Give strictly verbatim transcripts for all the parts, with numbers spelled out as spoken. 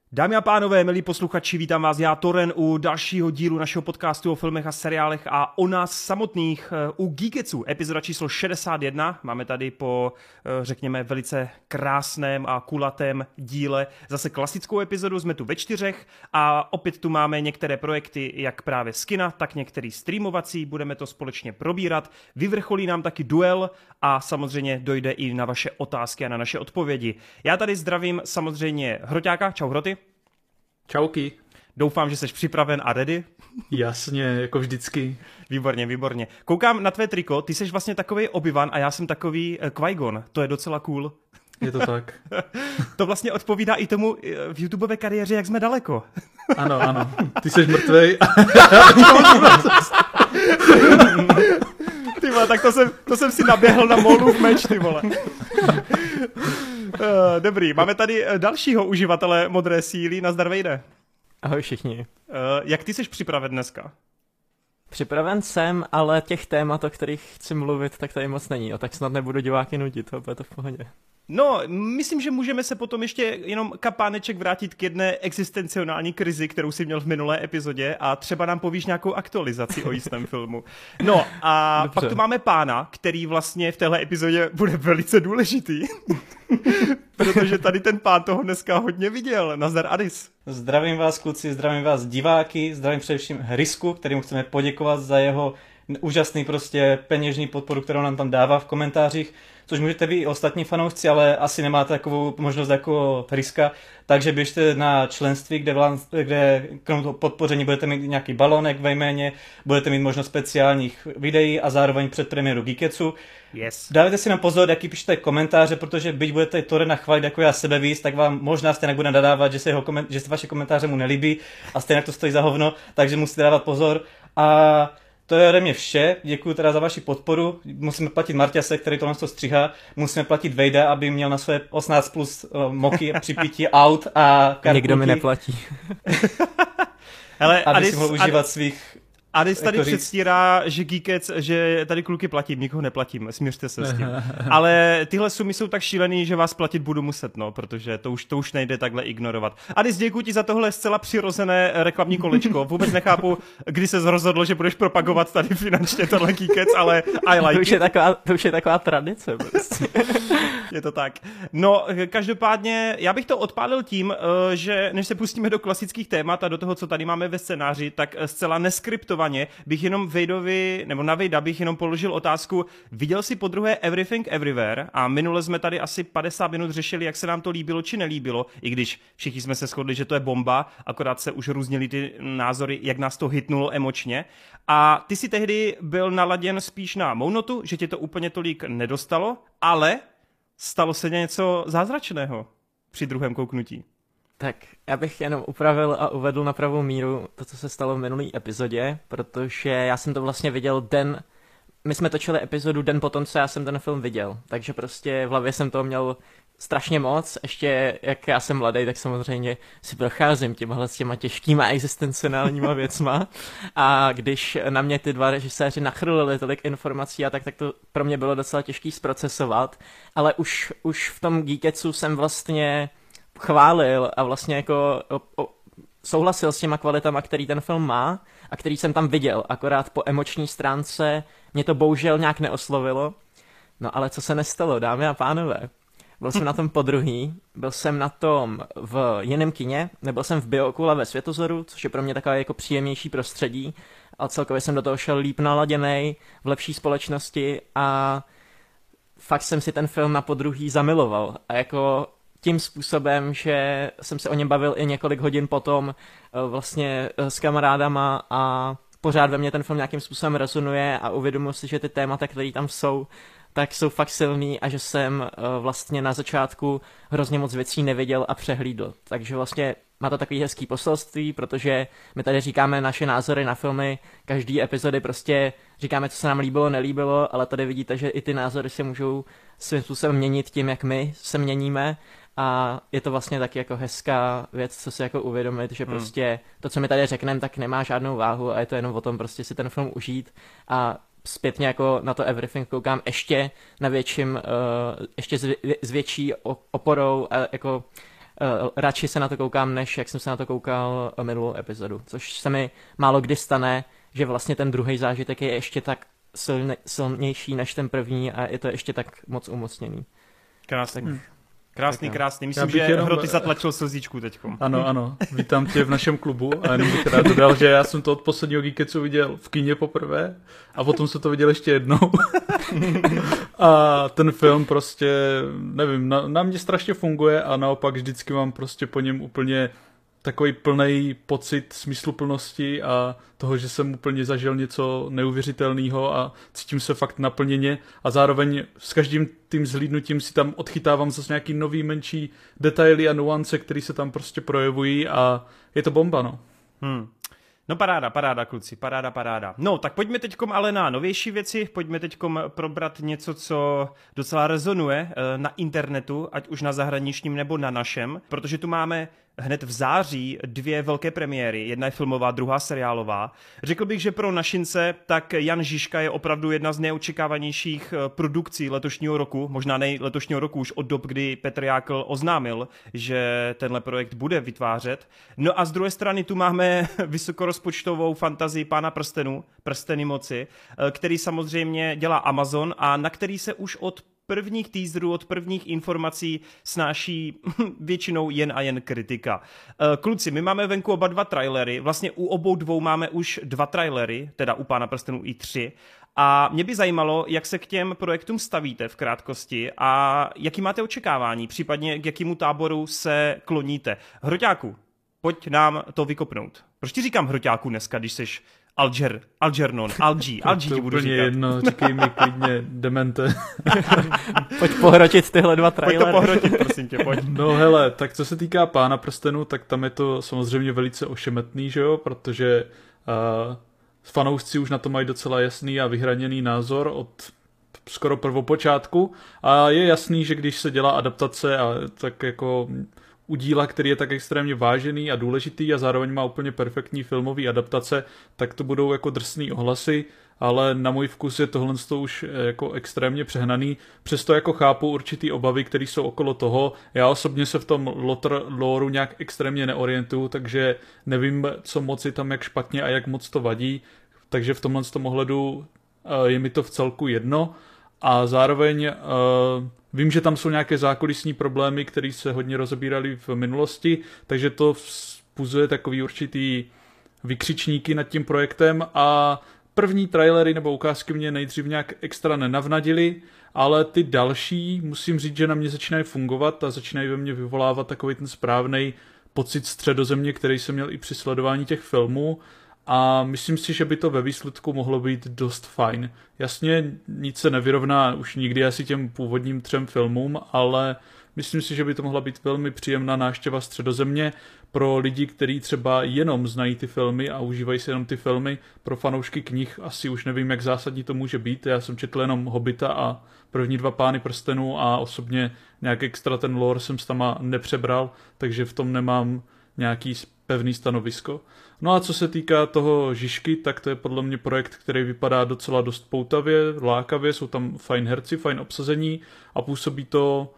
Dámy a pánové, milí posluchači, vítám vás já, Toren, u dalšího dílu našeho podcastu o filmech a seriálech a o nás samotných u Geeketsu, epizoda číslo šedesát jedna. Máme tady po, řekněme, velice krásném a kulatém díle zase klasickou epizodu, jsme tu ve čtyřech a opět tu máme některé projekty, jak právě z kina, tak některý streamovací, budeme to společně probírat. Vyvrcholí nám taky duel a samozřejmě dojde i na vaše otázky a na naše odpovědi. Já tady zdravím samozřejmě Hroťáka, čau Hroty. Čauky. Doufám, že jsi připraven a ready. Jasně, jako vždycky. Výborně, výborně. Koukám na tvé triko, ty jsi vlastně takový Obi-Wan a já jsem takový Qui-Gon. To je docela cool. Je to tak. To vlastně odpovídá i tomu v YouTubeové kariéře, jak jsme daleko. Ano, ano. Ty jsi mrtvej. Ty vole, tak to jsem, to jsem si naběhl na Molův meč, ty vole. Dobrý, máme tady dalšího uživatele Modré síly, nazdar Vejde. Ahoj všichni. Jak ty jsi připraven dneska? Připraven jsem, ale těch témat, o kterých chci mluvit, tak tady moc není, tak snad nebudu diváky nudit, to je to v pohodě. No, myslím, že můžeme se potom ještě jenom kapáneček vrátit k jedné existenciální krizi, kterou si měl v minulé epizodě a třeba nám povíš nějakou aktualizaci o jistém filmu. No a Dobře. Pak tu máme pána, který vlastně v téhle epizodě bude velice důležitý, protože tady ten pán toho dneska hodně viděl. Nazdar Adis. Zdravím vás kluci, zdravím vás diváky, zdravím především Hrysku, kterému chceme poděkovat za jeho úžasný prostě peněžní podporu, kterou nám tam dává v komentářích, což můžete vy i ostatní fanoušci, ale asi nemáte takovou možnost jako Hryska, takže běžte na členství, kde, vlá, kde krom toho podpoření budete mít nějaký balonek ve jméně, budete mít možnost speciálních videí a zároveň předpremiéru Geeketsu. Yes. Dávajte si na pozor, jaký píšete komentáře, protože byť budete Torena chválit jako já sebevíc, tak vám možná stejně bude nadávat, že se, jeho koment- že se vaše komentáře mu nelíbí a stejně to stojí za hovno, takže musíte dávat pozor. A to je ode mě vše, děkuji teda za vaši podporu, musíme platit Marťase, který tohle to střihá, musíme platit Vejda, aby měl na své osmnáct plus uh, moky připítí aut a karkulky. Někdo mi neplatí. Hele, aby Adis, si mohl užívat Adis, svých... Adis tady předstírá, že Geekec, že tady kluky platím, nikoho neplatím, smířte se s tím. Ale tyhle sumy jsou tak šílený, že vás platit budu muset, no, protože to už, to už nejde takhle ignorovat. Adis, děkuji ti za tohle zcela přirozené reklamní kolečko. Vůbec nechápu, kdy se rozhodl, že budeš propagovat tady finančně tohle Geekec, ale I like to už je taková, to už je taková tradice. Prostě. Je to tak. No, každopádně, já bych to odpálil tím, že než se pustíme do klasických témat a do toho, co tady máme ve scénáři, tak zcela neskriptovaně bych jenom Vejdovi, nebo na Vejda bych jenom položil otázku, viděl jsi podruhé Everything Everywhere a minule jsme tady asi padesát minut řešili, jak se nám to líbilo či nelíbilo, i když všichni jsme se shodli, že to je bomba, akorát se už různily ty názory, jak nás to hitnulo emočně. A ty si tehdy byl naladěn spíš na mou notu, že tě to úplně tolik nedostalo, ale stalo se něco zázračného při druhém kouknutí. Tak já bych jenom upravil a uvedl na pravou míru to, co se stalo v minulý epizodě, protože já jsem to vlastně viděl den, my jsme točili epizodu den potom, co já jsem ten film viděl, takže prostě v hlavě jsem toho měl strašně moc, ještě jak já jsem mladý, tak samozřejmě si procházím tímhle s těma těžkýma existenciálníma věcma a když na mě ty dva režiséři nachrlili tolik informací a tak, tak to pro mě bylo docela těžký zprocesovat, ale už, už v tom Geeketsu jsem vlastně chválil a vlastně jako o, o, souhlasil s těma kvalitama, který ten film má a který jsem tam viděl, akorát po emoční stránce mě to bohužel nějak neoslovilo. No ale co se nestalo, dámy a pánové? Byl jsem na tom podruhý, byl jsem na tom v jiném kině, nebyl jsem v Biokule ve Světozoru, což je pro mě takové jako příjemnější prostředí, ale celkově jsem do toho šel líp naladěnej, v lepší společnosti a fakt jsem si ten film na podruhý zamiloval a jako tím způsobem, že jsem se o něm bavil i několik hodin potom vlastně s kamarádama a pořád ve mně ten film nějakým způsobem rezonuje a uvědomuji si, že ty témata, které tam jsou, tak jsou fakt silný a že jsem vlastně na začátku hrozně moc věcí neviděl a přehlídl. Takže vlastně má to takový hezký poselství, protože my tady říkáme naše názory na filmy, každý epizody prostě říkáme, co se nám líbilo, nelíbilo, ale tady vidíte, že i ty názory se můžou svým způsobem měnit tím, jak my se měníme. A je to vlastně taky jako hezká věc, co si jako uvědomit, že prostě to, co my tady řekneme, tak nemá žádnou váhu a je to jenom o tom prostě si ten film užít a zpětně jako na to Everything koukám ještě na větším, uh, ještě s, s větší oporou a jako radši se na to koukám, než jak jsem se na to koukal minulou epizodu, což se mi málo kdy stane, že vlastně ten druhý zážitek je ještě tak silně, silnější než ten první a je to ještě tak moc umocněný. Krásný. Tak, Krásný, tak krásný. Myslím, bych že jenom- Hro, ty zatlačil slzičku teďkom. Ano, ano, vítám tě v našem klubu a jenom bych teda dodal, že já jsem to od posledního Geeketsu viděl v kině poprvé a potom jsem to viděl ještě jednou. A ten film prostě, nevím, na, na mě strašně funguje a naopak vždycky mám prostě po něm úplně takový plný pocit smysluplnosti a toho, že jsem úplně zažil něco neuvěřitelného a cítím se fakt naplněně a zároveň s každým tím zhlídnutím si tam odchytávám zase nějaký nový menší detaily a nuance, které se tam prostě projevují a je to bomba, no. Hmm. No paráda, paráda, kluci, paráda, paráda. No, tak pojďme teďkom ale na novější věci, pojďme teďkom probrat něco, co docela rezonuje eh, na internetu, ať už na zahraničním nebo na našem, protože tu máme hned v září dvě velké premiéry, jedna je filmová, druhá seriálová. Řekl bych, že pro našince tak Jan Žižka je opravdu jedna z neočekávanějších eh, produkcí letošního roku, možná nej letošního roku už od dob, kdy Petr Jákl oznámil, že tenhle projekt bude vytvářet. No a z druhé strany tu máme vysokorozpočtovou fantazii Pána prstenů, Prsteny moci, eh, který samozřejmě dělá Amazon a na který se už od prvních teaserů, od prvních informací snáší většinou jen a jen kritika. Kluci, my máme venku oba dva trailery, vlastně u obou dvou máme už dva trailery, teda u Pána prstenů i tři. A mě by zajímalo, jak se k těm projektům stavíte v krátkosti a jaký máte očekávání, případně k jakému táboru se kloníte. Hroťáku, pojď nám to vykopnout. Proč ti říkám hroťáku dneska, když seš Alger, Algernon, Algi, Algi to ti budu úplně říkat. jedno, říkej mi klidně demente. Pojď pohrotit tyhle dva Pojď trailery. to pohrotit, prosím tě, pojď. No hele, tak co se týká Pána prstenů, tak tam je to samozřejmě velice ošemetný, že jo, protože uh, fanoušci už na to mají docela jasný a vyhraněný názor od skoro prvopočátku a je jasný, že když se dělá adaptace a tak jako u díla, který je tak extrémně vážený a důležitý a zároveň má úplně perfektní filmový adaptace, tak to budou jako drsný ohlasy, ale na můj vkus je tohle už jako extrémně přehnaný. Přesto jako chápu určitý obavy, které jsou okolo toho. Já osobně se v tom lotr loreu nějak extrémně neorientuju, takže nevím, co moc je tam jak špatně a jak moc to vadí. Takže v tomhle tom ohledu je mi to v celku jedno. A zároveň uh, vím, že tam jsou nějaké zákulisní problémy, které se hodně rozebíraly v minulosti, takže to vzbuzuje takový určitý vykřičníky nad tím projektem a první trailery nebo ukázky mě nejdřív nějak extra nenavnadily, ale ty další musím říct, že na mě začínají fungovat a začínají ve mně vyvolávat takový ten správný pocit středozemě, který jsem měl i při sledování těch filmů. A myslím si, že by to ve výsledku mohlo být dost fajn. Jasně, nic se nevyrovná už nikdy asi těm původním třem filmům, ale myslím si, že by to mohla být velmi příjemná návštěva Středozemě pro lidi, kteří třeba jenom znají ty filmy a užívají si jenom ty filmy. Pro fanoušky knih asi už nevím, jak zásadní to může být. Já jsem četl jenom Hobita a první dva Pány prstenů a osobně nějak extra ten lore jsem s tama nepřebral, takže v tom nemám nějaký pevný stanovisko. No a co se týká toho Žižky, tak to je podle mě projekt, který vypadá docela dost poutavě, lákavě, jsou tam fajn herci, fajn obsazení a působí to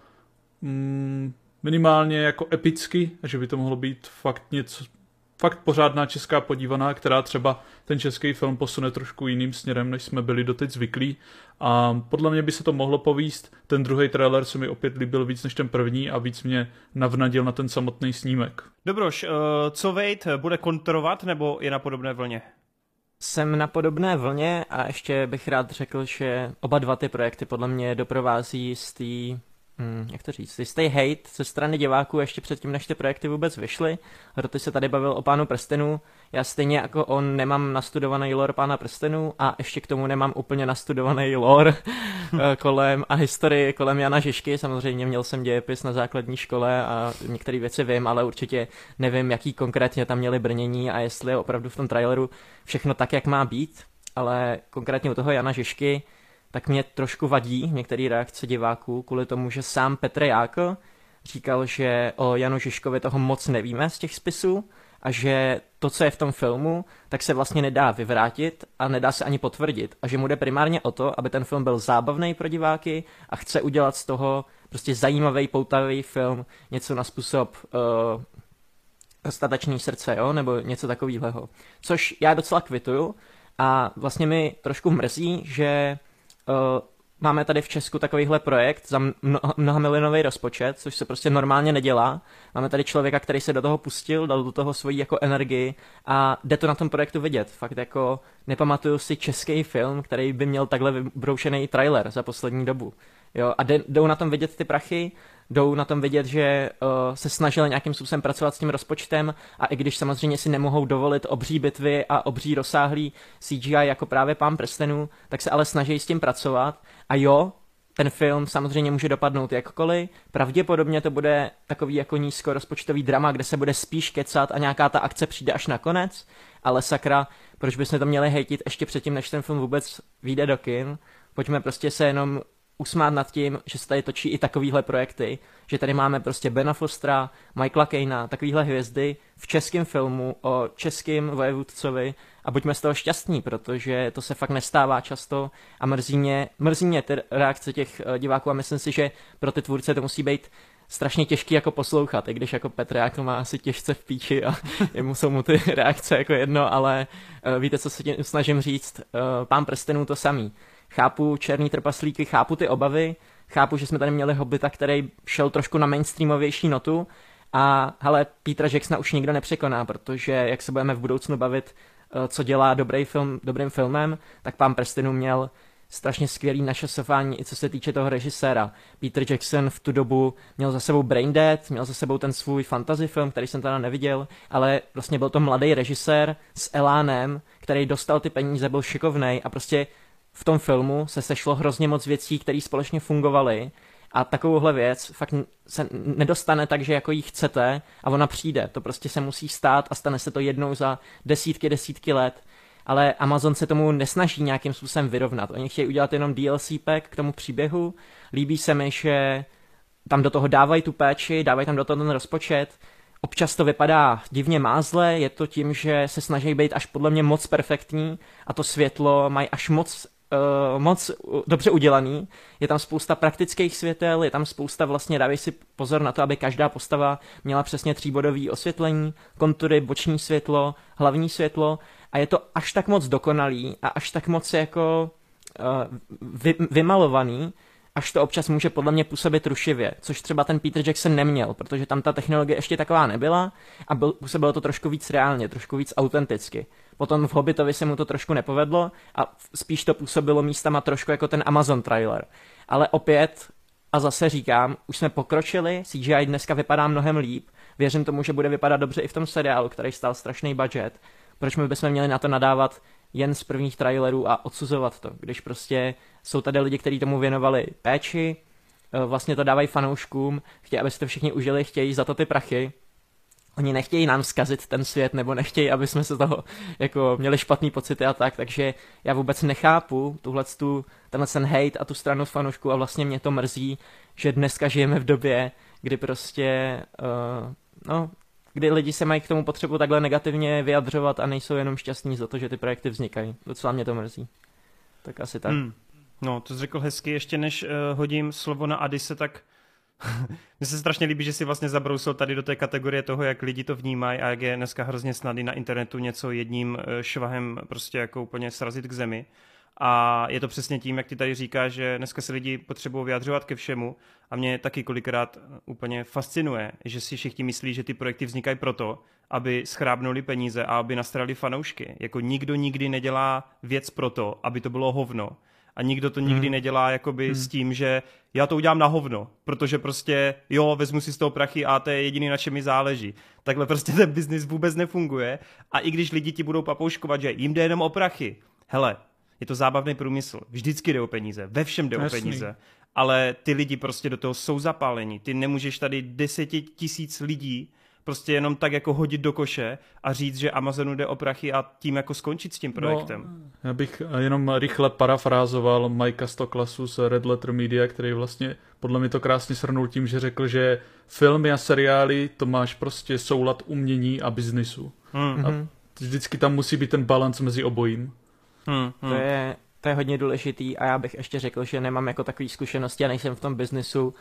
mm, minimálně jako epicky, že by to mohlo být fakt něco, fakt pořádná česká podívaná, která třeba ten český film posune trošku jiným směrem, než jsme byli doteď zvyklí. A podle mě by se to mohlo povíst. Ten druhý trailer se mi opět líbil víc než ten první a víc mě navnadil na ten samotný snímek. Dobroš, uh, co Wade, bude kontrovat nebo je na podobné vlně? Jsem na podobné vlně a ještě bych rád řekl, že oba dva ty projekty podle mě doprovází z té, hmm, jak to říct, jistý hate ze strany diváků ještě předtím, než ty projekty vůbec vyšly. Hroty se tady bavil o Pánu prstenů, já stejně jako on nemám nastudovaný lore Pána prstenů a ještě k tomu nemám úplně nastudovaný lore kolem a historii kolem Jana Žižky. Samozřejmě měl jsem dějepis na základní škole a některé věci vím, ale určitě nevím, jaký konkrétně tam měli brnění a jestli je opravdu v tom traileru všechno tak, jak má být. Ale konkrétně u toho Jana Žižky tak mě trošku vadí některé reakce diváků kvůli tomu, že sám Petr Jákl říkal, že o Janu Žižkovi toho moc nevíme z těch spisů a že to, co je v tom filmu, tak se vlastně nedá vyvrátit a nedá se ani potvrdit a že mu jde primárně o to, aby ten film byl zábavný pro diváky a chce udělat z toho prostě zajímavý, poutavý film, něco na způsob uh, Statačný srdce, jo, nebo něco takového. Což já docela kvituju a vlastně mi trošku mrzí, že uh, máme tady v Česku takovýhle projekt za mnoha, mnoha milionový rozpočet, což se prostě normálně nedělá. Máme tady člověka, který se do toho pustil, dal do toho svoji jako energii a jde to na tom projektu vidět. Fakt jako nepamatuju si český film, který by měl takhle vybroušený trailer za poslední dobu. Jo, a jdou na tom vidět ty prachy, jdou na tom vidět, že uh, se snažili nějakým způsobem pracovat s tím rozpočtem a i když samozřejmě si nemohou dovolit obří bitvy a obří rozsáhlý C G I jako právě Pán prstenů, tak se ale snaží s tím pracovat a jo, ten film samozřejmě může dopadnout jakkoliv, pravděpodobně to bude takový jako nízkorozpočtový drama, kde se bude spíš kecat a nějaká ta akce přijde až nakonec, ale sakra, proč bychom to měli hejtit ještě předtím, než ten film vůbec vyjde do kin, pojďme prostě se jenom usmát nad tím, že se tady točí i takovýhle projekty, že tady máme prostě Bena Fostera, Michaela Caina, takovýhle hvězdy v českém filmu o českém vojevůdcovi a buďme z toho šťastní, protože to se fakt nestává často a mrzí mě, mrzí mě ty reakce těch diváků a myslím si, že pro ty tvůrce to musí být strašně těžký jako poslouchat, i když jako Petr jako má asi těžce v píči a jemu jsou mu ty reakce jako jedno, ale uh, víte, co se tím snažím říct, uh, Pán prstenů to samý. Chápu Černý trpaslíky, chápu ty obavy, chápu, že jsme tady měli Hobita, který šel trošku na mainstreamovější notu a hele, Petera Jacksona už nikdo nepřekoná, protože jak se budeme v budoucnu bavit, co dělá dobrý film, dobrým filmem, tak Pán prstenů měl strašně skvělý našasování, i co se týče toho režiséra. Peter Jackson v tu dobu měl za sebou Braindead, měl za sebou ten svůj fantasy film, který jsem teda neviděl, ale vlastně byl to mladý režisér s elánem, který dostal ty peníze, byl šikovnej a prostě v tom filmu se sešlo hrozně moc věcí, které společně fungovaly a takovouhle věc fakt se nedostane tak, že jako jí chcete a ona přijde. To prostě se musí stát a stane se to jednou za desítky, desítky let. Ale Amazon se tomu nesnaží nějakým způsobem vyrovnat. Oni chtějí udělat jenom D L C pack k tomu příběhu. Líbí se mi, že tam do toho dávají tu péči, dávají tam do toho ten rozpočet. Občas to vypadá divně mázle, je to tím, že se snaží být až podle mě moc perfektní a to světlo mají až moc Uh, moc dobře udělaný. Je tam spousta praktických světel, je tam spousta vlastně, dávej si pozor na to, aby každá postava měla přesně tříbodový osvětlení, kontury, boční světlo, hlavní světlo a je to až tak moc dokonalý a až tak moc jako uh, vy, vymalovaný, až to občas může podle mě působit rušivě, což třeba ten Peter Jackson neměl, protože tam ta technologie ještě taková nebyla a byl, působilo to trošku víc reálně, trošku víc autenticky. Potom v Hobbitovi se mu to trošku nepovedlo a spíš to působilo místama trošku jako ten Amazon trailer. Ale opět, a zase říkám, už jsme pokročili, C G I dneska vypadá mnohem líp, věřím tomu, že bude vypadat dobře i v tom seriálu, který stál strašný budget. Proč my bychom měli na to nadávat jen z prvních trailerů a odsuzovat to, když prostě jsou tady lidi, kteří tomu věnovali péči, vlastně to dávají fanouškům, chtějí, aby si to všichni užili, chtějí za to ty prachy. Oni nechtějí nám zkazit ten svět, nebo nechtějí, aby jsme se toho jako měli špatný pocity a tak, takže já vůbec nechápu tuhletu, tenhle ten hate a tu stranu fanoušků a vlastně mě to mrzí, že dneska žijeme v době, kdy prostě, uh, no, kdy lidi se mají k tomu potřebu takhle negativně vyjadřovat a nejsou jenom šťastní za to, že ty projekty vznikají. Docela mě to mrzí. Tak asi tak. Hmm. No, to jsi řekl hezky, ještě než uh, hodím slovo na Adise, tak mně se strašně líbí, že si vlastně zabrousil tady do té kategorie toho, jak lidi to vnímají a jak je dneska hrozně snadný na internetu něco jedním švahem prostě jako úplně srazit k zemi. A je to přesně tím, jak ty tady říkáš, že dneska se lidi potřebují vyjadřovat ke všemu a mě taky kolikrát úplně fascinuje, že si všichni myslí, že ty projekty vznikají proto, aby schrábnuli peníze a aby nastrali fanoušky. Jako nikdo nikdy nedělá věc proto, aby to bylo hovno. A nikdo to nikdy hmm. nedělá jakoby hmm. s tím, že já to udělám na hovno, protože prostě jo, vezmu si z toho prachy a to je jediný, na čem mi záleží. Takhle prostě ten biznis vůbec nefunguje a i když lidi ti budou papouškovat, že jim jde jenom o prachy, hele, je to zábavný průmysl, vždycky jde o peníze, ve všem jde Jasný. o peníze, ale ty lidi prostě do toho jsou zapálení, ty nemůžeš tady deseti tisíc lidí prostě jenom tak jako hodit do koše a říct, že Amazonu jde o prachy a tím jako skončit s tím projektem. No, já bych jenom rychle parafrázoval Mikea Stocklasu z Red Letter Media, který vlastně podle mě to krásně shrnul tím, že řekl, že filmy a seriály to máš prostě soulad umění a biznisu. Hmm. A vždycky tam musí být ten balans mezi obojím. Hmm. Hmm. To je, to je hodně důležitý a já bych ještě řekl, že nemám jako takový zkušenosti a nejsem v tom biznisu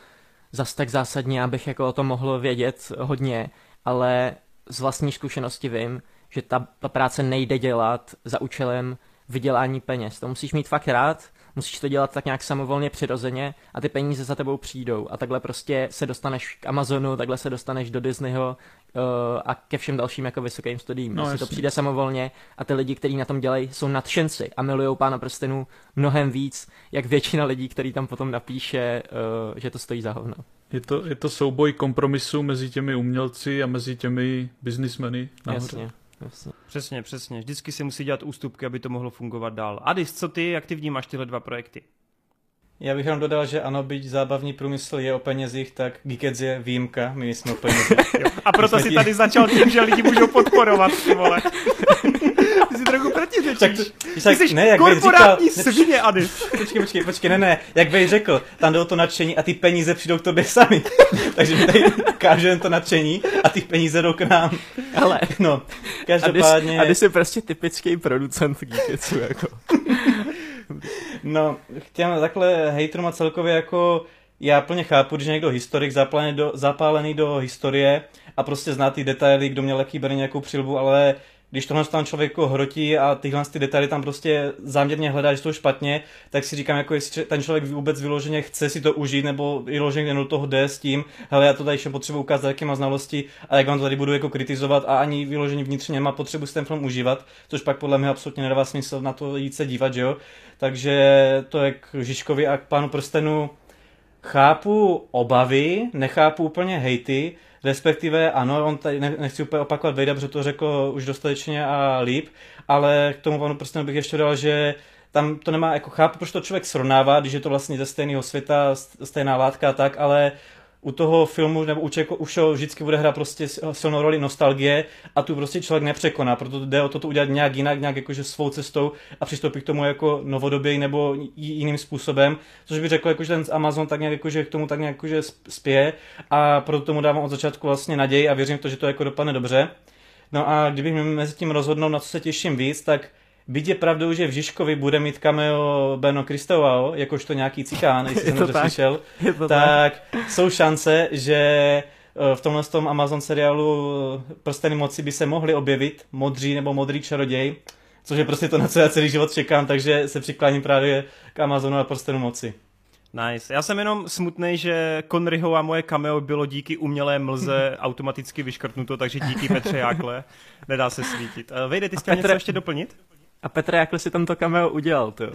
zas tak zásadně, abych jako o tom mohl vědět hodně, ale z vlastní zkušenosti vím, že ta, ta práce nejde dělat za účelem vydělání peněz. To musíš mít fakt rád, musíš to dělat tak nějak samovolně přirozeně a ty peníze za tebou přijdou. A takhle prostě se dostaneš k Amazonu, takhle se dostaneš do Disneyho uh, a ke všem dalším jako vysokým studiím. No, to přijde samovolně a ty lidi, kteří na tom dělají, jsou nadšenci a milujou Pána prstenů mnohem víc, jak většina lidí, který tam potom napíše, uh, že to stojí za hovno. Je to, je to souboj kompromisu mezi těmi umělci a mezi těmi biznismeny. Jasně. Jasně. Přesně, přesně. Vždycky si musí dělat ústupky, aby to mohlo fungovat dál. Adis, co ty, jak ty vnímáš tyhle dva projekty? Já bych jenom dodal, že ano, byť zábavní průmysl je o penězích, tak Geekets je výjimka, my jsme o penězích. A proto si tady začal tím, že lidi můžou podporovat, ty vole. Ty si trochu protiřečíš. Ty jsi ne, jak korporátní říkal, svině, Adis. Počkej, počkej, počkej, ne, ne, jak bych řekl, tam jde o to nadšení a ty peníze přijdou k tobě sami. Takže my tady kážeme to nadšení a ty peníze jdou k nám. Ale, no, každopádně... Adis, Adis je prostě typický producent Geeketsu, jako. No, chtěl takhle hejtrům a celkově jako já plně chápu, když někdo historik zapálený do, zapálený do historie a prostě zná ty detaily, kdo měl jaký bere nějakou přilbu, ale když tohle tam člověk jako hrotí a tyhle ty detaily tam prostě záměrně hledá, že to špatně, tak si říkám, jako jestli ten člověk vůbec vyloženě chce si to užít, nebo vyloženě jen do toho jde s tím, hele, já to tady ještě potřebuji ukázat, jaký má znalosti a jak vám to tady budu jako kritizovat a ani vyloženě vnitřně nemá potřebu si ten film užívat, což pak podle mě absolutně nedává smysl na to jít se dívat, že jo. Takže to je k Žižkovi a k Pánu prstenu. Chápu obavy, nechápu úplně hejty, respektive ano, on tady nechci úplně opakovat Vejda, protože to řekl už dostatečně a líp, ale k tomu Pánu prstenu bych ještě dal, že tam to nemá, jako chápu, proč to člověk srovnává, když je to vlastně ze stejného světa, stejná látka a tak, ale u toho filmu nebo u člověka už vždycky bude hrát prostě silnou roli nostalgie a tu prostě člověk nepřekoná, proto jde o to, to udělat nějak jinak, nějak jakože svou cestou a přistoupit k tomu jako novodoběji nebo jiným způsobem, což bych řekl, jako, že ten Amazon tak nějak jakože k tomu tak nějak jakože spěje a proto tomu dávám od začátku vlastně naději a věřím v to, že to jako dopadne dobře. No a kdybych měl mezi tím rozhodnout, na co se těším víc, tak byť je pravdou, že v Žižkovi bude mít cameo Beno Kristovao, jakožto nějaký cikán, jestli jsem to slyšel, tak, tak jsou šance, že v tomhle tom Amazon seriálu Prsteny moci by se mohli objevit modří nebo modrý čaroděj, což je prostě to, na co já celý život čekám, takže se přikláním právě k Amazonu a Prstenu moci. Nice. Já jsem jenom smutnej, že Conryho a moje cameo bylo díky umělé mlze automaticky vyškrtnuto, takže díky Petře Jákle nedá se svítit. Vejde, ty jsi chtěl něco ještě doplnit? A Petr Jákl si tam to cameo udělal, to jo.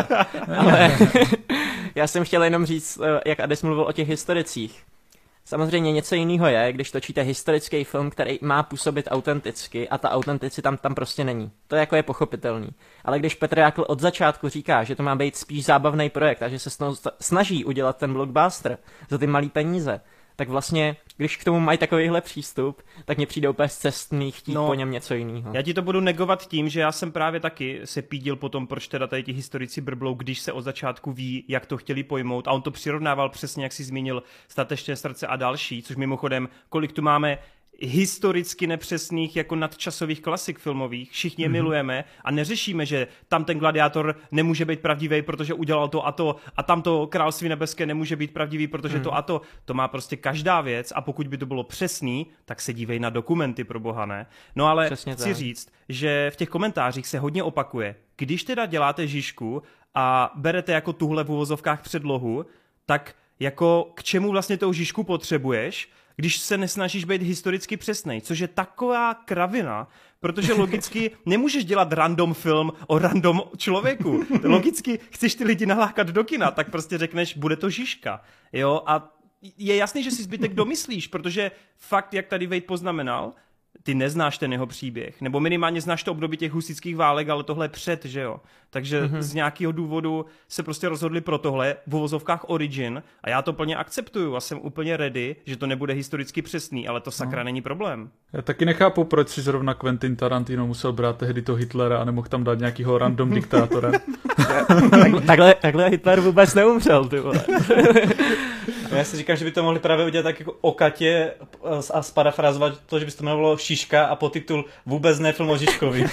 Ale já jsem chtěl jenom říct, jak Adis mluvil o těch historicích. Samozřejmě něco jiného je, když točíte historický film, který má působit autenticky a ta autenticita tam, tam prostě není. To jako je pochopitelný. Ale když Petr Jákl od začátku říká, že to má být spíš zábavný projekt a že se snaží udělat ten blockbuster za ty malý peníze, tak vlastně, když k tomu mají takovýhle přístup, tak mně přijde úplně zcestný chtít no, po něm něco jiného. Já ti to budu negovat tím, že já jsem právě taky se pídil po tom, proč teda tady ti historici brblou, když se od začátku ví, jak to chtěli pojmout. A on to přirovnával přesně, jak jsi zmínil, Statečné srdce a další, což mimochodem, kolik tu máme historicky nepřesných jako nadčasových klasik filmových, všichni je mm-hmm. milujeme a neřešíme, že tam ten gladiátor nemůže být pravdivý, protože udělal to a to a tam to království nebeské nemůže být pravdivý, protože mm. to a to. To má prostě každá věc a pokud by to bylo přesný, tak se dívej na dokumenty, pro boha, ne? No ale přesně chci tak říct, že v těch komentářích se hodně opakuje. Když teda děláte Žižku a berete jako tuhle v uvozovkách předlohu, tak jako k čemu vlastně tou Žižku potřebuješ, když se nesnažíš být historicky přesnej, což je taková kravina, protože logicky nemůžeš dělat random film o random člověku. Logicky chceš ty lidi nalákat do kina, tak prostě řekneš, bude to Žižka. Jo? A je jasný, že si zbytek domyslíš, protože fakt, jak tady Vejt poznamenal, ty neznáš ten jeho příběh, nebo minimálně znáš to období těch husitských válek, ale tohle je před, že jo. Takže mm-hmm. z nějakého důvodu se prostě rozhodli pro tohle v uvozovkách origin a já to plně akceptuju a jsem úplně ready, že to nebude historicky přesný, ale to sakra no. není problém. Já taky nechápu, proč si zrovna Quentin Tarantino musel brát tehdy to Hitlera a nemohl tam dát nějakýho random diktátora. tak, takhle, takhle Hitler vůbec neumřel, ty vole. Já si říkám, že by to mohli právě udělat tak jako o Katě a sparafrázovat to, že by se to jmenovalo Šiška a podtitul Vůbec ne film o Žižkovi.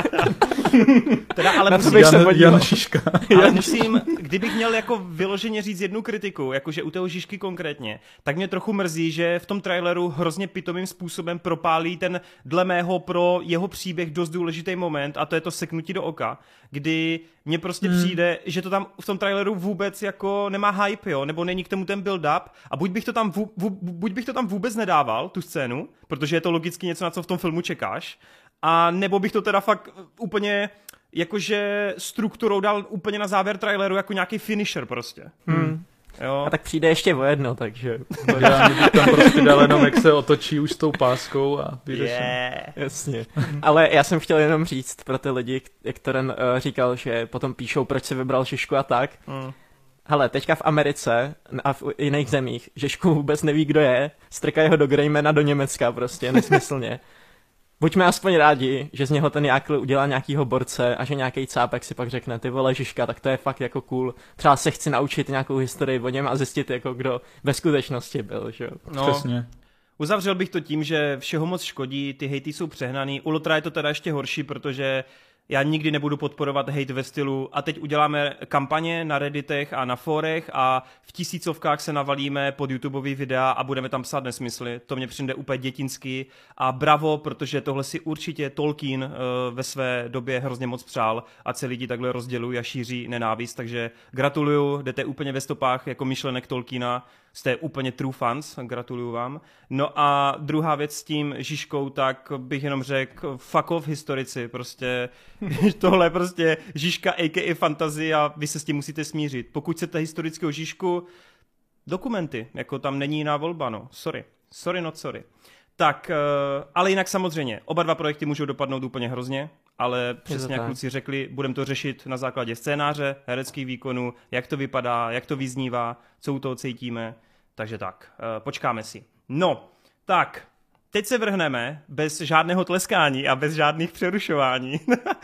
Teda, ale Na musím, Jan, Jan Šiška. ale musím, kdybych měl jako vyloženě říct jednu kritiku, jakože u toho Žižky konkrétně, tak mě trochu mrzí, že v tom traileru hrozně pitomým způsobem propálí ten dle mého pro jeho příběh dost důležitý moment, a to je to seknutí do oka, kdy mně prostě hmm. přijde, že to tam v tom traileru vůbec jako nemá hype, jo, nebo není k tomu ten build-up, a buď bych to tam, vů, vů, buď bych to tam vůbec nedával, tu scénu, protože je to logicky něco, na co v tom filmu čekáš, a nebo bych to teda fakt úplně jakože strukturou dal úplně na závěr traileru jako nějaký finisher prostě. Hmm. Jo. A tak přijde ještě o jedno, takže... Já bych tam prostě dal jenom, jak se otočí už s tou páskou a vyřeším. Yeah. Jasně. Ale já jsem chtěl jenom říct pro ty lidi, jak to uh, říkal, že potom píšou, proč si vybral Žižku a tak. Mm. Hele, teďka v Americe a v jiných zemích Žižku vůbec neví, kdo je, strkají ho do Greymana do Německa prostě, nesmyslně. Buďme aspoň rádi, že z něho ten Jákl udělá nějakýho borce a že nějaký cápek si pak řekne, ty vole Žižka, tak to je fakt jako cool. Třeba se chci naučit nějakou historii o něm a zjistit, jako kdo ve skutečnosti byl, že jo. No, přesně. Uzavřel bych to tím, že všeho moc škodí, ty hejty jsou přehnaný. U Lotra je to teda ještě horší, protože já nikdy nebudu podporovat hate ve stylu a teď uděláme kampaně na Redditech a na forech a v tisícovkách se navalíme pod YouTubeový videa a budeme tam psát nesmysly. To mě přijde úplně dětinský a bravo, protože tohle si určitě Tolkien uh, ve své době hrozně moc přál a se lidi takhle rozdělují a šíří nenávist, takže gratuluju, jdete úplně ve stopách jako myšlenek Tolkiena. Jste úplně true fans, gratuluju vám. No a druhá věc s tím Žižkou, tak bych jenom řekl fuck off historici, prostě tohle prostě Žižka a ká a fantasy a vy se s tím musíte smířit. Pokud chcete historického Žižku, dokumenty, jako tam není jiná volba, no, sorry, sorry not sorry. Tak, ale jinak samozřejmě, oba dva projekty můžou dopadnout úplně hrozně, ale přesně jak kluci řekli, budeme to řešit na základě scénáře, hereckých výkonů, jak to vypadá, jak to vyznívá, co u toho cítíme, takže tak, počkáme si. No, tak, teď se vrhneme bez žádného tleskání a bez žádných přerušování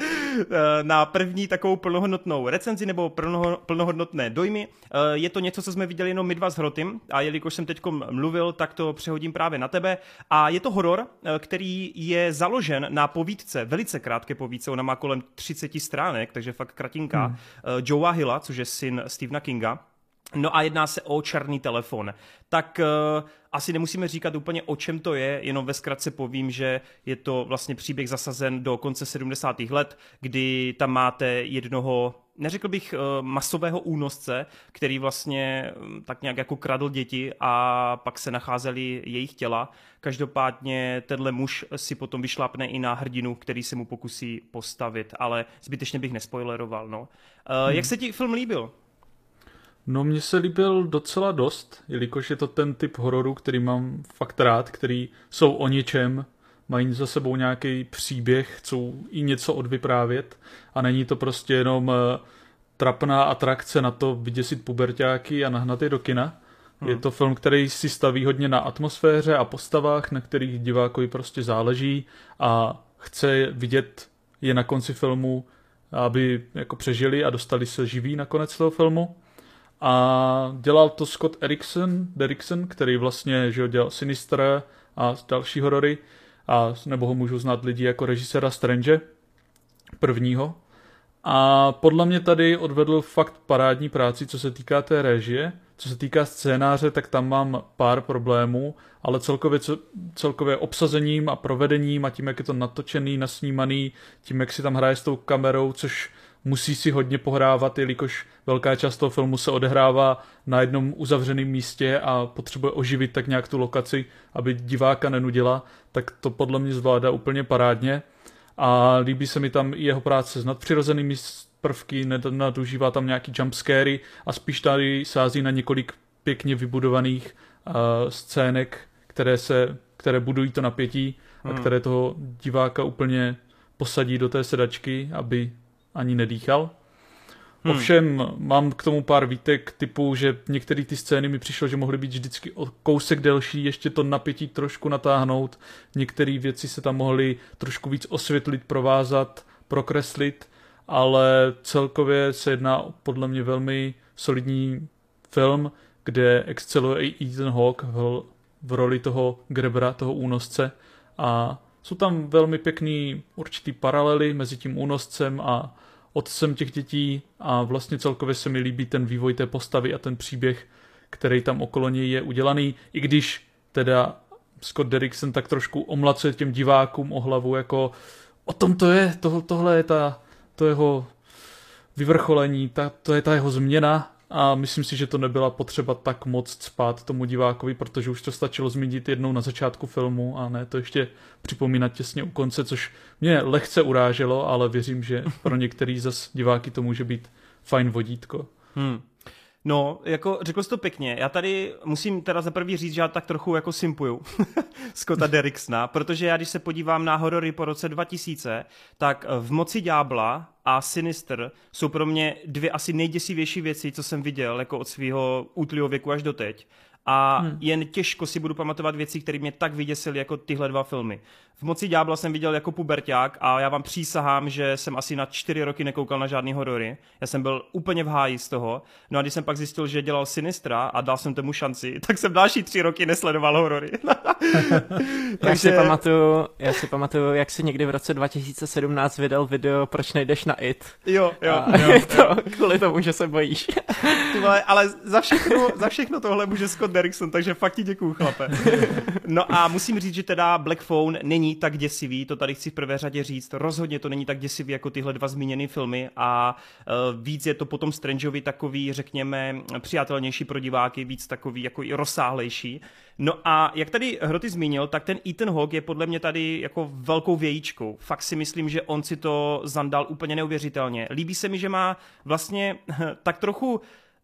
na první takovou plnohodnotnou recenzi nebo plnoho, plnohodnotné dojmy. Je to něco, co jsme viděli jenom my dva s Hrotym a jelikož jsem teď mluvil, tak to přehodím právě na tebe. A je to horor, který je založen na povídce, velice krátké povídce, ona má kolem třicet stránek, takže fakt kratinká, hmm. Joea Hilla, což je syn Stephena Kinga. No a jedná se o Černý telefon. Tak uh, asi nemusíme říkat úplně, o čem to je, jenom ve zkratce povím, že je to vlastně příběh zasazen do konce sedmdesátých let, kdy tam máte jednoho, neřekl bych uh, masového únosce, který vlastně um, tak nějak jako kradl děti a pak se nacházely jejich těla. Každopádně tenhle muž si potom vyšlápne i na hrdinu, který se mu pokusí postavit, ale zbytečně bych nespoileroval. No. Uh, hmm. Jak se ti film líbil? No mně se líbil docela dost, jelikož je to ten typ hororu, který mám fakt rád, který jsou o něčem, mají za sebou nějaký příběh, chcou i něco odvyprávět a není to prostě jenom uh, trapná atrakce na to vyděsit puberťáky a nahnat je do kina. Hmm. Je to film, který si staví hodně na atmosféře a postavách, na kterých divákovi prostě záleží a chce vidět je na konci filmu, aby jako přežili a dostali se živí na konec toho filmu. A dělal to Scott Derrickson, Derrickson který vlastně že dělal Sinister a další horory, a nebo ho můžou znát lidi jako režiséra Strange, prvního. A podle mě tady odvedl fakt parádní práci, co se týká té režie. Co se týká scénáře, tak tam mám pár problémů, ale celkově, celkově obsazením a provedením a tím, jak je to natočený, nasnímaný, tím, jak si tam hraje s tou kamerou, což musí si hodně pohrávat, jelikož velká část toho filmu se odehrává na jednom uzavřeném místě a potřebuje oživit tak nějak tu lokaci, aby diváka nenudila, tak to podle mě zvládá úplně parádně. A líbí se mi tam i jeho práce s nadpřirozenými prvky, nadužívá tam nějaký jumpscary a spíš tady sází na několik pěkně vybudovaných uh, scének, které, se, které budují to napětí hmm. a které toho diváka úplně posadí do té sedačky, aby ani nedýchal. Hmm. Ovšem mám k tomu pár výtek typu, že některé ty scény mi přišlo, že mohly být vždycky o kousek delší, ještě to napětí trošku natáhnout, některé věci se tam mohly trošku víc osvětlit, provázat, prokreslit, ale celkově se jedná podle mě velmi solidní film, kde exceluje i Ethan Hawke v, v roli toho Grebera, toho únosce. A jsou tam velmi pěkný určitý paralely mezi tím únoscem a otcem těch dětí a vlastně celkově se mi líbí ten vývoj té postavy a ten příběh, který tam okolo něj je udělaný, i když teda Scott Derrickson tak trošku omlacuje těm divákům o hlavu, jako o tom to je, to, tohle je ta, to jeho vyvrcholení, ta, to je ta jeho změna a myslím si, že to nebyla potřeba tak moc cpát tomu divákovi, protože už to stačilo zmínit jednou na začátku filmu a ne to ještě připomínat těsně u konce, což mě lehce uráželo, ale věřím, že pro některý zas diváky to může být fajn vodítko. Hmm. No, jako řekl jsi to pěkně. Já tady musím teda za prvý říct, že já tak trochu jako simpuju Scotta Derricksona, protože já když se podívám na horory po roce dva tisíce, tak V moci ďábla a Sinister jsou pro mě dvě asi nejděsivější věci, co jsem viděl jako od svého útlýho věku až doteď. A hmm. jen těžko si budu pamatovat věci, které mě tak vyděsily jako tyhle dva filmy. V moci ďábla jsem viděl jako puberťák a já vám přísahám, že jsem asi na čtyři roky nekoukal na žádný horory. Já jsem byl úplně v háji z toho. No a když jsem pak zjistil, že dělal Sinistra a dal jsem tomu šanci, tak jsem další tři roky nesledoval horory. Takže... já, si pamatuju, já si pamatuju, jak si někdy v roce dva tisíce sedmnáct vydal video Proč nejdeš na It. Jo, jo. A jo, je to jo. kvůli tomu, že se bojíš. Ty vole, ale za všechno, za všechno tohle může Scott Derrickson, takže fakt ti děkuju, chlape. No a musím říct, že teda Black Phone není tak děsivý, to tady chci v prvé řadě říct, rozhodně to není tak děsivý jako tyhle dva zmíněné filmy a uh, víc je to potom Strangeovi takový, řekněme, přijatelnější pro diváky, víc takový jako i rozsáhlejší. No a jak tady Hroty zmínil, tak ten Ethan Hawke je podle mě tady jako velkou vějíčkou. Fakt si myslím, že on si to zandal úplně neuvěřitelně. Líbí se mi, že má vlastně tak trochu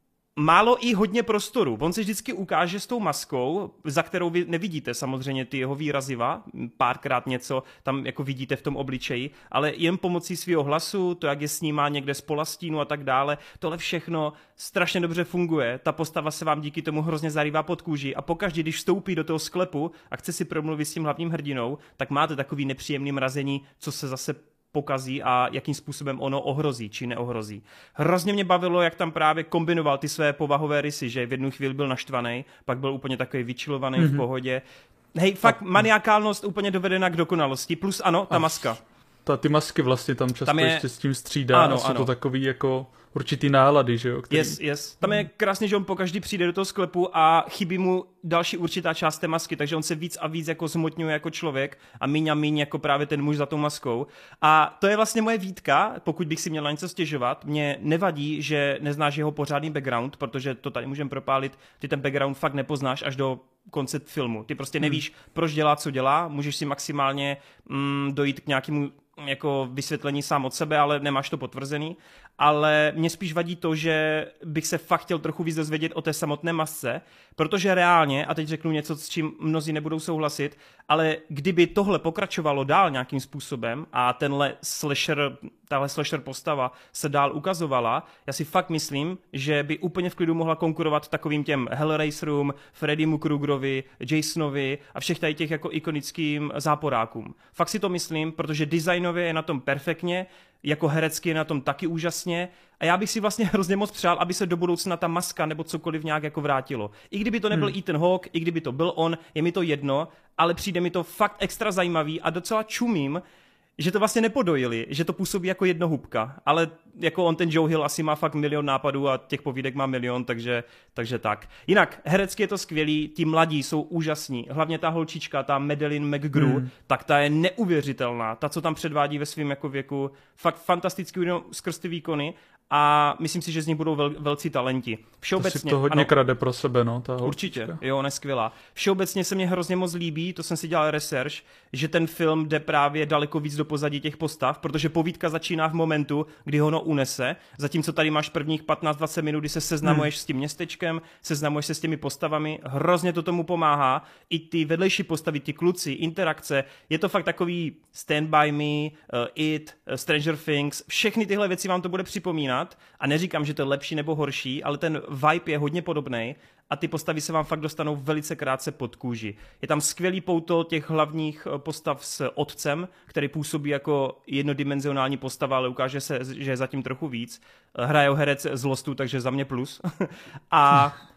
málo i hodně prostoru. On se vždycky ukáže s tou maskou, za kterou vy nevidíte samozřejmě ty jeho výraziva, párkrát něco tam jako vidíte v tom obličeji, ale jen pomocí svého hlasu, to, jak je snímá někde z polastínu a tak dále, tohle všechno strašně dobře funguje. Ta postava se vám díky tomu hrozně zarývá pod kůži a pokaždé, když vstoupí do toho sklepu a chce si promluvit s tím hlavním hrdinou, tak máte takový nepříjemný mrazení, co se zase pokazí a jakým způsobem ono ohrozí či neohrozí. Hrozně mě bavilo, jak tam právě kombinoval ty své povahové rysy, že v jednu chvíli byl naštvaný, pak byl úplně takový vyčilovaný mm-hmm. v pohodě. Hej, fakt maniakálnost úplně dovedena k dokonalosti, plus ano, ta maska. Ta, ty masky vlastně tam často tam je... ještě s tím střídá ano, a jsou ano. to takový jako určitý nálady, že jo? Který... Yes, yes. Tam je krásně, že on pokaždý přijde do toho sklepu a chybí mu další určitá část té masky, takže on se víc a víc jako zmotňuje jako člověk a míň a míň jako právě ten muž za tou maskou. A to je vlastně moje výtka, pokud bych si měl na něco stěžovat. Mně nevadí, že neznáš jeho pořádný background, protože to tady můžeme propálit, ty ten background fakt nepoznáš až do konce filmu. Ty prostě nevíš, hmm. proč dělá, co dělá, můžeš si maximálně mm, dojít k nějakému jako vysvětlení sám od sebe, ale nemáš to potvrzený. Ale mě spíš vadí to, že bych se fakt chtěl trochu víc dozvědět o té samotné masce, protože reálně, a teď řeknu něco, s čím mnozí nebudou souhlasit, ale kdyby tohle pokračovalo dál nějakým způsobem a tenhle slasher, tahle slasher postava se dál ukazovala, já si fakt myslím, že by úplně v klidu mohla konkurovat takovým těm Hellraiserům, Freddymu Kruegerovi, Jasonovi a všech tady těch jako ikonickým záporákům. Fakt si to myslím, protože designově je na tom perfektně, jako herecky je na tom taky úžasně a já bych si vlastně hrozně moc přál, aby se do budoucna ta maska nebo cokoliv nějak jako vrátilo. I kdyby to nebyl hmm. Ethan Hawke, i kdyby to byl on, je mi to jedno, ale přijde mi to fakt extra zajímavý a docela čumím, že to vlastně nepodojili, že to působí jako jednohubka, ale jako on ten Joe Hill asi má fakt milion nápadů a těch povídek má milion, takže, takže tak. Jinak, herecky je to skvělý, ti mladí jsou úžasní, hlavně ta holčička, ta Madeleine McGrew, hmm. tak ta je neuvěřitelná, ta, co tam předvádí ve svém jako věku, fakt fantastický skrz ty výkony a myslím si, že z nich budou vel, velcí talenti. Všeobecně, to si to hodně ano, krade pro sebe, no, ta určitě, jo, ona je skvělá. Všeobecně se mě hrozně moc líbí, to jsem si dělal research, že ten film jde právě daleko víc do pozadí těch postav, protože povídka začíná v momentu, kdy ho ono unese, zatímco tady máš prvních patnáct dvacet minut, kdy se seznamuješ hmm. s tím městečkem, seznamuješ se s těmi postavami, hrozně to tomu pomáhá, i ty vedlejší postavy, ty kluci, interakce, je to fakt takový Stand By Me, uh, It, uh, Stranger Things, všechny tyhle věci vám to bude připomínat a neříkám, že to je lepší nebo horší, ale ten vibe je hodně podobný a ty postavy se vám fakt dostanou velice krátce pod kůži. Je tam skvělý pouto těch hlavních postav s otcem, který působí jako jednodimenzionální postava, ale ukáže se, že je zatím trochu víc. Hraje ho herec z Lostu, takže za mě plus. A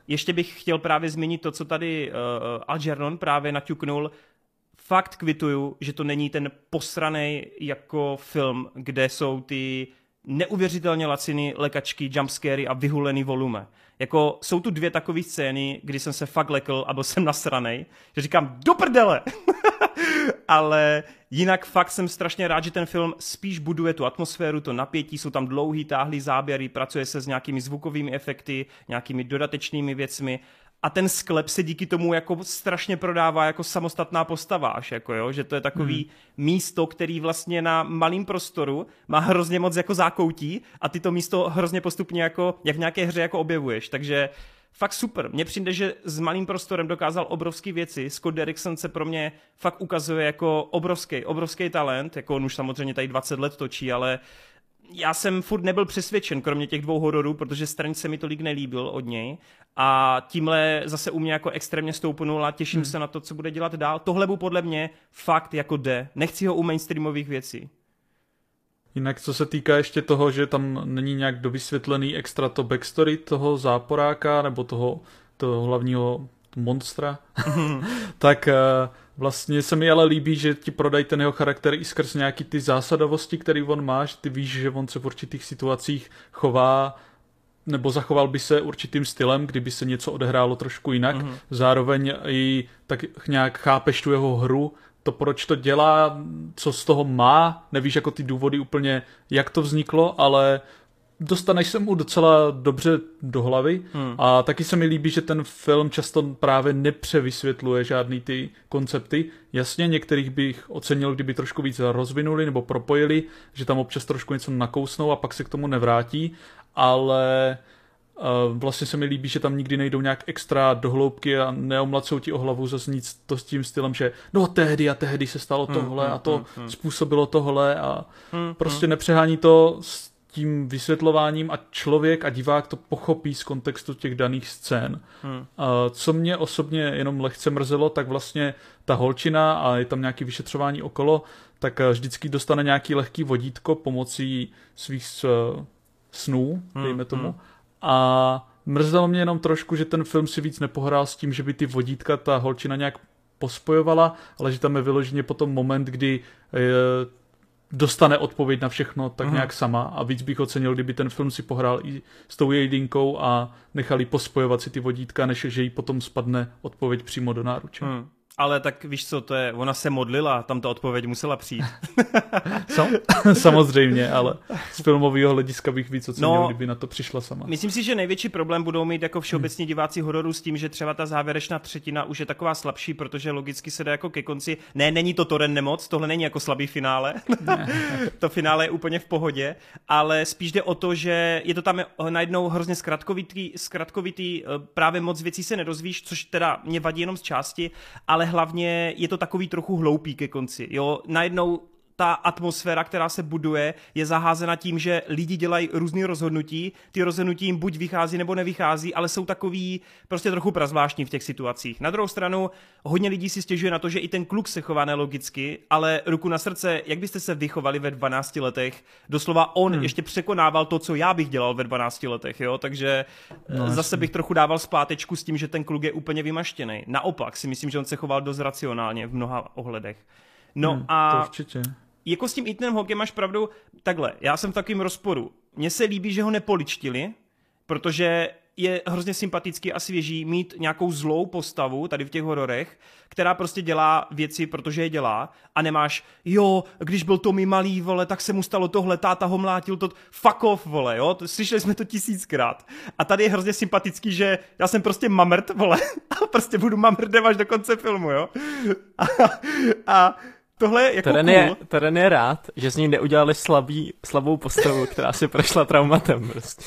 ještě bych chtěl právě zmínit to, co tady uh, Algernon právě naťuknul. Fakt kvituju, že to není ten posranej jako film, kde jsou ty neuvěřitelně laciný lekačky, jumpscary a vyhulený volume. Jako jsou tu dvě takové scény, kdy jsem se fakt lekl a byl jsem nasranej, že říkám do prdele! Ale jinak fakt jsem strašně rád, že ten film spíš buduje tu atmosféru, to napětí, jsou tam dlouhý, táhlý záběry, pracuje se s nějakými zvukovými efekty, nějakými dodatečnými věcmi a ten sklep se díky tomu jako strašně prodává jako samostatná postava až, jako jo, že to je takový hmm. místo, který vlastně na malém prostoru má hrozně moc jako zákoutí a ty to místo hrozně postupně jako, jak v nějaké hře jako objevuješ, takže fakt super. Mně přijde, že s malým prostorem dokázal obrovské věci. Scott Derrickson se pro mě fakt ukazuje jako obrovský, obrovský talent, jako on už samozřejmě tady dvacet let točí, ale já jsem furt nebyl přesvědčen, kromě těch dvou hororů, protože Strange se mi tolik nelíbil od něj a tímhle zase u mě jako extrémně stoupnul a těším hmm. se na to, co bude dělat dál. Tohle bu podle mě fakt jako jde. Nechci ho u mainstreamových věcí. Jinak co se týká ještě toho, že tam není nějak dovysvětlený extra to backstory toho záporáka nebo toho, toho hlavního monstra, tak vlastně se mi ale líbí, že ti prodají ten jeho charakter i skrz nějaký ty zásadovosti, který on má, že ty víš, že on se v určitých situacích chová nebo zachoval by se určitým stylem, kdyby se něco odehrálo trošku jinak. Mm-hmm. Zároveň i tak nějak chápeš tu jeho hru, to proč to dělá, co z toho má, nevíš jako ty důvody úplně, jak to vzniklo, ale dostaneš se mu docela dobře do hlavy hmm. a taky se mi líbí, že ten film často právě nepřevysvětluje žádný ty koncepty. Jasně, některých bych ocenil, kdyby trošku víc rozvinuli nebo propojili, že tam občas trošku něco nakousnou a pak se k tomu nevrátí, ale uh, vlastně se mi líbí, že tam nikdy nejdou nějak extra do hloubky a neomlacou ti o hlavu zase nic to s tím stylem, že no tehdy a tehdy se stalo tohle hmm, a to hmm, hmm. způsobilo tohle a hmm, prostě hmm. nepřehání to s tím vysvětlováním a člověk a divák to pochopí z kontextu těch daných scén. Hmm. A co mě osobně jenom lehce mrzelo, tak vlastně ta holčina a je tam nějaké vyšetřování okolo, tak vždycky dostane nějaký lehký vodítko pomocí svých snů, dejme tomu. Hmm. A mrzelo mě jenom trošku, že ten film si víc nepohrál s tím, že by ty vodítka ta holčina nějak pospojovala, ale že tam je vyloženě potom moment, kdy je, dostane odpověď na všechno tak uh-huh. nějak sama a víc bych ocenil, kdyby ten film si pohrál i s tou její linkou a nechali pospojovat si ty vodítka, než že jí potom spadne odpověď přímo do náruče. Hmm. Ale tak víš co, to je, ona se modlila, tam ta odpověď musela přijít. Sam? Samozřejmě, ale z filmového hlediska bych víc ocenil, no, kdyby na to přišla sama. Myslím si, že největší problém budou mít jako všeobecní diváci hororu s tím, že třeba ta závěrečná třetina už je taková slabší, protože logicky se dá jako ke konci, ne, není to Toren nemoc, tohle není jako slabý finále, to finále je úplně v pohodě, ale spíš jde o to, že je to tam najednou hrozně zkratkovitý, zkratkovitý, právě moc věcí se nedozvíš, což teda mě vadí jenom z části, ale hlavně je to takový trochu hloupý ke konci. Jo? Najednou ta atmosféra, která se buduje, je zaházena tím, že lidi dělají různý rozhodnutí, ty rozhodnutí jim buď vychází nebo nevychází, ale jsou takový prostě trochu prazvláštní v těch situacích. Na druhou stranu, hodně lidí si stěžuje na to, že i ten kluk se chová nelogicky, ale ruku na srdce, jak byste se vychovali ve dvanácti letech? Doslova on hmm. ještě překonával to, co já bych dělal ve dvanácti letech, jo? Takže no, zase bych trochu dával splátečku s tím, že ten kluk je úplně vymaštěný. Naopak si myslím, že on se choval dost racionálně v mnoha ohledech. No hmm, a to určitě. Jako s tím Ethanem Hawkem máš pravdu, takhle, já jsem v takovém rozporu. Mně se líbí, že ho nepoličtili, protože je hrozně sympatický a svěží mít nějakou zlou postavu tady v těch hororech, která prostě dělá věci, protože je dělá a nemáš, jo, když byl Tommy malý, vole, tak se mu stalo tohle, táta ho mlátil, to fuck off, vole, jo, slyšeli jsme to tisíckrát. A tady je hrozně sympatický, že já jsem prostě mamrt, vole, a prostě budu mamrdem až do konce filmu, jo. A, a tohle je jako Teren cool. je, Teren je rád, že z ní neudělali slabý, slabou postavu, která si prošla traumatem prostě.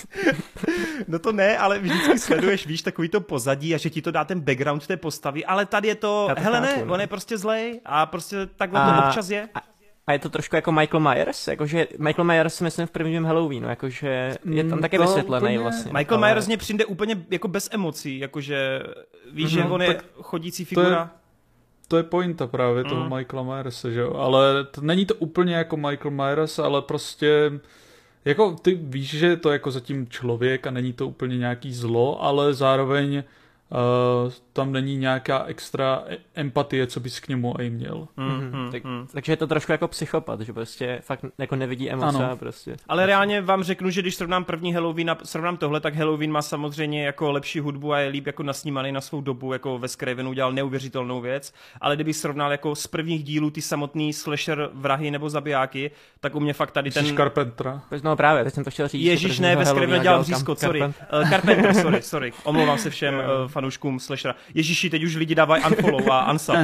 No to ne, ale vždycky sleduješ, víš, takový to pozadí a že ti to dá ten background té postavy, ale tady je to, to hele chápu, ne, on je prostě zlej a prostě takhle a, to občas je. A, a je to trošku jako Michael Myers, jakože Michael Myers myslím v prvním Halloweenu, jakože je tam taky no, vysvětlený vlastně. Michael ale... Myers mě přijde úplně jako bez emocí, jakože víš, mm-hmm, že on je chodící figura. To je pointa právě mm. toho Michaela Myersa, že jo, ale to, není to úplně jako Michael Myers, ale prostě Jako ty víš, že je to jako zatím člověk a není to úplně nějaký zlo, ale zároveň Uh, tam není nějaká extra empatie, co bys k němu aj měl. Mm, mm, tak, mm. Takže je to trošku jako psychopat, že prostě fakt jako nevidí emoce ano. a prostě. Ale reálně vám řeknu, že když srovnám první Halloween a srovnám tohle, tak Halloween má samozřejmě jako lepší hudbu a je líp jako nasnímaný na svou dobu, jako Wes Craven udělal neuvěřitelnou věc, ale kdybych srovnal jako z prvních dílů ty samotný slasher vrahy nebo zabijáky, tak u mě fakt tady ten... Jsi Carpentera. No právě, teď jsem to chtěl říct. Ježíš, ne, Wes Craven dělal břízko, sorry. Uh, Carpenter, sorry, sorry. Omlouvám se všem uh, fanouškům slashera. Ježíši, teď už lidi dávají unfollow a unsub.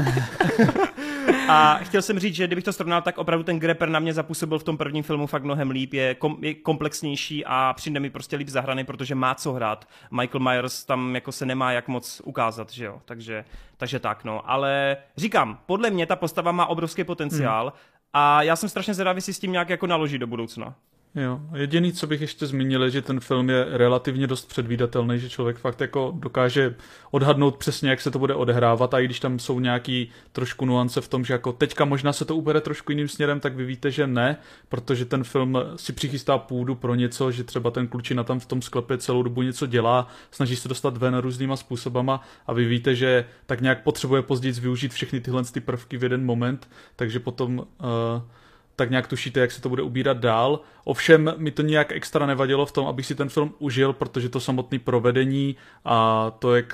A chtěl jsem říct, že kdybych to srovnal, tak opravdu ten Grepper na mě zapůsobil v tom prvním filmu fakt mnohem líp, je, kom, je komplexnější a přijde mi prostě líp zahraný, protože má co hrát. Michael Myers tam jako se nemá jak moc ukázat, že jo, takže, takže tak no. Ale říkám, podle mě ta postava má obrovský potenciál hmm. a já jsem strašně zvědavý si s tím nějak jako naložit do budoucna. Jo, jediný, co bych ještě zmínil, je, že ten film je relativně dost předvídatelný, že člověk fakt jako dokáže odhadnout přesně, jak se to bude odehrávat, a i když tam jsou nějaký trošku nuance v tom, že jako teďka možná se to ubere trošku jiným směrem, tak vy víte, že ne, protože ten film si přichystá půdu pro něco, že třeba ten klučina tam v tom sklepě celou dobu něco dělá, snaží se dostat ven různýma způsobama a vy víte, že tak nějak potřebuje později využít všechny tyhle ty prvky v jeden moment, takže potom... Uh, tak nějak tušíte, jak se to bude ubírat dál. Ovšem mi to nějak extra nevadilo v tom, abych si ten film užil, protože to samotné provedení a to, jak...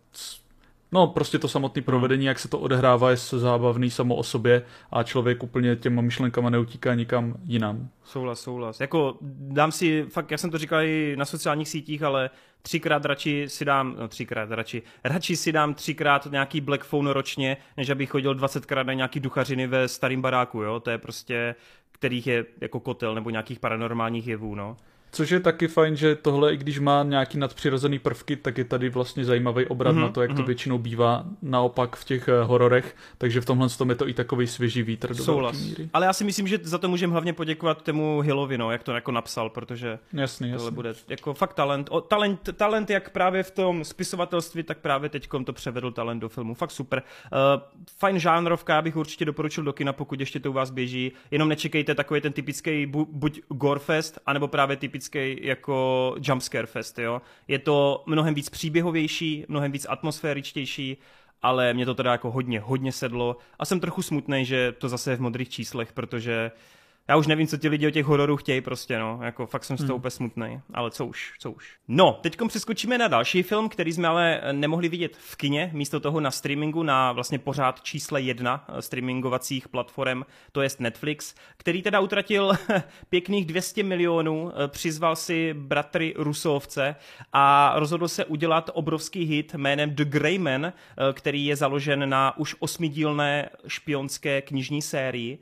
No, prostě to samotné provedení, jak se to odehrává, je zábavný samo o sobě a člověk úplně těma myšlenkama neutíká nikam jinam. Souhlas, souhlas. Jako dám si, fakt, já jsem to říkal i na sociálních sítích, ale třikrát radši si dám, no třikrát radši, radši si dám třikrát nějaký Black Phone ročně, než abych chodil dvacetkrát na nějaký duchařiny ve starém baráku, jo, to je prostě, kterých je jako kotel nebo nějakých paranormálních jevů, no. Což je taky fajn, že tohle, i když má nějaký nadpřirozený prvky, tak je tady vlastně zajímavý obrat mm-hmm, na to, jak mm-hmm. to většinou bývá naopak v těch hororech, takže v tomhle tom je to i takový svěží vítr do velké míry. Ale já si myslím, že za to můžeme hlavně poděkovat tomu Hillovi, no, jak to jako napsal, protože jasný, tohle jasný. bude jako fakt talent. O, talent. Talent jak právě v tom spisovatelství, tak právě teďkom to převedl talent do filmu. Fakt super. Uh, fajn žánrovka, já bych určitě doporučil do kina, pokud ještě to u vás běží. Jenom nečekejte takový ten typický bu- buď gorefest, anebo právě typický jako jumpscare fest, jo. Je to mnohem víc příběhovější, mnohem víc atmosféričtější, ale mě to teda jako hodně, hodně sedlo a jsem trochu smutnej, že to zase je v modrých číslech, protože já už nevím, co ti lidi o těch hororů chtějí prostě, no, jako fakt jsem z toho hmm. úplně smutnej, ale co už, co už. No, teďkom přeskočíme na další film, který jsme ale nemohli vidět v kině, místo toho na streamingu, na vlastně pořád čísle jedna streamingovacích platform, to jest Netflix, který teda utratil pěkných dvě stě milionů, přizval si bratry Rusovce a rozhodl se udělat obrovský hit jménem The Gray Man, který je založen na už osmidílné špionské knižní sérii.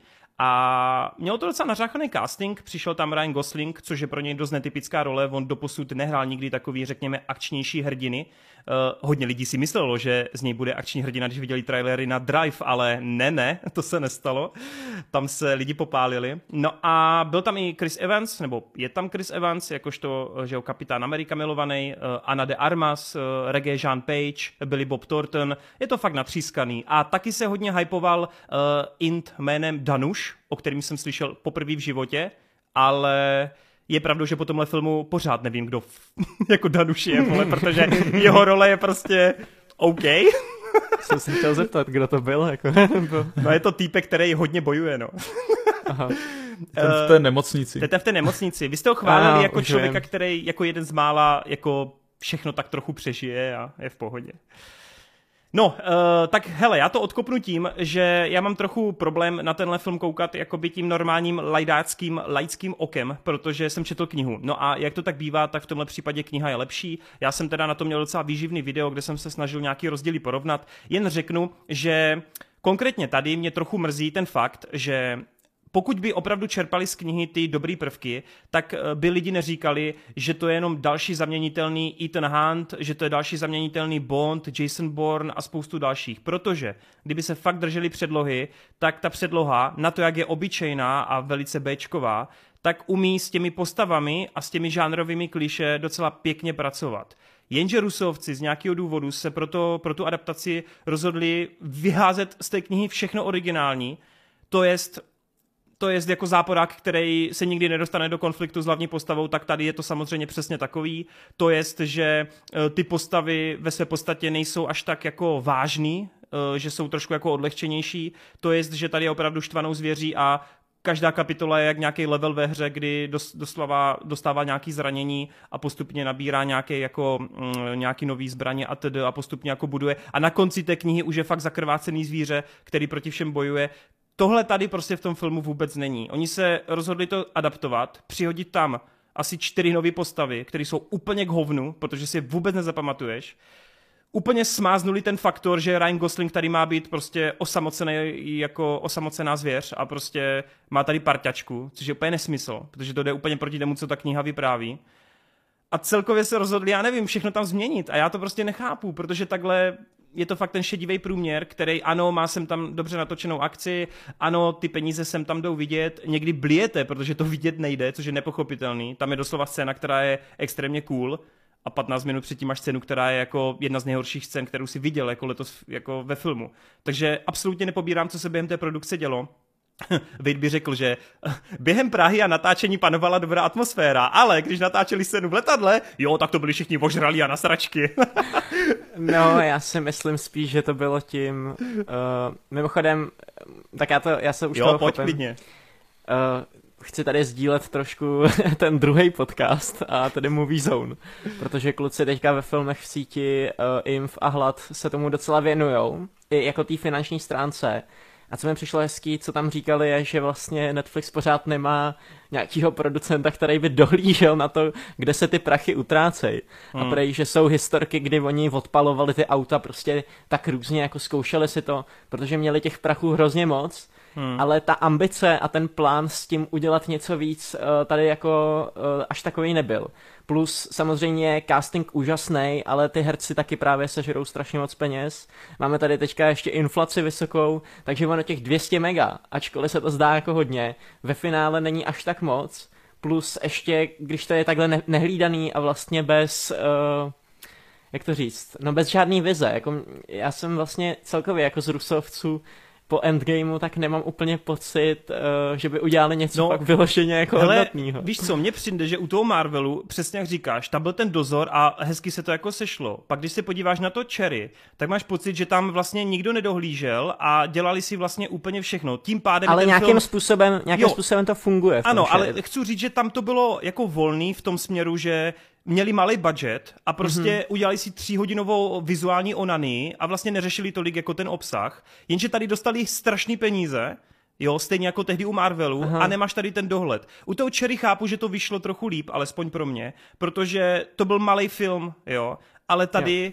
A mělo to docela nařáchaný casting, přišel tam Ryan Gosling, což je pro něj dost netypická role, on doposud nehrál nikdy takový, řekněme, akčnější hrdiny. Uh, hodně lidí si myslelo, že z něj bude akční hrdina, když viděli trailery na Drive, ale ne, ne, to se nestalo. Tam se lidi popálili. No a byl tam i Chris Evans, nebo je tam Chris Evans, jakožto, že jo, kapitán Amerika milovaný, uh, Ana de Armas, uh, Regé Jean Page, Billy Bob Thornton, je to fakt natřískaný. A taky se hodně hypoval uh, int jménem Danuš, o kterým jsem slyšel poprvé v životě, ale je pravdou, že po tomhle filmu pořád nevím, kdo f- jako Danuš je, vole, protože jeho role je prostě OK. Jsem si chtěl zeptat, kdo to byl. Jako. No je to týpek, který hodně bojuje, no. Aha. Ten v té nemocnici. Ten v té nemocnici. Vy jste ho chválili Ano, jako člověka, vím. který jako jeden z mála jako všechno tak trochu přežije a je v pohodě. No, uh, tak hele, já to odkopnu tím, že já mám trochu problém na tenhle film koukat jakoby tím normálním lajdáckým, laickým okem, protože jsem četl knihu. No a jak to tak bývá, tak v tomhle případě kniha je lepší. Já jsem teda na to měl docela výživný video, kde jsem se snažil nějaký rozdíly porovnat. Jen řeknu, že konkrétně tady mě trochu mrzí ten fakt, že pokud by opravdu čerpali z knihy ty dobrý prvky, tak by lidi neříkali, že to je jenom další zaměnitelný Ethan Hunt, že to je další zaměnitelný Bond, Jason Bourne a spoustu dalších. Protože kdyby se fakt drželi předlohy, tak ta předloha, na to, jak je obyčejná a velice béčková, tak umí s těmi postavami a s těmi žánrovými klišé docela pěkně pracovat. Jenže Rusovci z nějakého důvodu se proto, pro tu adaptaci rozhodli vyházet z té knihy všechno originální, to jest to je jako záporák, který se nikdy nedostane do konfliktu s hlavní postavou, tak tady je to samozřejmě přesně takový. To je, že ty postavy ve své podstatě nejsou až tak jako vážný, že jsou trošku jako odlehčenější. To je, že tady je opravdu štvanou zvěří a každá kapitola je jak nějaký level ve hře, kdy doslova dostává nějaký zranění a postupně nabírá nějaké jako mm, nějaký nový zbraně a tedy a postupně jako buduje. A na konci té knihy už je fakt zakrvácený zvíře, který proti všem bojuje. Tohle tady prostě v tom filmu vůbec není. Oni se rozhodli to adaptovat, přihodit tam asi čtyři nové postavy, které jsou úplně k hovnu, protože si je vůbec nezapamatuješ. Úplně smáznuli ten faktor, že Ryan Gosling tady má být prostě osamocený jako osamocená zvěř a prostě má tady parťačku, což je úplně nesmysl, protože to jde úplně proti tomu, co ta kniha vypráví. A celkově se rozhodli, já nevím, všechno tam změnit a já to prostě nechápu, protože takhle je to fakt ten šedivý průměr, který ano, má sem tam dobře natočenou akci, ano, ty peníze sem tam jdou vidět, někdy blijete, protože to vidět nejde, což je nepochopitelný, tam je doslova scéna, která je extrémně cool, a patnáct minut předtím máš scénu, která je jako jedna z nejhorších scén, kterou si viděl jako letos jako ve filmu. Takže absolutně nepobírám, co se během té produkce dělo. Vejt by řekl, že během Prahy a natáčení panovala dobrá atmosféra, ale když natáčeli scénu v letadle, jo, tak to byli všichni ožralí a na sračky. No, já si myslím spíš, že to bylo tím... Uh, mimochodem, tak já, to, já se už jo, toho pojď chopím. klidně. Uh, chci tady sdílet trošku ten druhý podcast a tedy Movie Zone, protože kluci teďka ve filmech v síti uh, Inf a Hlad se tomu docela věnujou, i jako té finanční stránce. A co mi přišlo hezký, co tam říkali, je, že vlastně Netflix pořád nemá nějakýho producenta, který by dohlížel na to, kde se ty prachy utrácejí. Hmm. A prej, že jsou historky, kdy oni odpalovali ty auta prostě tak různě, jako zkoušeli si to, protože měli těch prachů hrozně moc, hmm. ale ta ambice a ten plán s tím udělat něco víc tady jako až takový nebyl. Plus samozřejmě casting úžasný, ale ty herci taky právě sežerou strašně moc peněz. Máme tady teďka ještě inflaci vysokou, takže ono těch dvě stě mega, ačkoliv se to zdá jako hodně, ve finále není až tak moc. Plus ještě, když to je takhle ne- nehlídaný a vlastně bez... Uh, jak to říct? No bez žádný vize. Jako, já jsem vlastně celkově jako z Rusovců po Endgameu tak nemám úplně pocit, uh, že by udělali něco no, pak vyloženě jako hodnotného. Víš co, mně přijde, že u toho Marvelu, přesně jak říkáš, tam byl ten dozor a hezky se to jako sešlo. Pak když se podíváš na to Cherry, tak máš pocit, že tam vlastně nikdo nedohlížel a dělali si vlastně úplně všechno. Tím pádem ale ten nějakým film... způsobem, nějakým jo, způsobem to funguje. V tom ano, Cherry. Ale chci říct, že tam to bylo jako volný v tom směru, že měli malý budget a prostě mm-hmm. udělali si tříhodinovou vizuální onany a vlastně neřešili tolik jako ten obsah, jenže tady dostali strašný peníze, jo, stejně jako tehdy u Marvelu. Aha. A nemáš tady ten dohled. U toho Cherry chápu, že to vyšlo trochu líp, alespoň pro mě, protože to byl malý film, jo, ale tady,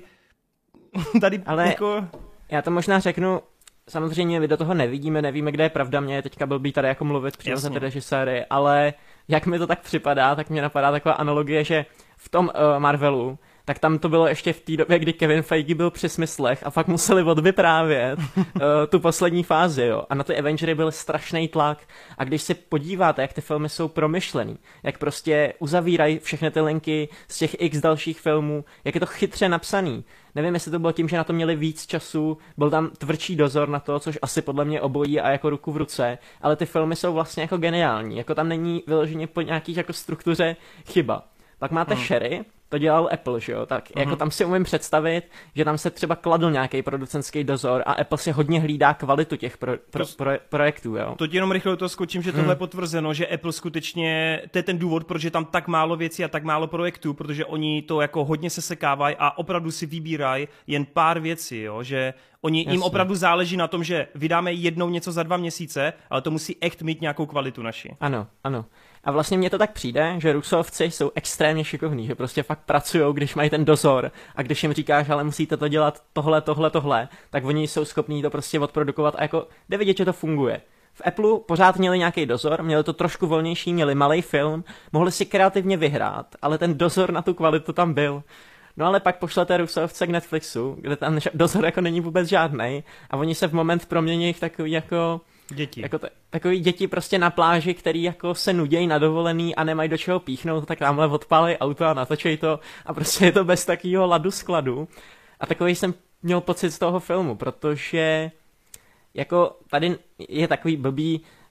tady ale jako... Já to možná řeknu, samozřejmě my do toho nevidíme, nevíme, kde je pravda, mě je teďka blbý tady jako mluvit přímo za ty režiséry, ale jak mi to tak připadá, tak mě napadá taková analogie, že v tom uh, Marvelu, tak tam to bylo ještě v té době, kdy Kevin Feige byl při smyslech a fakt museli odvyprávět uh, tu poslední fázi, jo. A na ty Avengery byl strašný tlak. A když se podíváte, jak ty filmy jsou promyšlený, jak prostě uzavírají všechny ty linky z těch x dalších filmů, jak je to chytře napsaný. Nevím, jestli to bylo tím, že na to měli víc času, byl tam tvrdší dozor na to, což asi podle mě obojí a jako ruku v ruce, ale ty filmy jsou vlastně jako geniální. Jako tam není vyloženě po nějaký jako struktuře chyba. Pak máte hmm. Sherry, to dělal Apple, že jo, tak uh-huh. jako tam si umím představit, že tam se třeba kladl nějaký producentský dozor a Apple si hodně hlídá kvalitu těch pro, pro, pro, projektů, jo. To ti jenom rychle to skočím, že tohle hmm. je potvrzeno, že Apple skutečně, to je ten důvod, proč je tam tak málo věcí a tak málo projektů, protože oni to jako hodně se sekávají a opravdu si vybírají jen pár věcí, jo, že oni, jim opravdu záleží na tom, že vydáme jednou něco za dva měsíce, ale to musí echt mít nějakou kvalitu naši. Ano, ano. A vlastně mně to tak přijde, že Rusovci jsou extrémně šikovní, že prostě fakt pracujou, když mají ten dozor a když jim říkáš, ale musíte to dělat tohle, tohle, tohle, tak oni jsou schopní to prostě odprodukovat a jako jde vidět, že to funguje. V Apple pořád měli nějaký dozor, měli to trošku volnější, měli malý film, mohli si kreativně vyhrát, ale ten dozor na tu kvalitu tam byl. No ale pak pošlete Rusovce k Netflixu, kde ten dozor jako není vůbec žádnej a oni se v moment promění v takový jako... Děti. Jako t- takový děti prostě na pláži, který jako se nudějí na dovolený a nemají do čeho píchnout, tak tamhle odpálej auto a natočej to a prostě je to bez takového ladu skladu. A takový jsem měl pocit z toho filmu, protože jako tady je takový blbý,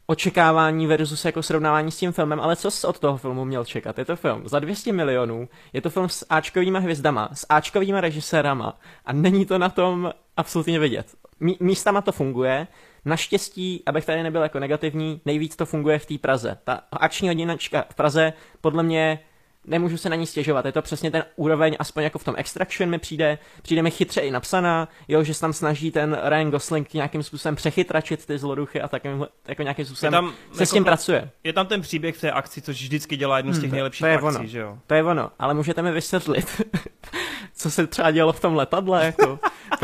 očekávání versus jako srovnávání s tím filmem, ale co jsi od toho filmu měl čekat? Je to film za dvě stě milionů, je to film s áčkovýma hvězdama, s áčkovýma režisérama a není to na tom absolutně vidět. Mí- místama to funguje, naštěstí, abych tady nebyl jako negativní, nejvíc to funguje v té Praze. Ta akční hodinačka v Praze podle mě nemůžu se na ní stěžovat, je to přesně ten úroveň, aspoň jako v tom Extraction mi přijde, přijde mi chytře i napsaná, jo, že se tam snaží ten Ryan Gosling nějakým způsobem přechytračit ty zloduchy a takovým, jako nějakým způsobem tam, se jako, s tím pracuje. Je tam ten příběh v té akci, což vždycky dělá jednu z těch hmm, nejlepších to je akcí, ono, že jo? To je ono, ale můžete mi vysvětlit, co se třeba dělo v tom letadle, jako...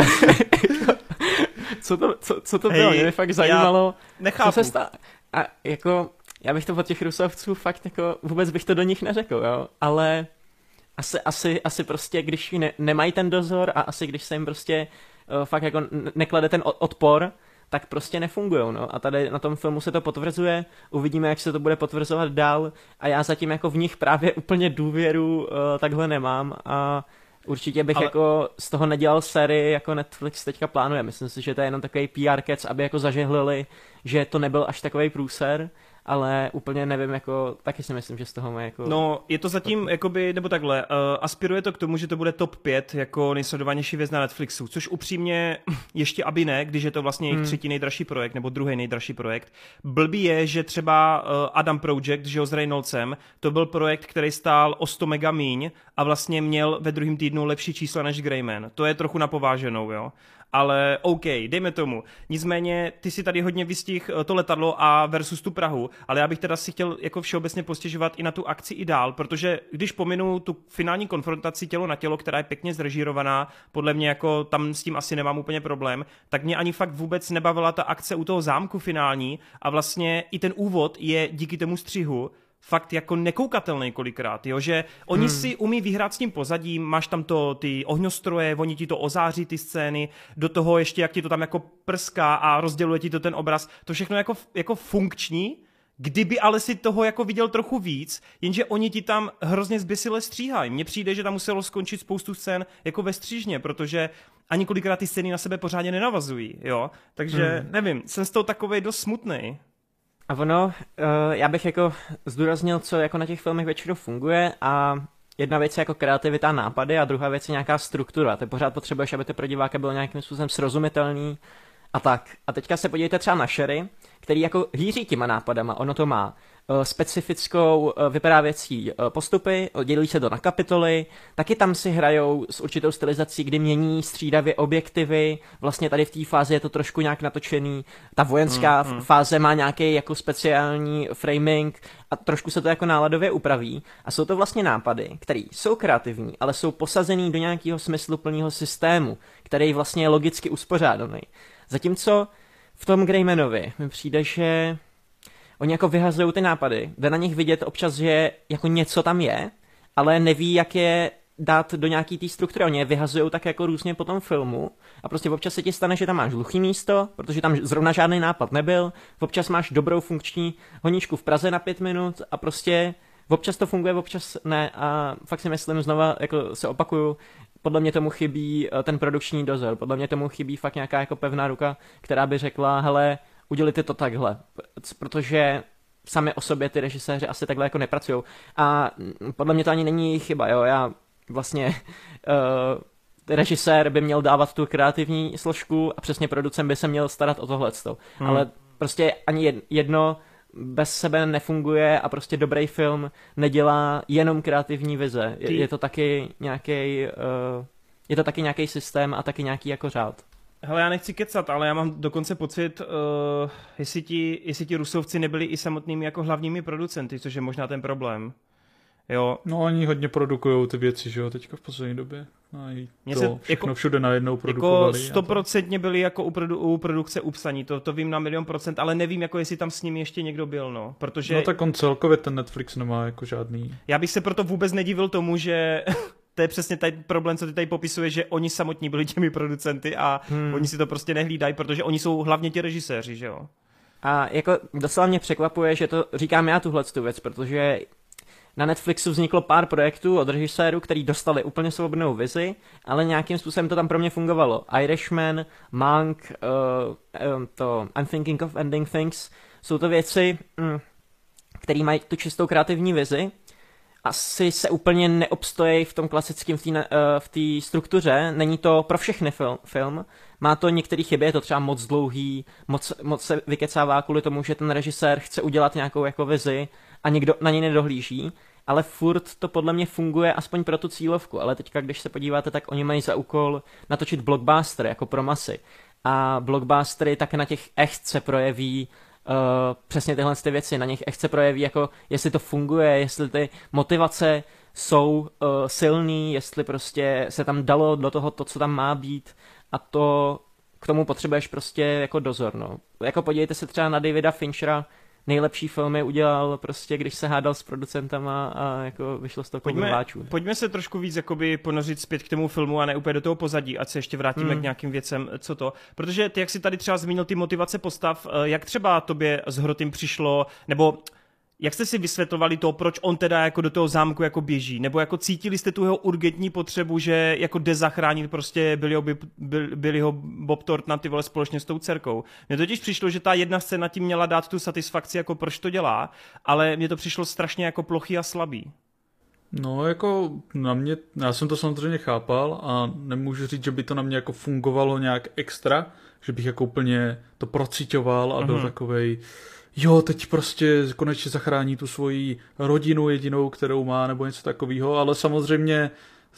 co, to, co, co to bylo, hey, mě by fakt zajímalo, co se stalo. A jako... Já bych to od těch Rusovců fakt jako, vůbec bych to do nich neřekl, jo, ale asi, asi, asi prostě, když ne, nemají ten dozor a asi když se jim prostě uh, fakt jako neklade ten odpor, tak prostě nefungujou, no. A tady na tom filmu se to potvrzuje, uvidíme, jak se to bude potvrzovat dál a já zatím jako v nich právě úplně důvěru uh, takhle nemám a určitě bych ale... jako z toho nedělal sérii, jako Netflix teďka plánuje. Myslím si, že to je jenom takový P R kec, aby jako zažehlili, že to nebyl až takovej průser, ale úplně nevím, jako, taky si myslím, že z toho má jako... No, je to zatím, jakoby, nebo takhle, uh, aspiruje to k tomu, že to bude top pět jako nejsledovanější věc na Netflixu, což upřímně ještě aby ne, když je to vlastně jejich hmm. třetí nejdražší projekt, nebo druhý nejdražší projekt. Blbý je, že třeba uh, Adam Project, že jo, s Reynoldsem, to byl projekt, který stál o sto mega míň a vlastně měl ve druhém týdnu lepší čísla než Greyman. To je trochu napováženou, jo. Ale OK, dejme tomu. Nicméně, ty si tady hodně vystih to letadlo a versus tu Prahu, ale já bych teda si chtěl jako všeobecně postěžovat i na tu akci i dál, protože když pominu tu finální konfrontaci tělo na tělo, která je pěkně zrežírovaná, podle mě jako tam s tím asi nemám úplně problém, tak mě ani fakt vůbec nebavila ta akce u toho zámku finální a vlastně i ten úvod je díky tomu střihu fakt jako nekoukatelný kolikrát, jo, že oni hmm. si umí vyhrát s tím pozadím, máš tam to, ty ohňostroje, oni ti to ozáří ty scény, do toho ještě jak ti to tam jako prská a rozděluje ti to ten obraz, to všechno jako, jako funkční, kdyby ale si toho jako viděl trochu víc, jenže oni ti tam hrozně zběsile stříhají. Mně přijde, že tam muselo skončit spoustu scén jako ve střížně, protože ani kolikrát ty scény na sebe pořádně nenavazují, jo, takže hmm. nevím, jsem z toho takovej dost smutnej. A ono, uh, já bych jako zdůraznil, co jako na těch filmech většinou funguje a jedna věc je jako kreativita a nápady a druhá věc je nějaká struktura. Ty pořád potřebuješ, aby to pro diváka bylo nějakým způsobem srozumitelný a tak. A teďka se podívejte třeba na Sherry, který jako hýří těma nápadama, ono to má uh, specifickou uh, vyprávěcí uh, postupy, dělí se to na kapitoly, taky tam si hrajou s určitou stylizací, kdy mění střídavě objektivy, vlastně tady v té fázi je to trošku nějak natočený, ta vojenská mm, mm. fáze má nějaký jako speciální framing a trošku se to jako náladově upraví a jsou to vlastně nápady, které jsou kreativní, ale jsou posazený do nějakého smysluplného systému, který vlastně je logicky uspořádaný. Zatímco v tom Greymanovi mi přijde, že oni jako vyhazují ty nápady, jde na nich vidět občas, že jako něco tam je, ale neví, jak je dát do nějaký té struktury. Oni je vyhazují tak jako různě po tom filmu a prostě občas se ti stane, že tam máš hluchý místo, protože tam zrovna žádný nápad nebyl, občas máš dobrou funkční honičku v Praze na pět minut a prostě občas to funguje, občas ne a fakt si myslím znova, jako se opakuju, podle mě tomu chybí ten produkční dozor, podle mě tomu chybí fakt nějaká jako pevná ruka, která by řekla, hele, udělejte to takhle, protože sami o sobě ty režiséři asi takhle jako nepracujou a podle mě to ani není jejich chyba, jo, já vlastně uh, režisér by měl dávat tu kreativní složku a přesně producent by se měl starat o tohleto, hmm. ale prostě ani jedno bez sebe nefunguje a prostě dobrý film nedělá jenom kreativní vize. Je, je to taky nějaký uh, je to taky nějaký systém a taky nějaký jako řád. Hele, já nechci kecat, ale já mám dokonce pocit, uh, jestli, ti, jestli ti Rusovci nebyli i samotnými jako hlavními producenty, což je možná ten problém. Jo. No oni hodně produkujou ty věci, že jo, teďka v poslední době. No, i to se, všechno jako, všude najednou produkovali. Jako stoprocentně byli jako u, produ, u produkce upsaní, to, to vím na milion procent, ale nevím, jako jestli tam s nimi ještě někdo byl, no. Protože... No tak on celkově ten Netflix nemá jako žádný... Já bych se proto vůbec nedivil tomu, že... To je přesně tady problém, co ty tady popisuješ, že oni samotní byli těmi producenty a hmm. oni si to prostě nehlídají, protože oni jsou hlavně ti režiséři, že jo. A jako docela mě překvapuje, že to říkám já tuhletu věc, protože na Netflixu vzniklo pár projektů od režisérů, který dostali úplně svobodnou vizi, ale nějakým způsobem to tam pro mě fungovalo. Irishman, Monk, uh, um, to I'm Thinking of Ending Things, Jsou to věci, mm, které mají tu čistou kreativní vizi, asi se úplně neobstojí v tom klasickém, v té struktuře, není to pro všechny film, film. Má to některé chyby, je to třeba moc dlouhý, moc, moc se vykecává kvůli tomu, že ten režisér chce udělat nějakou jako vizi a nikdo na něj nedohlíží, ale furt to podle mě funguje aspoň pro tu cílovku, ale teďka, když se podíváte, tak oni mají za úkol natočit blockbuster jako pro masy a blockbustery tak na těch echt se projeví Uh, přesně tyhle ty věci, na nich echt se projeví jako, jestli to funguje, jestli ty motivace jsou uh, silný, jestli prostě se tam dalo do toho to, co tam má být a to k tomu potřebuješ prostě jako dozor, no. Jako podívejte se třeba na Davida Finchera, nejlepší filmy udělal prostě, když se hádal s producentama a jako vyšlo z toho pojďme, váčů. Pojďme se trošku víc jakoby ponořit zpět k tomu filmu a ne úplně do toho pozadí, ať se ještě vrátíme hmm. k nějakým věcem, co to. Protože ty, jak jsi tady třeba zmínil ty motivace postav, jak třeba tobě s Hrotym přišlo, nebo jak jste si vysvětlovali to, proč on teda jako do toho zámku jako běží? Nebo jako cítili jste tu jeho urgentní potřebu, že jako jde zachránit prostě Billyho, Billyho Bob Thorntona ty vole společně s tou dcerkou? Mně totiž přišlo, že ta jedna scéna tím měla dát tu satisfakci, jako proč to dělá, ale mně to přišlo strašně jako plochý a slabý. No jako na mě, já jsem to samozřejmě chápal a nemůžu říct, že by to na mě jako fungovalo nějak extra, že bych jako úplně to procíťoval a byl mm-hmm. takovej... Jo, teď prostě konečně zachrání tu svoji rodinu jedinou, kterou má, nebo něco takového, ale samozřejmě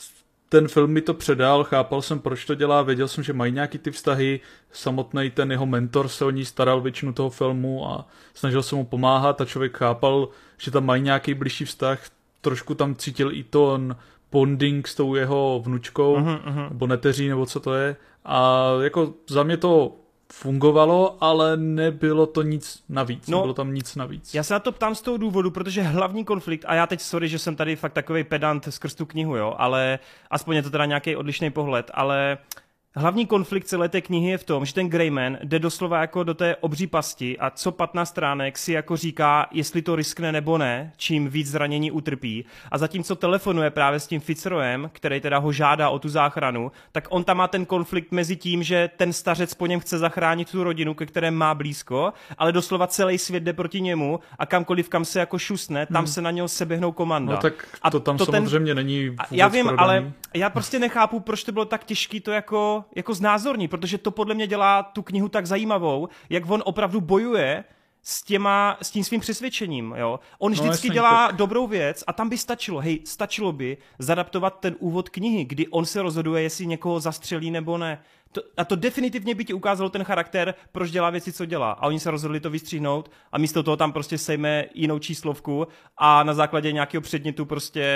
ten film mi to předal, chápal jsem, proč to dělá, věděl jsem, že mají nějaký ty vztahy, samotný ten jeho mentor se o ní staral většinu toho filmu a snažil se mu pomáhat a člověk chápal, že tam mají nějaký blížší vztah, trošku tam cítil i to on bonding s tou jeho vnučkou, uh-huh, uh-huh. nebo neteří, nebo co to je, a jako za mě to fungovalo, ale nebylo to nic navíc. No, nebylo tam nic navíc. Já se na to ptám z toho důvodu, protože hlavní konflikt, a já teď sorry, že jsem tady fakt takovej pedant skrz tu knihu, jo, ale aspoň je to teda nějaký odlišný pohled, ale hlavní konflikt celé té knihy je v tom, že ten Greyman jde doslova jako do té obří pasti a co patnáct stránek si jako říká, jestli to riskne nebo ne, čím víc zranění utrpí. A zatímco telefonuje právě s tím Fitzroyem, který teda ho žádá o tu záchranu, tak on tam má ten konflikt mezi tím, že ten stařec po něm chce zachránit tu rodinu, ke které má blízko, ale doslova celý svět jde proti němu a kamkoliv, kam se jako šusne, tam hmm. se na něho seběhnou komanda. No tak to tam to samozřejmě ten... není vůbec Já vím, prodaný. Ale já prostě nechápu, proč to bylo tak těžké to jako jako znázorní, protože to podle mě dělá tu knihu tak zajímavou, jak on opravdu bojuje s, těma, s tím svým přesvědčením. Jo? On no, vždycky dělá tak dobrou věc a tam by stačilo, hej, stačilo by zadaptovat ten úvod knihy, kdy on se rozhoduje, jestli někoho zastřelí nebo ne. To, a to definitivně by ti ukázalo ten charakter, proč dělá věci, co dělá. A oni se rozhodli to vystříhnout a místo toho tam prostě sejme jinou číslovku a na základě nějakého předmětu prostě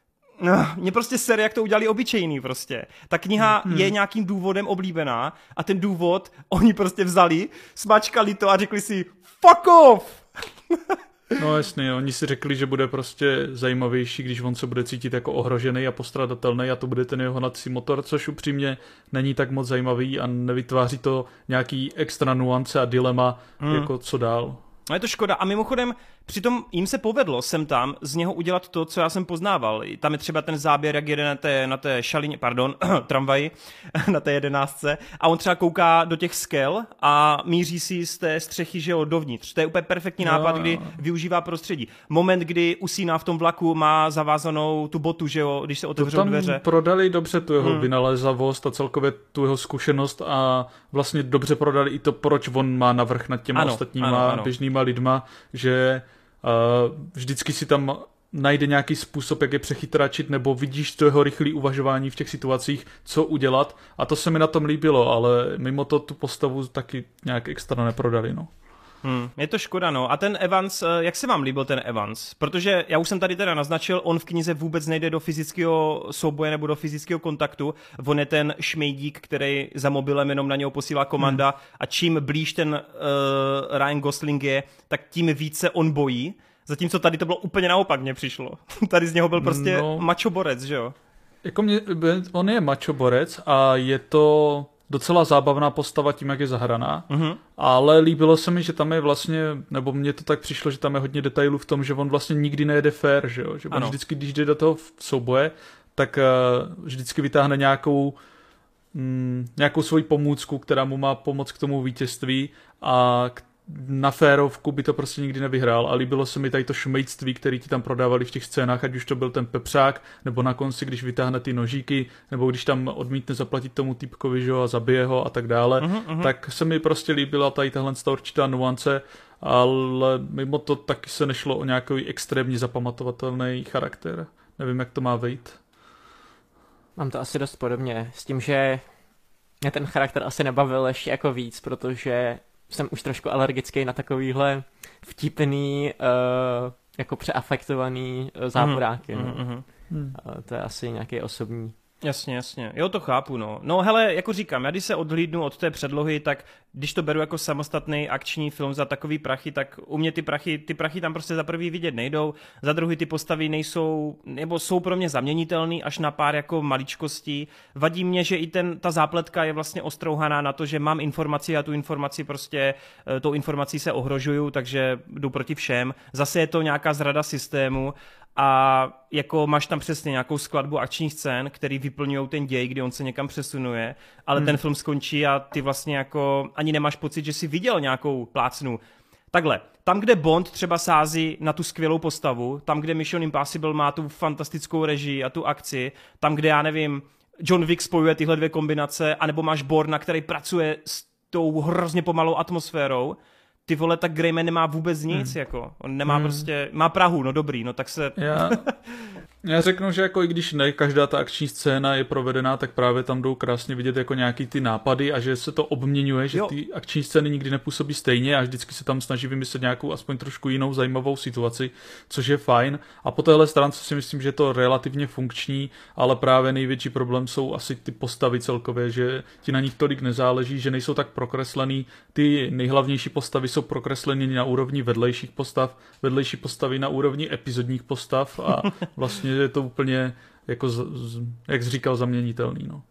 No, mě prostě sere, jak to udělali obyčejný prostě. Ta kniha hmm. je nějakým důvodem oblíbená a ten důvod oni prostě vzali, smačkali to a řekli si fuck off! No jasně, oni si řekli, že bude prostě zajímavější, když on se bude cítit jako ohrožený a postradatelný a to bude ten jeho hnací motor, což upřímně není tak moc zajímavý a nevytváří to nějaký extra nuance a dilema, hmm. jako co dál. No je to škoda. A mimochodem, přitom jim se povedlo sem tam z něho udělat to, co já jsem poznával. Tam je třeba ten záběr, jak jede na té, na té šalině, pardon, tramvaji, na té jedenáctce a on třeba kouká do těch skel a míří si z té střechy, že jo, dovnitř. To je úplně perfektní no, nápad, kdy využívá prostředí. Moment, kdy usíná v tom vlaku, má zavázanou tu botu, že jo, když se otevřou to tam dveře. Prodali dobře tu jeho hmm. vynalézavost a celkově tu jeho zkušenost a vlastně dobře prodali i to, proč on má navrch nad těma ano, ostatníma ano, ano. běžnýma lidma, že uh, vždycky si tam najde nějaký způsob, jak je přechytračit, nebo vidíš to jeho rychlé uvažování v těch situacích, co udělat a to se mi na tom líbilo, ale mimo to tu postavu taky nějak extra neprodali, no. Hmm, je to škoda, no. A ten Evans, jak se vám líbil ten Evans? Protože já už jsem tady teda naznačil, on v knize vůbec nejde do fyzického souboje nebo do fyzického kontaktu. On je ten šmejdík, který za mobilem jenom na něho posílá komanda hmm. a čím blíž ten uh, Ryan Gosling je, tak tím více on bojí. Zatímco tady to bylo úplně naopak, mně přišlo. Tady z něho byl prostě no, macho borec, že jo? Jako mě, on je macho borec a je to docela zábavná postava tím, jak je zahraná, uh-huh. ale líbilo se mi, že tam je vlastně, nebo mně to tak přišlo, že tam je hodně detailů v tom, že on vlastně nikdy nejede fair, že jo, že on vždycky, když jde do toho souboje, tak uh, vždycky vytáhne nějakou mm, nějakou svoji pomůcku, která mu má pomoct k tomu vítězství a na férovku by to prostě nikdy nevyhrál a líbilo se mi tady to šmejctví, který ti tam prodávali v těch scénách, ať už to byl ten pepřák, nebo na konci, když vytáhne ty nožíky, nebo když tam odmítne zaplatit tomu týpkovi, že jo, a zabije ho a tak dále, uh-huh, uh-huh. tak se mi prostě líbila tady tahle určitá nuance, ale mimo to taky se nešlo o nějaký extrémně zapamatovatelný charakter. Nevím, jak to má vejít. Mám to asi dost podobně, s tím, že mě ten charakter asi nebavil ještě jako víc, protože jsem už trošku alergický na takovýhle vtipný, uh, jako přeafektovaný uh, záporáky. Mm, no. mm, mm. Uh, to je asi nějaký osobní. Jasně, jasně. Jo, to chápu, no. No hele, jako říkám, já když se odhlídnu od té předlohy, tak když to beru jako samostatný akční film za takový prachy, tak u mě ty prachy, ty prachy tam prostě za prvý vidět nejdou, za druhý ty postavy nejsou, nebo jsou pro mě zaměnitelný až na pár jako maličkostí. Vadí mě, že i ten, ta zápletka je vlastně ostrouhaná na to, že mám informaci a tu informaci prostě, tou informací se ohrožuju, takže jdu proti všem. Zase je to nějaká zrada systému. A jako máš tam přesně nějakou skladbu akčních scén, který vyplňují ten děj, kdy on se někam přesunuje, ale hmm. ten film skončí a ty vlastně jako ani nemáš pocit, že jsi viděl nějakou plácnu. Takhle, tam, kde Bond třeba sází na tu skvělou postavu, tam, kde Mission Impossible má tu fantastickou režii a tu akci, tam, kde, já nevím, John Wick spojuje tyhle dvě kombinace, anebo máš Bourna, který pracuje s tou hrozně pomalou atmosférou, ty vole, tak Greyman nemá vůbec nic, hmm. jako. On nemá hmm. prostě, má Prahu, no dobrý, no tak se... Já, já řeknu, že jako i když ne každá ta akční scéna je provedená, tak právě tam jdou krásně vidět jako nějaký ty nápady a že se to obměňuje, že jo. Ty akční scény nikdy nepůsobí stejně a vždycky se tam snaží vymyslet nějakou aspoň trošku jinou zajímavou situaci, což je fajn. A po téhle stránce si myslím, že je to relativně funkční, ale právě největší problém jsou asi ty postavy celkově, že ti na nich tolik nezáleží, že nejsou tak prokreslený. Ty nejhlavnější postavy jsou prokresleny na úrovni vedlejších postav, vedlejší postavy na úrovni epizodních postav a vlastně je to úplně, jako, z, z, jak jsi říkal, zaměnitelný. No.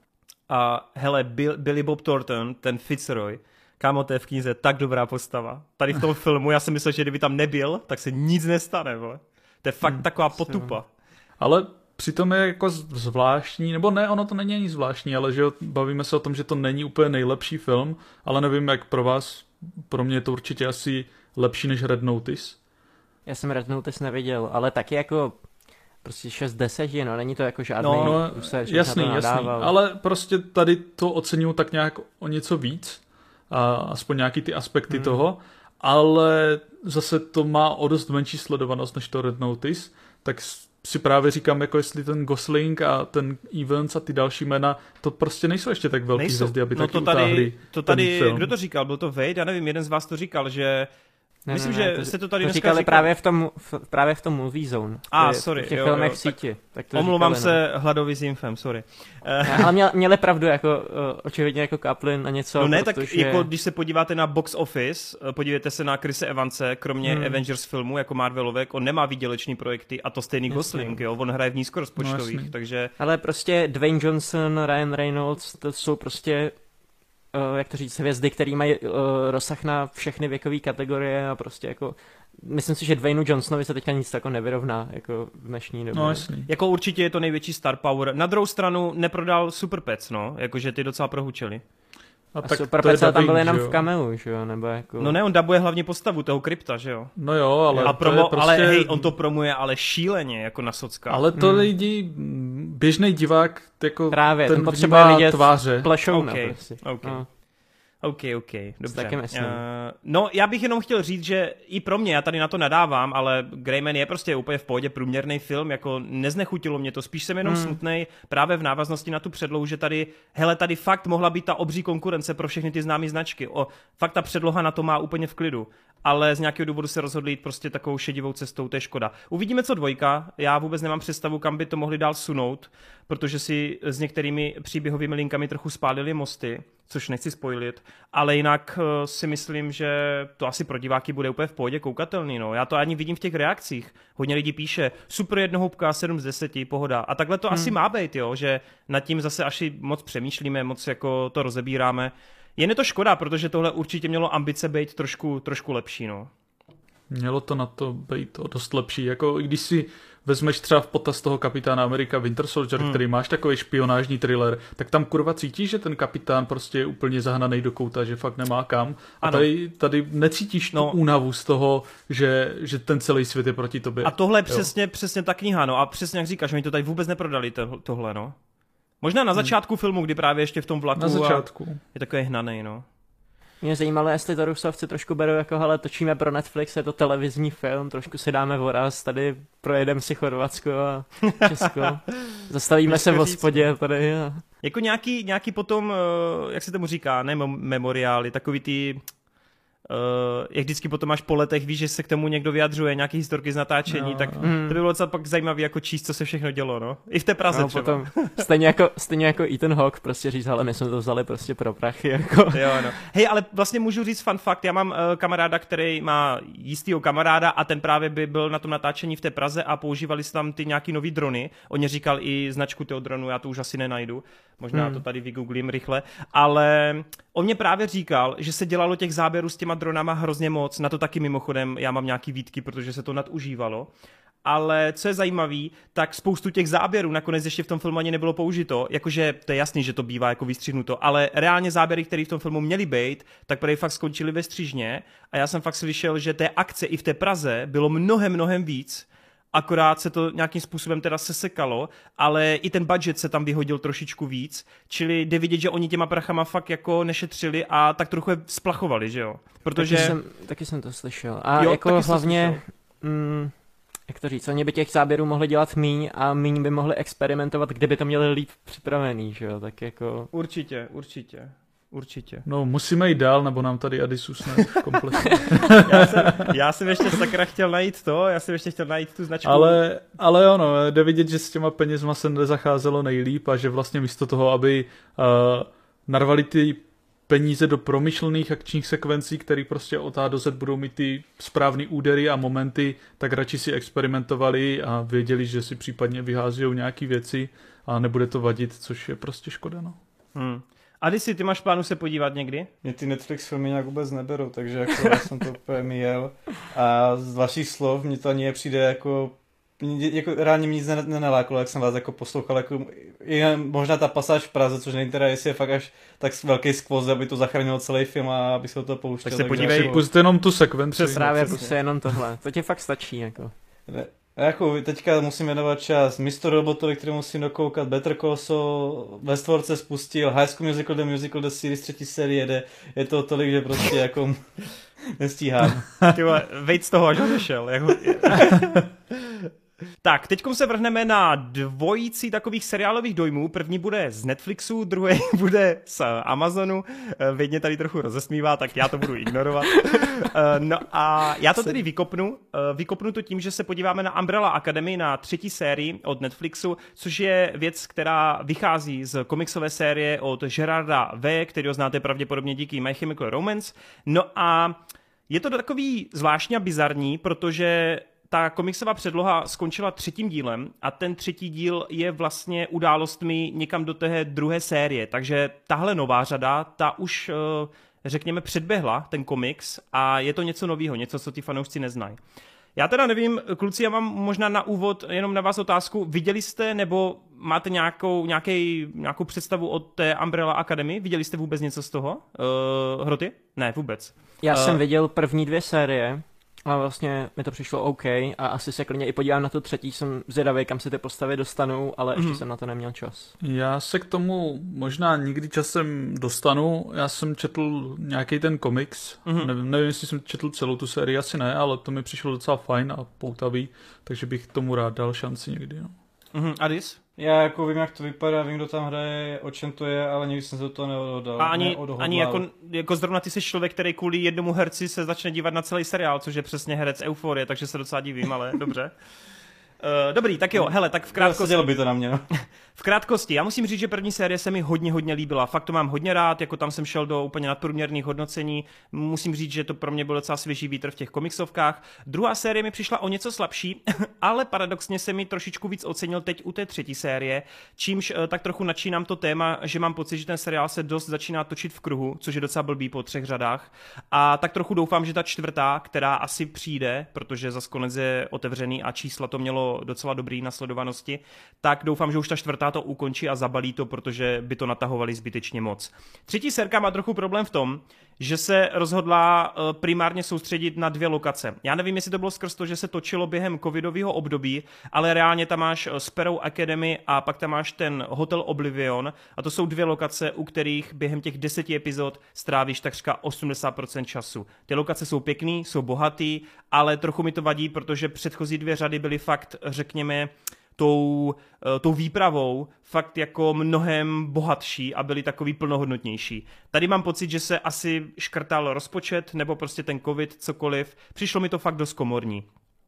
A hele, Bill, Billy Bob Thornton, ten Fitzroy, kámo, to je v knize tak dobrá postava. Tady v tom filmu, já si myslel, že kdyby tam nebyl, tak se nic nestane, vole. To je fakt hmm, taková potupa. Ale přitom je jako zvláštní, nebo ne, ono to není ani zvláštní, ale že bavíme se o tom, že to není úplně nejlepší film, ale nevím, jak pro vás, pro mě je to určitě asi lepší než Red Notice. Já jsem Red Notice neviděl, ale taky jako prostě šest deset, no, není to jako žádný no, úser, jasný, jasný, ale prostě tady to oceňuju tak nějak o něco víc, a aspoň nějaký ty aspekty hmm. toho, ale zase to má o dost menší sledovanost než to Red Notice, tak si právě říkám, jako jestli ten Gosling a ten Evans a ty další jména, to prostě nejsou ještě tak velký nejsou. Hvězdy, aby no taky to tady, utáhli to tady, kdo to říkal? Byl to Wade? Já nevím, jeden z vás to říkal, že Ne, Myslím, ne, ne, že to, jste to tady to dneska říkali říkali právě v tom, v, právě v tom Movie Zone. A, ah, sorry. V těch jo, filmech jo, v síti. Tak to omlouvám říkali, se no. Hladovi s infem, sorry. Ne, ale měl, měli pravdu, jako očividně jako Kaplan a něco. No ne, protože... tak jako když se podíváte na box office, podívejte se na Chrise Evanse, kromě hmm. Avengers filmu, jako Marvelovek, on nemá výdělečný projekty a to stejný Gosling, jo, on hraje v nízkorozpočtových, no, takže... Ale prostě Dwayne Johnson, Ryan Reynolds, to jsou prostě... Uh, jak to říct, hvězdy, který mají uh, rozsah na všechny věkové kategorie a prostě jako myslím si, že Dwaynu Johnsonovi se teďka nic jako nevyrovná jako v dnešní době. No jasný. Jako určitě je to největší star power. Na druhou stranu neprodal Super Pets, no, jakože ty docela prohučili. A, a Super Pets tam byl jenom v cameu, že jo, nebo jako... No ne, on dabuje hlavně postavu toho Krypta, že jo. No jo, ale a promo, to je prostě... ale hej, on to promuje ale šíleně, jako na socka. Ale to hmm. lidi, běžnej divák, jako právě, ten, ten potřebuje vidět tváře. Plešouna okay, prostě. Okay. No. OK, OK, dobře. Uh, no, já bych jenom chtěl říct, že i pro mě, já tady na to nadávám, ale Greyman je prostě úplně v pohodě průměrný film, jako neznechutilo mě to, spíš jsem jenom hmm. smutnej právě v návaznosti na tu předlohu, že tady, hele, tady fakt mohla být ta obří konkurence pro všechny ty známé značky. O, fakt ta předloha na to má úplně v klidu, ale z nějakého důvodu se rozhodli jít prostě takovou šedivou cestou, to je škoda. Uvidíme, co dvojka, já vůbec nemám představu, kam by to mohli dál sunout, protože si s některými příběhovými linkami trochu spálili mosty, což nechci spoilit, ale jinak uh, si myslím, že to asi pro diváky bude úplně v pohodě koukatelný, no. Já to ani vidím v těch reakcích. Hodně lidí píše, super jednohoubka, sedm z deseti, pohoda. A takhle to hmm. asi má být, jo, že nad tím zase až moc přemýšlíme, moc jako to rozebíráme. Jen je to škoda, protože tohle určitě mělo ambice být trošku, trošku lepší, no. Mělo to na to být o dost lepší. Jako když si vezmeš třeba v potaz toho kapitána Amerika Winter Soldier, hmm. který máš takový špionážní thriller, tak tam kurva cítíš, že ten kapitán prostě je úplně zahnaný do kouta, že fakt nemá kam. A tady, tady necítíš no. tu únavu z toho, že, že ten celý svět je proti tobě. A tohle je přesně, přesně ta kniha, no a přesně jak říkáš, oni to tady vůbec neprodali tohle, no. Možná na začátku hmm. filmu, kdy právě ještě v tom vlaku na začátku. je takový hnanej, no. Mě zajímalo, jestli to Rusovci trošku berou jako, hele, točíme pro Netflix, je to televizní film, trošku si dáme voraz, tady projedeme si Chorvatsko a Česko, zastavíme se v hospodě tady. A... Jako nějaký, nějaký potom, jak se tomu říká, ne memoriály, takový ty... Uh, jak vždycky potom máš po letech, víš, že se k tomu někdo vyjadřuje, nějaký historky z natáčení, no, tak no. to by bylo docela pak zajímavé jako číst, co se všechno dělo, no. I v té Praze no, třeba. Potom, stejně, jako, stejně jako Ethan Hawke, prostě říct, ale my jsme to vzali prostě pro prachy, jako. Jo, no. Hej, ale vlastně můžu říct fun fact, já mám uh, kamaráda, který má jistýho kamaráda a ten právě by byl na tom natáčení v té Praze a používali se tam ty nějaký nový drony. On mě říkal i značku toho dronu, já to už asi nenajdu. Možná hmm. to tady vygooglím rychle, ale on mě právě říkal, že se dělalo těch záběrů s těma dronama hrozně moc, na to taky mimochodem já mám nějaký výtky, protože se to nadužívalo, ale co je zajímavý, tak spoustu těch záběrů nakonec ještě v tom filmu ani nebylo použito, jakože to je jasný, že to bývá jako vystřihnuto, ale reálně záběry, které v tom filmu měly být, tak prý fakt skončily ve střižně a já jsem fakt slyšel, že té akce i v té Praze bylo mnohem, mnohem víc, akorát se to nějakým způsobem teda sesekalo, ale i ten budget se tam vyhodil trošičku víc, čili jde vidět, že oni těma prachama fakt jako nešetřili a tak trochu je splachovali, že jo? Protože... Taky jsem, taky jsem to slyšel. A jo, jako hlavně, mm, jak to říct, oni by těch záběrů mohli dělat míň a míň by mohli experimentovat, kdyby to měli líp připravený, že jo? Tak jako... Určitě, určitě. Určitě. No, musíme jít dál, nebo nám tady Ady usne kompletně. já, jsem, já jsem ještě sakra chtěl najít to, já jsem ještě chtěl najít tu značku. Ale, ale ono, jde vidět, že s těma penězma se nezacházelo nejlíp a že vlastně místo toho, aby uh, narvali ty peníze do promyšlených akčních sekvencí, které prostě od A do Z budou mít ty správný údery a momenty, tak radši si experimentovali a věděli, že si případně vyházijou nějaký věci a nebude to vadit, což je prostě škoda, no. Hmm. Adisi, ty máš plánu se podívat někdy? Mě ty Netflix filmy nějak vůbec neberou, takže jako já jsem to úplně míjel a z vašich slov mě to ani nepřijde jako, jako reálně mě nic nenalákalo, jak jsem vás jako poslouchal, jako možná ta pasáž v Praze, což nevím teda, jestli je fakt až tak velký skvost, aby to zachránilo celý film a aby se to pouštěl. Tak se podívej, jako... pusť jenom tu sekvenci. Právě pusť jenom tohle, to ti fakt stačí, jako. Ne. A jako teďka musím věnovat čas mister Robotovi, který musím dokoukat, Better Call Saul, Westworld se spustil, High School Musical, The Musical, The Series, třetí série jede, je to tolik, že prostě jako nestíhám. Ty vole, veď z toho, až odešel. Jako... Tak, teďkom se vrhneme na dvojici takových seriálových dojmů. První bude z Netflixu, druhý bude z Amazonu. Veď mě tady trochu rozesmívá, tak já to budu ignorovat. No a já to tedy vykopnu. Vykopnu to tím, že se podíváme na Umbrella Academy, na třetí sérii od Netflixu, což je věc, která vychází z komiksové série od Gerarda V., kterého znáte pravděpodobně díky My Chemical Romance. No a je to takový zvláštně a bizarní, protože ta komiksová předloha skončila třetím dílem a ten třetí díl je vlastně událostmi někam do té druhé série, takže tahle nová řada, ta už, řekněme, předběhla ten komiks a je to něco nového, něco, co ty fanoušci neznají. Já teda nevím, kluci, já mám možná na úvod jenom na vás otázku, viděli jste nebo máte nějakou, nějaký, nějakou představu od té Umbrella Academy? Viděli jste vůbec něco z toho? Uh, Hroty? Ne, vůbec. Já uh, jsem viděl první dvě série. A vlastně mi to přišlo OK a asi se klidně i podívám na tu třetí, jsem zvědavý, kam se ty postavy dostanou, ale ještě mm. jsem na to neměl čas. Já se k tomu možná nikdy časem dostanu, já jsem četl nějaký ten komiks, mm. nevím, nevím, jestli jsem četl celou tu sérii, asi ne, ale to mi přišlo docela fajn a poutavý, takže bych tomu rád dal šanci někdy. No. Mm. Adis? Já jako vím, jak to vypadá, vím, kdo tam hraje, o čem to je, ale nikdy jsem se do toho neodhodal. A ani, ani jako, jako zrovna ty jsi člověk, který kvůli jednomu herci se začne dívat na celý seriál, což je přesně herec Euforie, takže se docela divím, ale dobře. Uh, dobrý, tak jo, hele, tak v krátkosti. Dělo by to na mě, no. V krátkosti, já musím říct, že první série se mi hodně, hodně líbila. Fakt to mám hodně rád, jako tam jsem šel do úplně nadprůměrných hodnocení. Musím říct, že to pro mě byl docela svěží vítr v těch komiksovkách. Druhá série mi přišla o něco slabší, ale paradoxně se mi trošičku víc ocenil teď u té třetí série, čímž tak trochu načínám to téma, že mám pocit, že ten seriál se dost začíná točit v kruhu, což je docela blbý po třech řadách. A tak trochu doufám, že ta čtvrtá, která asi přijde, protože zas konec je otevřený a čísla to mělo docela dobrý na sledovanosti, tak doufám, že už ta čtvrtá to ukončí a zabalí to, protože by to natahovali zbytečně moc. Třetí sérka má trochu problém v tom, že se rozhodla primárně soustředit na dvě lokace. Já nevím, jestli to bylo skrz to, že se točilo během covidového období, ale reálně tam máš Sparrow Academy a pak tam máš ten Hotel Oblivion a to jsou dvě lokace, u kterých během těch deseti epizod strávíš takřka osmdesát procent času. Ty lokace jsou pěkný, jsou bohatý, ale trochu mi to vadí, protože předchozí dvě řady byly fakt, řekněme, tou, tou výpravou fakt jako mnohem bohatší a byly takový plnohodnotnější. Tady mám pocit, že se asi škrtal rozpočet nebo prostě ten covid, cokoliv. Přišlo mi to fakt dost komorní.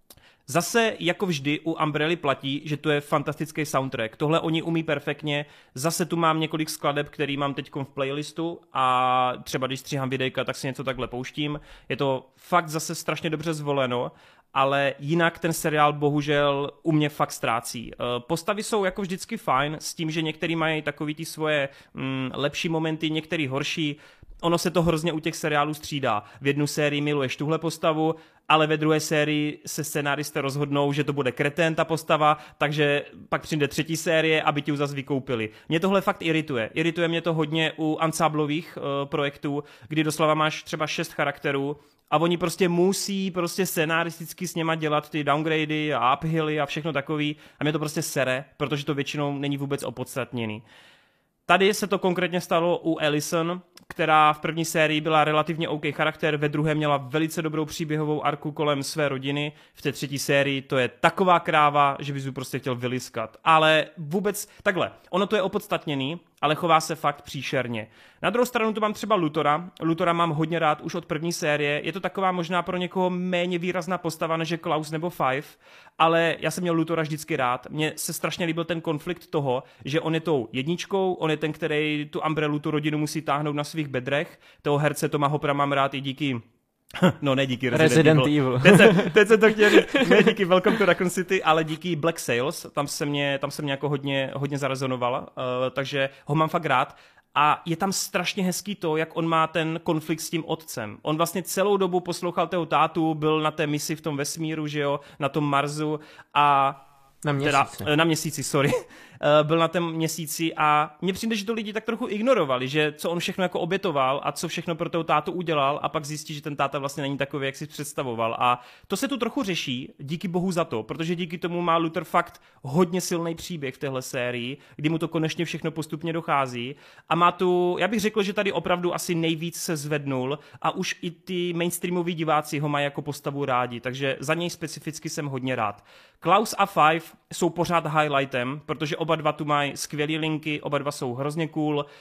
Zase, jako vždy, u Umbrelly platí, že to je fantastický soundtrack. Tohle oni umí perfektně. Zase tu mám několik skladeb, který mám teď v playlistu a třeba když stříhám videjka, tak si něco takhle pouštím. Je to fakt zase strašně dobře zvoleno, ale jinak ten seriál bohužel u mě fakt ztrácí. Postavy jsou jako vždycky fajn, s tím, že některý mají takový ty svoje mm, lepší momenty, některý horší. Ono se to hrozně u těch seriálů střídá. V jednu sérii miluješ tuhle postavu, ale ve druhé sérii se scenáristé rozhodnou, že to bude kretén ta postava, takže pak přijde třetí série, aby ti ji zase vykoupili. Mě tohle fakt irituje. Irituje mě to hodně u ansáblových uh, projektů, kdy doslova máš třeba šest charakterů a oni prostě musí prostě scenaristicky s něma dělat ty downgrady a uphilly a všechno takový a mě to prostě sere, protože to většinou není vůbec opodstatněný. Tady se to konkrétně stalo u Allison, která v první sérii byla relativně OK charakter, ve druhé měla velice dobrou příběhovou arku kolem své rodiny, v té třetí sérii to je taková kráva, že bys ji prostě chtěl vyliskat. Ale vůbec takhle, ono to je opodstatněný, ale chová se fakt příšerně. Na druhou stranu tu mám třeba Luthora. Luthora mám hodně rád už od první série. Je to taková možná pro někoho méně výrazná postava než je Klaus nebo Five, ale já jsem měl Luthora vždycky rád. Mně se strašně líbil ten konflikt toho, že on je tou jedničkou, on je ten, který tu Umbrellu, tu rodinu musí táhnout na svých bedrech. Toho herce Toma Hoppera mám rád i díky no ne díky Resident, Resident Evil. Evil. Teď, se, teď se to chtěl říct, ne díky Welcome to Raccoon City, ale díky Black Sails, tam se mě, tam se mě jako hodně, hodně zarezonovala, uh, takže ho mám fakt rád. A je tam strašně hezký to, jak on má ten konflikt s tím otcem. On vlastně celou dobu poslouchal toho tátu, byl na té misi v tom vesmíru, že jo, na tom Marsu a Na měsíci. Teda, na měsíci, sorry. Byl na tom měsíci a mně přijde, že to lidi tak trochu ignorovali, že co on všechno jako obětoval a co všechno pro toho tátu udělal a pak zjistí, že ten táta vlastně není takový, jak si představoval. A to se tu trochu řeší, díky bohu za to, protože díky tomu má Luther fakt hodně silný příběh v téhle sérii, kdy mu to konečně všechno postupně dochází a má tu, já bych řekl, že tady opravdu asi nejvíc se zvednul a už i ty mainstreamoví diváci ho mají jako postavu rádi, takže za něj specificky jsem hodně rád. Klaus a Five jsou pořád highlightem, protože oba dva tu mají skvělý linky, oba dva jsou hrozně cool. Uh,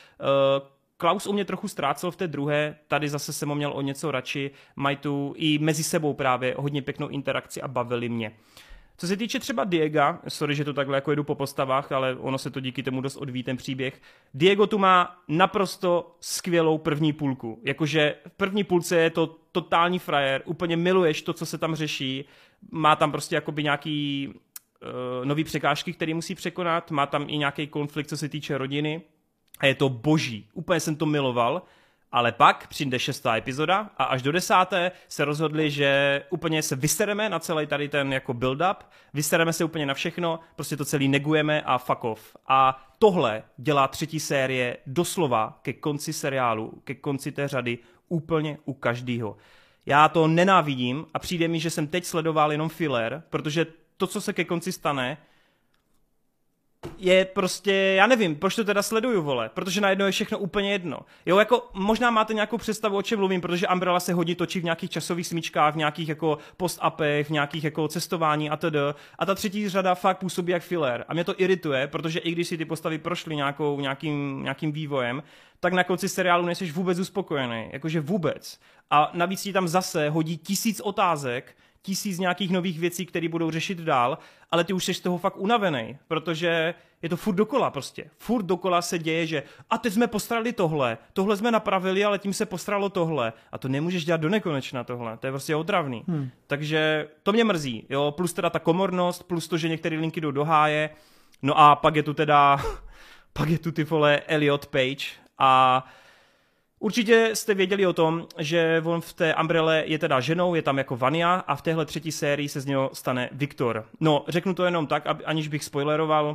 Klaus u mě trochu ztrácel v té druhé, tady zase jsem ho měl o něco radši, mají tu i mezi sebou právě hodně pěknou interakci a bavili mě. Co se týče třeba Diega, sorry, že to takhle jako jedu po postavách, ale ono se to díky tomu dost odvíjí ten příběh. Diego tu má naprosto skvělou první půlku. Jakože v první půlce je to totální frajer, úplně miluješ to, co se tam řeší, má tam prostě jakoby nějaký uh, nový překážky, které musí překonat, má tam i nějaký konflikt, co se týče rodiny a je to boží. Úplně jsem to miloval. Ale pak přijde šestá epizoda a až do desáté se rozhodli, že úplně se vysereme na celý tady ten jako build-up, vysereme se úplně na všechno, prostě to celý negujeme a fuck off. A tohle dělá třetí série doslova ke konci seriálu, ke konci té řady úplně u každýho. Já to nenávidím a přijde mi, že jsem teď sledoval jenom filler, protože to, co se ke konci stane, je prostě, já nevím, proč to teda sleduju, vole, protože najednou je všechno úplně jedno. Jo, jako možná máte nějakou představu, o čem mluvím, protože Umbrella se hodně točí v nějakých časových smyčkách, v nějakých jako post-upech, v nějakých jako cestování a td. A ta třetí řada fakt působí jak filler. A mě to irituje, protože i když si ty postavy prošly nějakou, nějakým, nějakým vývojem, tak na konci seriálu nejseš vůbec uspokojený, jakože vůbec. A navíc ti tam zase hodí tisíc otázek, tisíc nějakých nových věcí, které budou řešit dál, ale ty už jsi z toho fakt unavený, protože je to furt dokola prostě. Furt dokola se děje, že a teď jsme postrali tohle, tohle jsme napravili, ale tím se postralo tohle. A to nemůžeš dělat do nekonečna tohle, to je prostě otravný. Hmm. Takže to mě mrzí, jo, plus teda ta komornost, plus to, že některé linky jdou do háje, no a pak je tu teda, pak je tu ty vole Elliot Page a určitě jste věděli o tom, že on v té Umbrelle je teda ženou, je tam jako Vanya a v téhle třetí sérii se z něho stane Viktor. No, řeknu to jenom tak, aby, aniž bych spoileroval,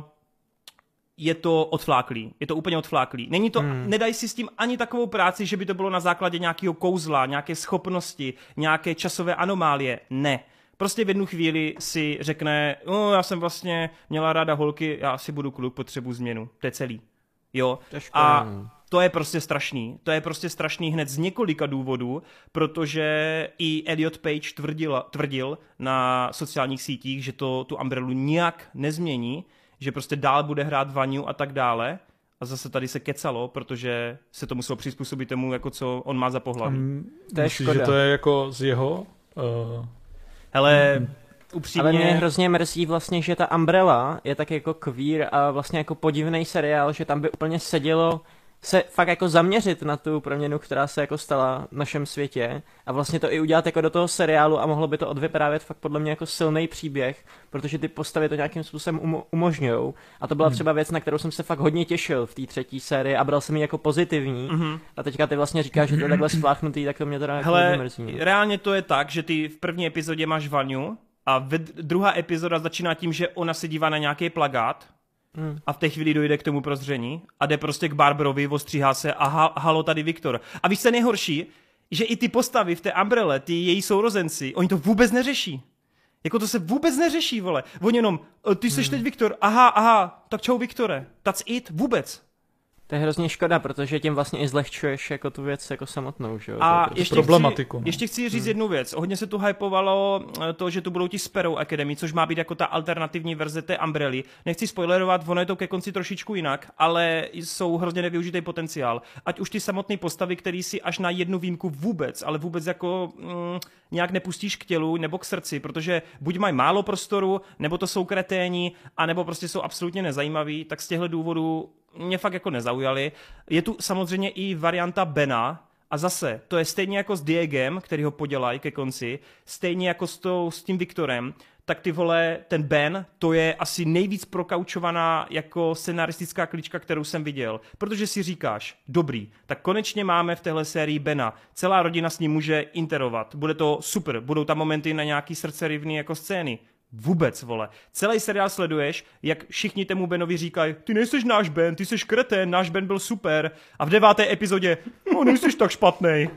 je to odfláklý, je to úplně odfláklý. Není to, hmm. Nedají si s tím ani takovou práci, že by to bylo na základě nějakého kouzla, nějaké schopnosti, nějaké časové anomálie. Ne. Prostě v jednu chvíli si řekne, no, já jsem vlastně měla ráda holky, já si budu kluk, potřebuji změnu. To je celý. Jo. A to je prostě strašný. To je prostě strašný hned z několika důvodů, protože i Elliot Page tvrdil, tvrdil na sociálních sítích, že to tu Umbrellu nijak nezmění, že prostě dál bude hrát Vanyu a tak dále. A zase tady se kecalo, protože se to muselo přizpůsobit tomu, jako co on má za pohlaví. Um, to je škoda. Že to je jako z jeho... Uh... Hele, mm. upřímně... Ale mě hrozně mrzí vlastně, že ta Umbrella je tak jako queer a vlastně jako podivný seriál, že tam by úplně sedělo se fakt jako zaměřit na tu proměnu, která se jako stala v našem světě a vlastně to i udělat jako do toho seriálu a mohlo by to odvyprávět fakt podle mě jako silný příběh, protože ty postavy to nějakým způsobem umo- umožňujou a to byla třeba věc, na kterou jsem se fakt hodně těšil v té třetí sérii a bral jsem ji jako pozitivní mm-hmm. a teďka ty vlastně říkáš, že to je takhle spláchnutý, tak to mě teda Hele, jako mrzí. Reálně to je tak, že ty v první epizodě máš Vanyu a v druhá epizoda začíná tím, že ona se dívá na nějaký plakát. Hmm. A v té chvíli dojde k tomu prozření a jde prostě k Barberovi, ostříhá se a ha, halo tady Viktor. A víš, co je nejhorší? Že i ty postavy v té Umbrelle, ty její sourozenci, oni to vůbec neřeší. Jako to se vůbec neřeší, vole. Oni jenom, ty seš hmm. teď Viktor, aha, aha, tak čau Viktore, that's it, vůbec. To je hrozně škoda, protože tím vlastně i zlehčuješ jako tu věc jako samotnou, že jo? A ještě problematiku. Chci, no. ještě chci říct hmm. jednu věc. Hodně se tu hypovalo to, že tu budou ti Sparrow Academy, což má být jako ta alternativní verze té Umbrelly. Nechci spoilerovat, ono je to ke konci trošičku jinak, ale jsou hrozně nevyužitý potenciál. Ať už ty samotné postavy, který si až na jednu výjimku vůbec, ale vůbec jako mm, nějak nepustíš k tělu nebo k srdci, protože buď mají málo prostoru, nebo to jsou kreténi, anebo prostě jsou absolutně nezajímaví, tak z těchto důvodů mě fakt jako nezaujali. Je tu samozřejmě i varianta Bena a zase, to je stejně jako s Diegem, který ho podělají ke konci, stejně jako s, tou, s tím Viktorem, tak ty vole, ten Ben, to je asi nejvíc prokaučovaná jako scenaristická klička, kterou jsem viděl. Protože si říkáš, dobrý, tak konečně máme v téhle sérii Bena. Celá rodina s ním může interovat. Bude to super, budou tam momenty na nějaký srdcerivný jako scény. Vůbec, vole. Celý seriál sleduješ, jak všichni tému Benovi říkají, ty nejseš náš Ben, ty seš kretén, náš Ben byl super. A v deváté epizodě, no nejseš tak špatnej.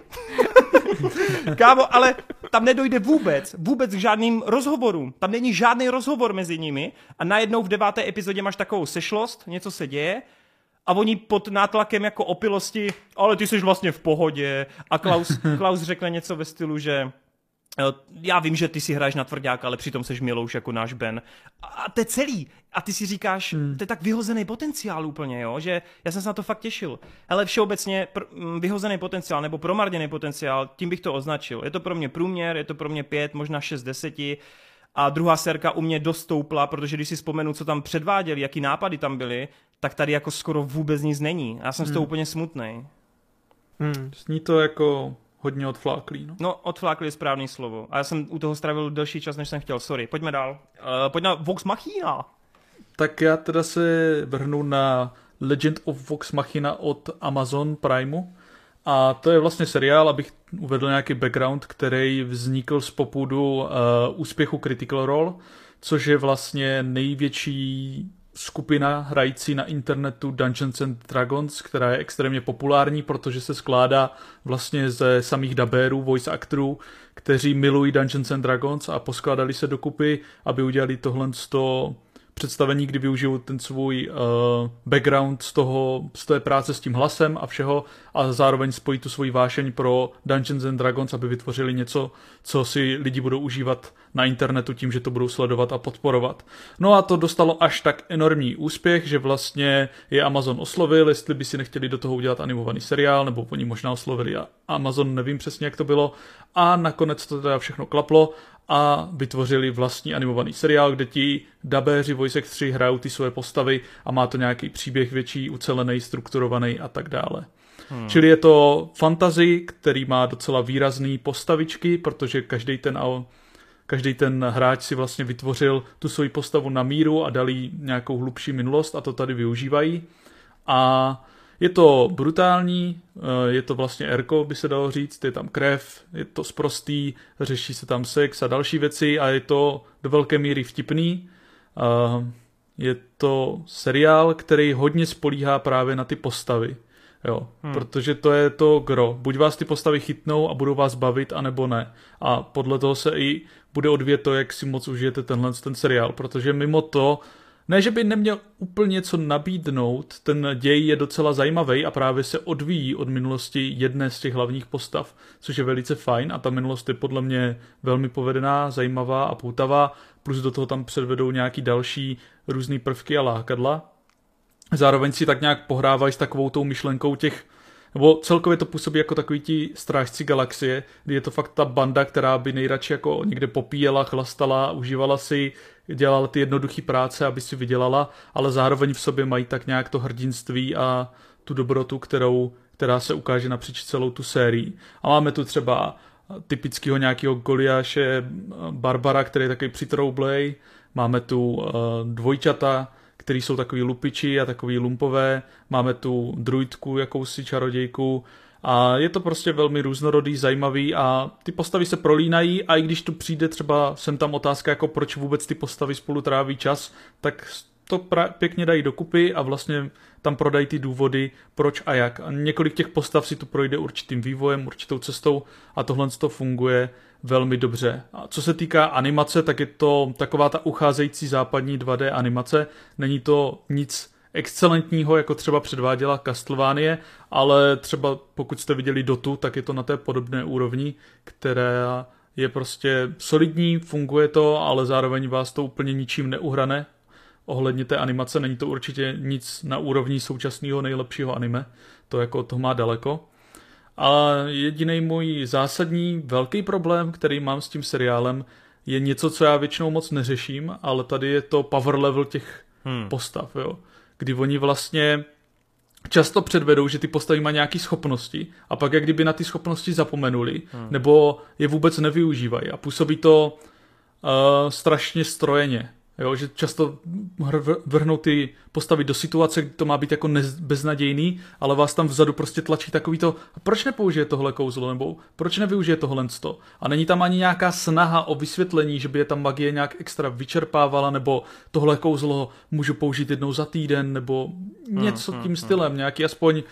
Kámo, ale tam nedojde vůbec, vůbec k žádným rozhovorům. Tam není žádný rozhovor mezi nimi a najednou v deváté epizodě máš takovou sešlost, něco se děje a oni pod nátlakem jako opilosti, ale ty jsi vlastně v pohodě. A Klaus, Klaus řekne něco ve stylu, že já vím, že ty si hraješ na tvrďáka, ale přitom seš milouš jako náš Ben. A to je celý. A ty si říkáš, hmm. to je tak vyhozený potenciál úplně, jo, že já jsem se na to fakt těšil. Ale všeobecně pr- vyhozený potenciál nebo promarněný potenciál, tím bych to označil. Je to pro mě průměr, je to pro mě pět, možná šest deseti. A druhá sérka u mě dost stoupla, protože když si vzpomenu, co tam předváděli, jaký nápady tam byly, tak tady jako skoro vůbec nic není. Já jsem hmm. z toho úplně smutnej. Hmm. Zní to jako... hodně odfláklý, no. No, odfláklý je správný slovo. A já jsem u toho strávil delší čas, než jsem chtěl. Sorry, pojďme dál. Uh, pojď na Vox Machina. Tak já teda se vrhnu na Legend of Vox Machina od Amazon Primeu. A to je vlastně seriál, abych uvedl nějaký background, který vznikl z popudu uh, úspěchu Critical Role, což je vlastně největší skupina hrající na internetu Dungeons and Dragons, která je extrémně populární, protože se skládá vlastně ze samých dabérů, voice actorů, kteří milují Dungeons and Dragons a poskládali se dokupy, aby udělali tohle z toho představení, kdy využijou ten svůj uh, background z toho, z té práce s tím hlasem a všeho a zároveň spojí tu svoji vášeň pro Dungeons and Dragons, aby vytvořili něco, co si lidi budou užívat na internetu tím, že to budou sledovat a podporovat. No a to dostalo až tak enormní úspěch, že vlastně je Amazon oslovil, jestli by si nechtěli do toho udělat animovaný seriál, nebo oni možná oslovili a Amazon, nevím přesně, jak to bylo. A nakonec to teda všechno klaplo a vytvořili vlastní animovaný seriál, kde ti dabéři voice actři hrajou ty svoje postavy a má to nějaký příběh větší, ucelený, strukturovaný a tak dále. Hmm. Čili je to fantasy, který má docela výrazný postavičky, protože každý ten, každý ten hráč si vlastně vytvořil tu svoji postavu na míru a dal jí nějakou hlubší minulost a to tady využívají. A je to brutální, je to vlastně erko, by se dalo říct, je tam krev, je to sprostý, řeší se tam sex a další věci a je to do velké míry vtipný. Je to seriál, který hodně spolíhá právě na ty postavy. Jo, hmm. Protože to je to gro. Buď vás ty postavy chytnou a budou vás bavit, anebo ne. A podle toho se i bude odvíjet to, jak si moc užijete tenhle ten seriál. Protože mimo to, ne, že by neměl úplně co nabídnout, ten děj je docela zajímavý a právě se odvíjí od minulosti jedné z těch hlavních postav, což je velice fajn a ta minulost je podle mě velmi povedená, zajímavá a poutavá, plus do toho tam předvedou nějaký další různý prvky a lákadla. Zároveň si tak nějak pohrávají s takovou tou myšlenkou těch, nebo celkově to působí jako takový ti strážci galaxie, kdy je to fakt ta banda, která by nejradši jako někde popíjela, chlastala, užívala si, dělala ty jednoduché práce, aby si vydělala, ale zároveň v sobě mají tak nějak to hrdinství a tu dobrotu, kterou, která se ukáže napříč celou tu sérii. A máme tu třeba typického nějakého Goliáše Barbara, který je takový přitroublej, máme tu uh, dvojčata, který jsou takový lupiči a takový lumpové, máme tu druidku, jakousi čarodějku a je to prostě velmi různorodý, zajímavý a ty postavy se prolínají a i když tu přijde třeba sem tam otázka, jako proč vůbec ty postavy spolu tráví čas, tak to pra- pěkně dají dokupy a vlastně tam prodají ty důvody, proč a jak. A několik těch postav si tu projde určitým vývojem, určitou cestou a tohle to funguje velmi dobře. A co se týká animace, tak je to taková ta ucházející západní dva dé animace. Není to nic excelentního, jako třeba předváděla Castlevanie, ale třeba pokud jste viděli Dotu, tak je to na té podobné úrovni, která je prostě solidní, funguje to, ale zároveň vás to úplně ničím neuhrane. Ohledně té animace není to určitě nic na úrovni současného nejlepšího anime. To jako to má daleko. A jediný můj zásadní velký problém, který mám s tím seriálem, je něco, co já většinou moc neřeším, ale tady je to power level těch hmm. postav, jo. Kdy oni vlastně často předvedou, že ty postavy mají nějaké schopnosti a pak jak kdyby na ty schopnosti zapomenuli, hmm. nebo je vůbec nevyužívají a působí to uh, strašně strojeně. Jo, že často vrhnou ty postavy do situace, kdy to má být jako nez, beznadějný, ale vás tam vzadu prostě tlačí takový to, proč nepoužije tohle kouzlo, nebo proč nevyužije tohle sto. A není tam ani nějaká snaha o vysvětlení, že by je tam magie nějak extra vyčerpávala, nebo tohle kouzlo můžu použít jednou za týden, nebo něco tím stylem, nějaký aspoň uh,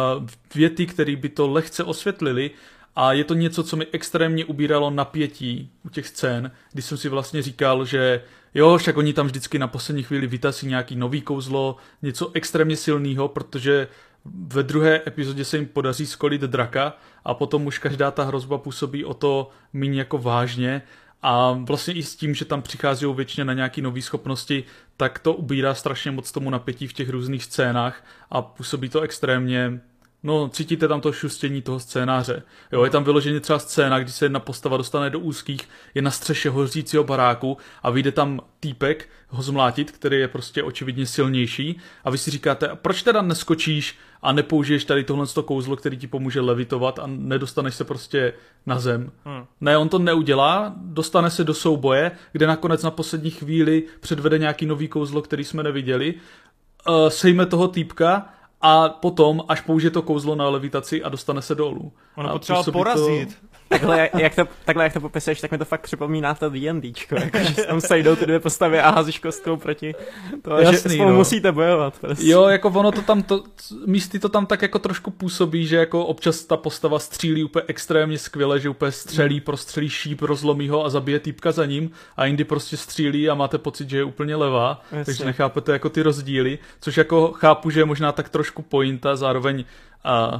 věty, které by to lehce osvětlili. A je to něco, co mi extrémně ubíralo napětí u těch scén, kdy jsem si vlastně říkal, že jo, však oni tam vždycky na poslední chvíli vytasí nějaký nový kouzlo, něco extrémně silného, protože ve druhé epizodě se jim podaří skolit draka a potom už každá ta hrozba působí o to méně jako vážně a vlastně i s tím, že tam přichází většině na nějaké nové schopnosti, tak to ubírá strašně moc tomu napětí v těch různých scénách a působí to extrémně. No, cítíte tam to šustění toho scénáře. Jo, je tam vyloženě třeba scéna, kdy se jedna postava dostane do úzkých, je na střeše hořícího baráku a vyjde tam týpek ho zmlátit, který je prostě očividně silnější a vy si říkáte, proč teda neskočíš a nepoužiješ tady tohle kouzlo, který ti pomůže levitovat a nedostaneš se prostě na zem. Hmm. Ne, on to neudělá, dostane se do souboje, kde nakonec na poslední chvíli předvede nějaký nový kouzlo, který jsme neviděli, uh, sejme toho týpka a potom, až použije to kouzlo na levitaci a dostane se dolů. Ono potřeboval porazit. To... Takhle, jak to, takhle, jak to popisuješ, tak mi to fakt připomíná to D and Dčko, jakože tam sejdou ty dvě postavy a házíš kostkou proti toho, Jasný, že spolu no. musíte bojovat. Prostě. Jo, jako ono to tam, to, místy to tam tak jako trošku působí, že jako občas ta postava střílí úplně extrémně skvěle, že úplně střelí, prostřelí šíp, rozlomí ho a zabije týpka za ním a jindy prostě střílí a máte pocit, že je úplně levá, Jasně. takže nechápete jako ty rozdíly, což jako chápu, že je možná tak trošku pointa, zároveň a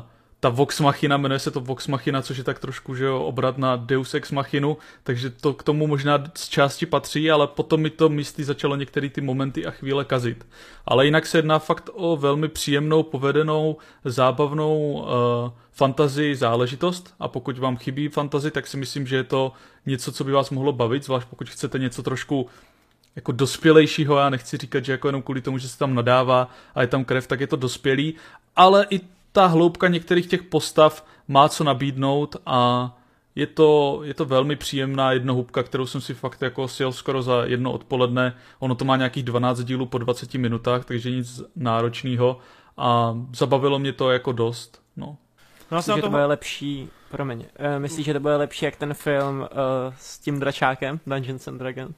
ta Vox Machina, jmenuje se to Vox Machina, což je tak trošku, že jo, obrat na Deus Ex Machinu, takže to k tomu možná z části patří, ale potom mi to místy začalo některé ty momenty a chvíle kazit. Ale jinak se jedná fakt o velmi příjemnou, povedenou, zábavnou uh, fantazii záležitost a pokud vám chybí fantasy, tak si myslím, že je to něco, co by vás mohlo bavit, zvlášť pokud chcete něco trošku jako dospělejšího, já nechci říkat, že jako jenom kvůli tomu, že se tam nadává a je tam krev, tak je to dospělý, ale i ta hloubka některých těch postav má co nabídnout a je to, je to velmi příjemná jednohubka, kterou jsem si fakt jako sjel skoro za jedno odpoledne. Ono to má nějakých dvanáct dílů po dvaceti minutách, takže nic náročného a zabavilo mě to jako dost. No. No, Myslíš, že toho... to bude lepší, promiň, uh, myslíš, že to bude lepší jak ten film uh, s tím dračákem, Dungeons and Dragons?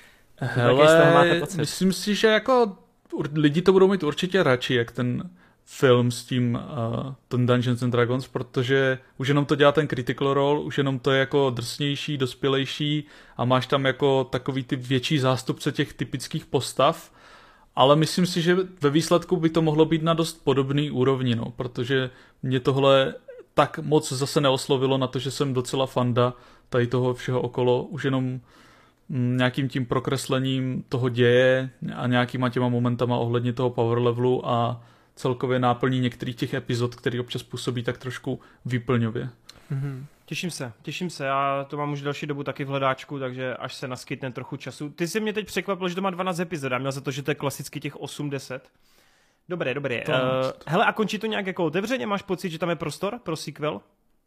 Hele, myslím si, že jako lidi to budou mít určitě radši, jak ten film s tím uh, ten Dungeons and Dragons, protože už jenom to dělá ten Critical Role, už jenom to je jako drsnější, dospělejší a máš tam jako takový ty větší zástupce těch typických postav, ale myslím si, že ve výsledku by to mohlo být na dost podobný úrovni, no, protože mě tohle tak moc zase neoslovilo na to, že jsem docela fanda tady toho všeho okolo, už jenom nějakým tím prokreslením toho děje a nějakýma těma momentama ohledně toho power levelu a celkově náplní některých těch epizod, který občas působí tak trošku vyplňově. Mm-hmm. Těším se, těším se, já to mám už další dobu taky v hledáčku, takže až se naskytne trochu času. Ty jsi mě teď překvapil, že to má dvanáct epizod, já měl za to, že to je klasicky těch osm deset. Dobré, dobré. Uh, hele, a končí to nějak jako otevřeně? Máš pocit, že tam je prostor pro sequel?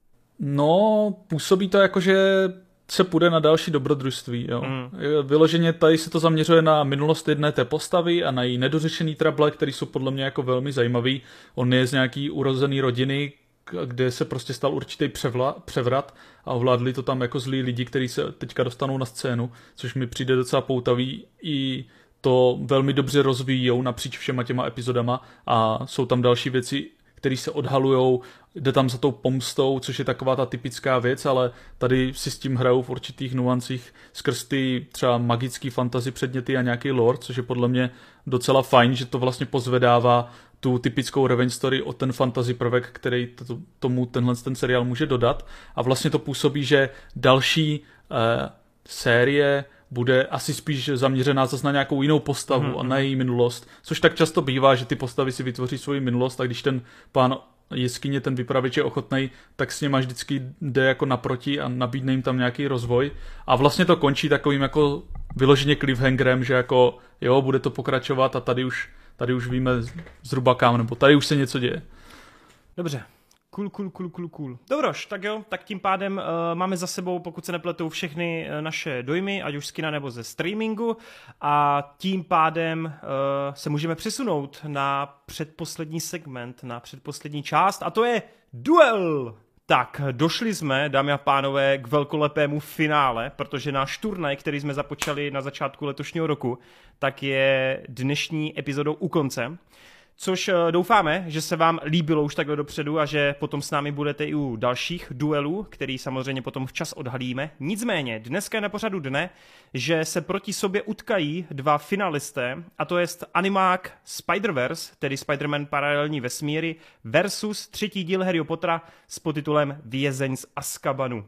No, působí to jako, že se půjde na další dobrodružství. Jo. Mm. Vyloženě tady se to zaměřuje na minulost jedné té postavy a na její nedořešený trable, které jsou podle mě jako velmi zajímavý. On je z nějaký urozený rodiny, kde se prostě stal určitý převla, převrat a ovládli to tam jako zlí lidi, kteří se teďka dostanou na scénu, což mi přijde docela poutavý. I to velmi dobře rozvíjou napříč všema těma epizodama a jsou tam další věci, který se odhalujou, jde tam za tou pomstou, což je taková ta typická věc, ale tady si s tím hrajou v určitých nuancích skrz ty třeba magický fantasy předměty a nějaký lore, což je podle mě docela fajn, že to vlastně pozvedává tu typickou revenge story o ten fantasy prvek, který to, tomu tenhle ten seriál může dodat a vlastně to působí, že další eh, série bude asi spíš zaměřená zase na nějakou jinou postavu mm-hmm. a na její minulost, což tak často bývá, že ty postavy si vytvoří svoji minulost a když ten pán jeskyně, ten vypravěč je ochotnej, tak s něma vždycky jde jako naproti a nabídne jim tam nějaký rozvoj a vlastně to končí takovým jako vyloženě cliffhangerem, že jako jo, bude to pokračovat a tady už, tady už víme zhruba kam, nebo tady už se něco děje. Dobře. Cool, cool, cool, cool, cool. Dobroš, tak jo, tak tím pádem uh, máme za sebou, pokud se nepletou, všechny uh, naše dojmy, ať už z kina nebo ze streamingu a tím pádem uh, se můžeme přesunout na předposlední segment, na předposlední část a to je duel! Tak, došli jsme, dámy a pánové, k velkolepému finále, protože náš turnaj, který jsme započali na začátku letošního roku, tak je dnešní epizodou u konce. Což doufáme, že se vám líbilo už takhle dopředu a že potom s námi budete i u dalších duelů, který samozřejmě potom včas odhalíme. Nicméně, dneska je na pořadu dne, že se proti sobě utkají dva finalisté, a to jest animák Spider-Verse, tedy Spider-Man paralelní vesmíry, versus třetí díl Harryho Pottera s podtitulem Vězeň z Azkabanu.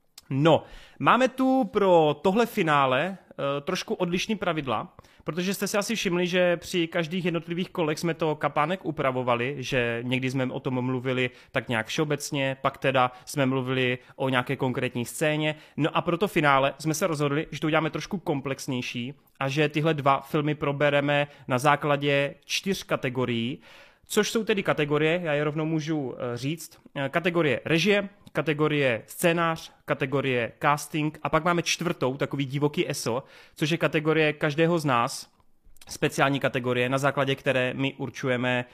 No, máme tu pro tohle finále uh, trošku odlišný pravidla, protože jste si asi všimli, že při každých jednotlivých kolech jsme to kapánek upravovali, že někdy jsme o tom mluvili tak nějak všeobecně, pak teda jsme mluvili o nějaké konkrétní scéně. No a pro to finále jsme se rozhodli, že to uděláme trošku komplexnější a že tyhle dva filmy probereme na základě čtyř kategorií, což jsou tedy kategorie, já je rovnou můžu říct, kategorie režie, kategorie scénář, kategorie casting a pak máme čtvrtou, takový divoký E S O, což je kategorie každého z nás, speciální kategorie, na základě které my určujeme,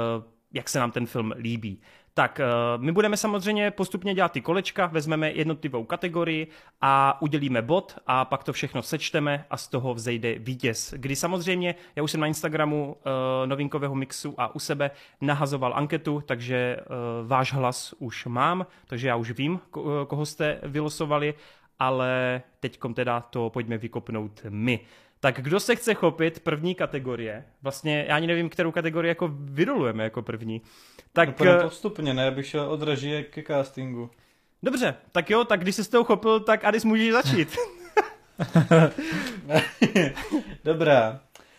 jak se nám ten film líbí. Tak, my budeme samozřejmě postupně dělat ty kolečka, vezmeme jednotlivou kategorii a udělíme bod a pak to všechno sečteme a z toho vzejde vítěz. Kdy samozřejmě, já už jsem na Instagramu uh, novinkového mixu a u sebe nahazoval anketu, takže uh, váš hlas už mám, takže já už vím, ko- koho jste vylosovali, ale teďkom teda to pojďme vykopnout my. Tak kdo se chce chopit první kategorie? Vlastně já ani nevím, kterou kategorii jako vyrolujeme jako první. Tak no, postupně, ne? Abych šel od režie ke castingu. Dobře, tak jo, tak když jsi z toho chopil, tak Adis můžeš začít. Dobrá.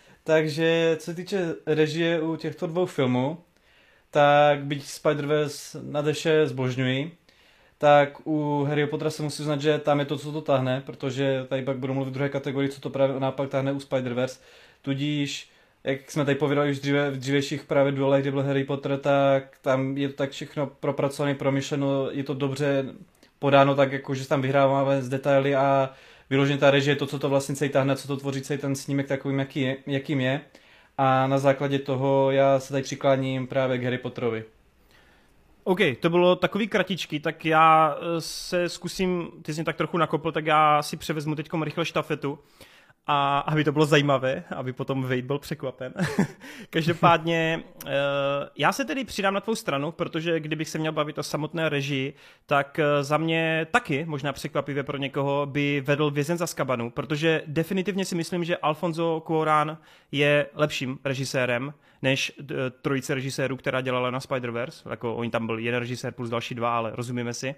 Takže co se týče režie u těchto dvou filmů, tak byť Spider-Verse na deše zbožňuji, tak u Harryho Pottera se musí uznat, že tam je to, co to tahne, protože tady pak budu mluvit v druhé kategorii, co to právě naopak tahne u Spider-Verse. Tudíž, jak jsme tady povídali už dříve, v dřívějších právě duelech, kde byl Harry Potter, tak tam je to tak všechno propracované, promyšleno, je to dobře podáno tak, jako, že tam vyhráváme z detaily a vyloženě ta režie, to, co to vlastně celý tahne, co to tvoří celý ten snímek takovým, jaký je, jakým je. A na základě toho já se tady přikláním právě k Harry Potterovi. OK, to bylo takový kratičky, tak já se zkusím, ty jsi mě tak trochu nakopl, tak já si převezmu teďkom rychle štafetu, a aby to bylo zajímavé, aby potom Wade byl překvapen. Každopádně já se tedy přidám na tvou stranu, protože kdybych se měl bavit o samotné režii, tak za mě taky, možná překvapivě pro někoho, by vedl Vězeň z Azkabanu, protože definitivně si myslím, že Alfonso Cuarón je lepším režisérem než trojice režisérů, která dělala na Spider-Verse. Jako oni tam byl jeden režisér plus další dva, ale rozumíme si.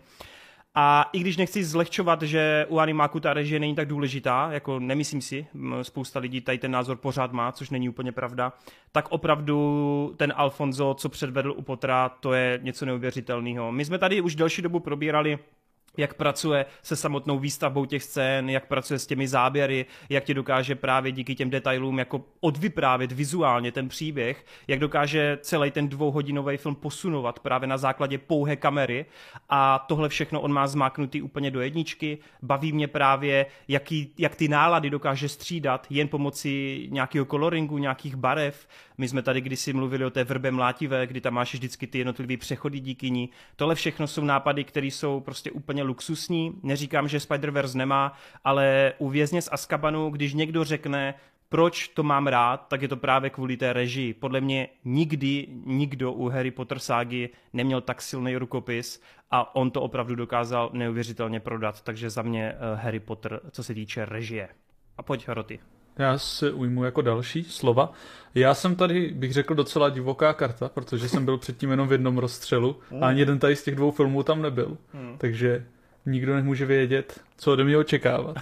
A i když nechci zlehčovat, že u animáku ta režie není tak důležitá, jako nemyslím si, spousta lidí tady ten názor pořád má, což není úplně pravda, tak opravdu ten Alfonso, co předvedl u Pottera, to je něco neuvěřitelného. My jsme tady už delší dobu probírali, jak pracuje se samotnou výstavbou těch scén, jak pracuje s těmi záběry, jak ti dokáže právě díky těm detailům jako odvyprávět vizuálně ten příběh, jak dokáže celý ten dvouhodinový film posunovat právě na základě pouhé kamery a tohle všechno on má zmáknutý úplně do jedničky. Baví mě právě, jaký, jak ty nálady dokáže střídat jen pomocí nějakého coloringu, nějakých barev. My jsme tady kdysi mluvili o té vrbě mlátivé, kdy tam máš vždycky ty jednotlivé přechody díky ní. Tohle všechno jsou nápady, které jsou prostě úplně luxusní. Neříkám, že Spider-Verse nemá, ale u Vězně z Azkabanu, když někdo řekne, proč to mám rád, tak je to právě kvůli té režii. Podle mě nikdy nikdo u Harry Potter ságy neměl tak silný rukopis a on to opravdu dokázal neuvěřitelně prodat. Takže za mě Harry Potter, co se týče režie. A pojď, Roty. Já se ujmu jako další slova. Já jsem tady, bych řekl, docela divoká karta, protože jsem byl předtím jenom v jednom rozstřelu a ani jeden tady z těch dvou filmů tam nebyl. Hmm. Takže nikdo nemůže vědět, co ode mě očekávat.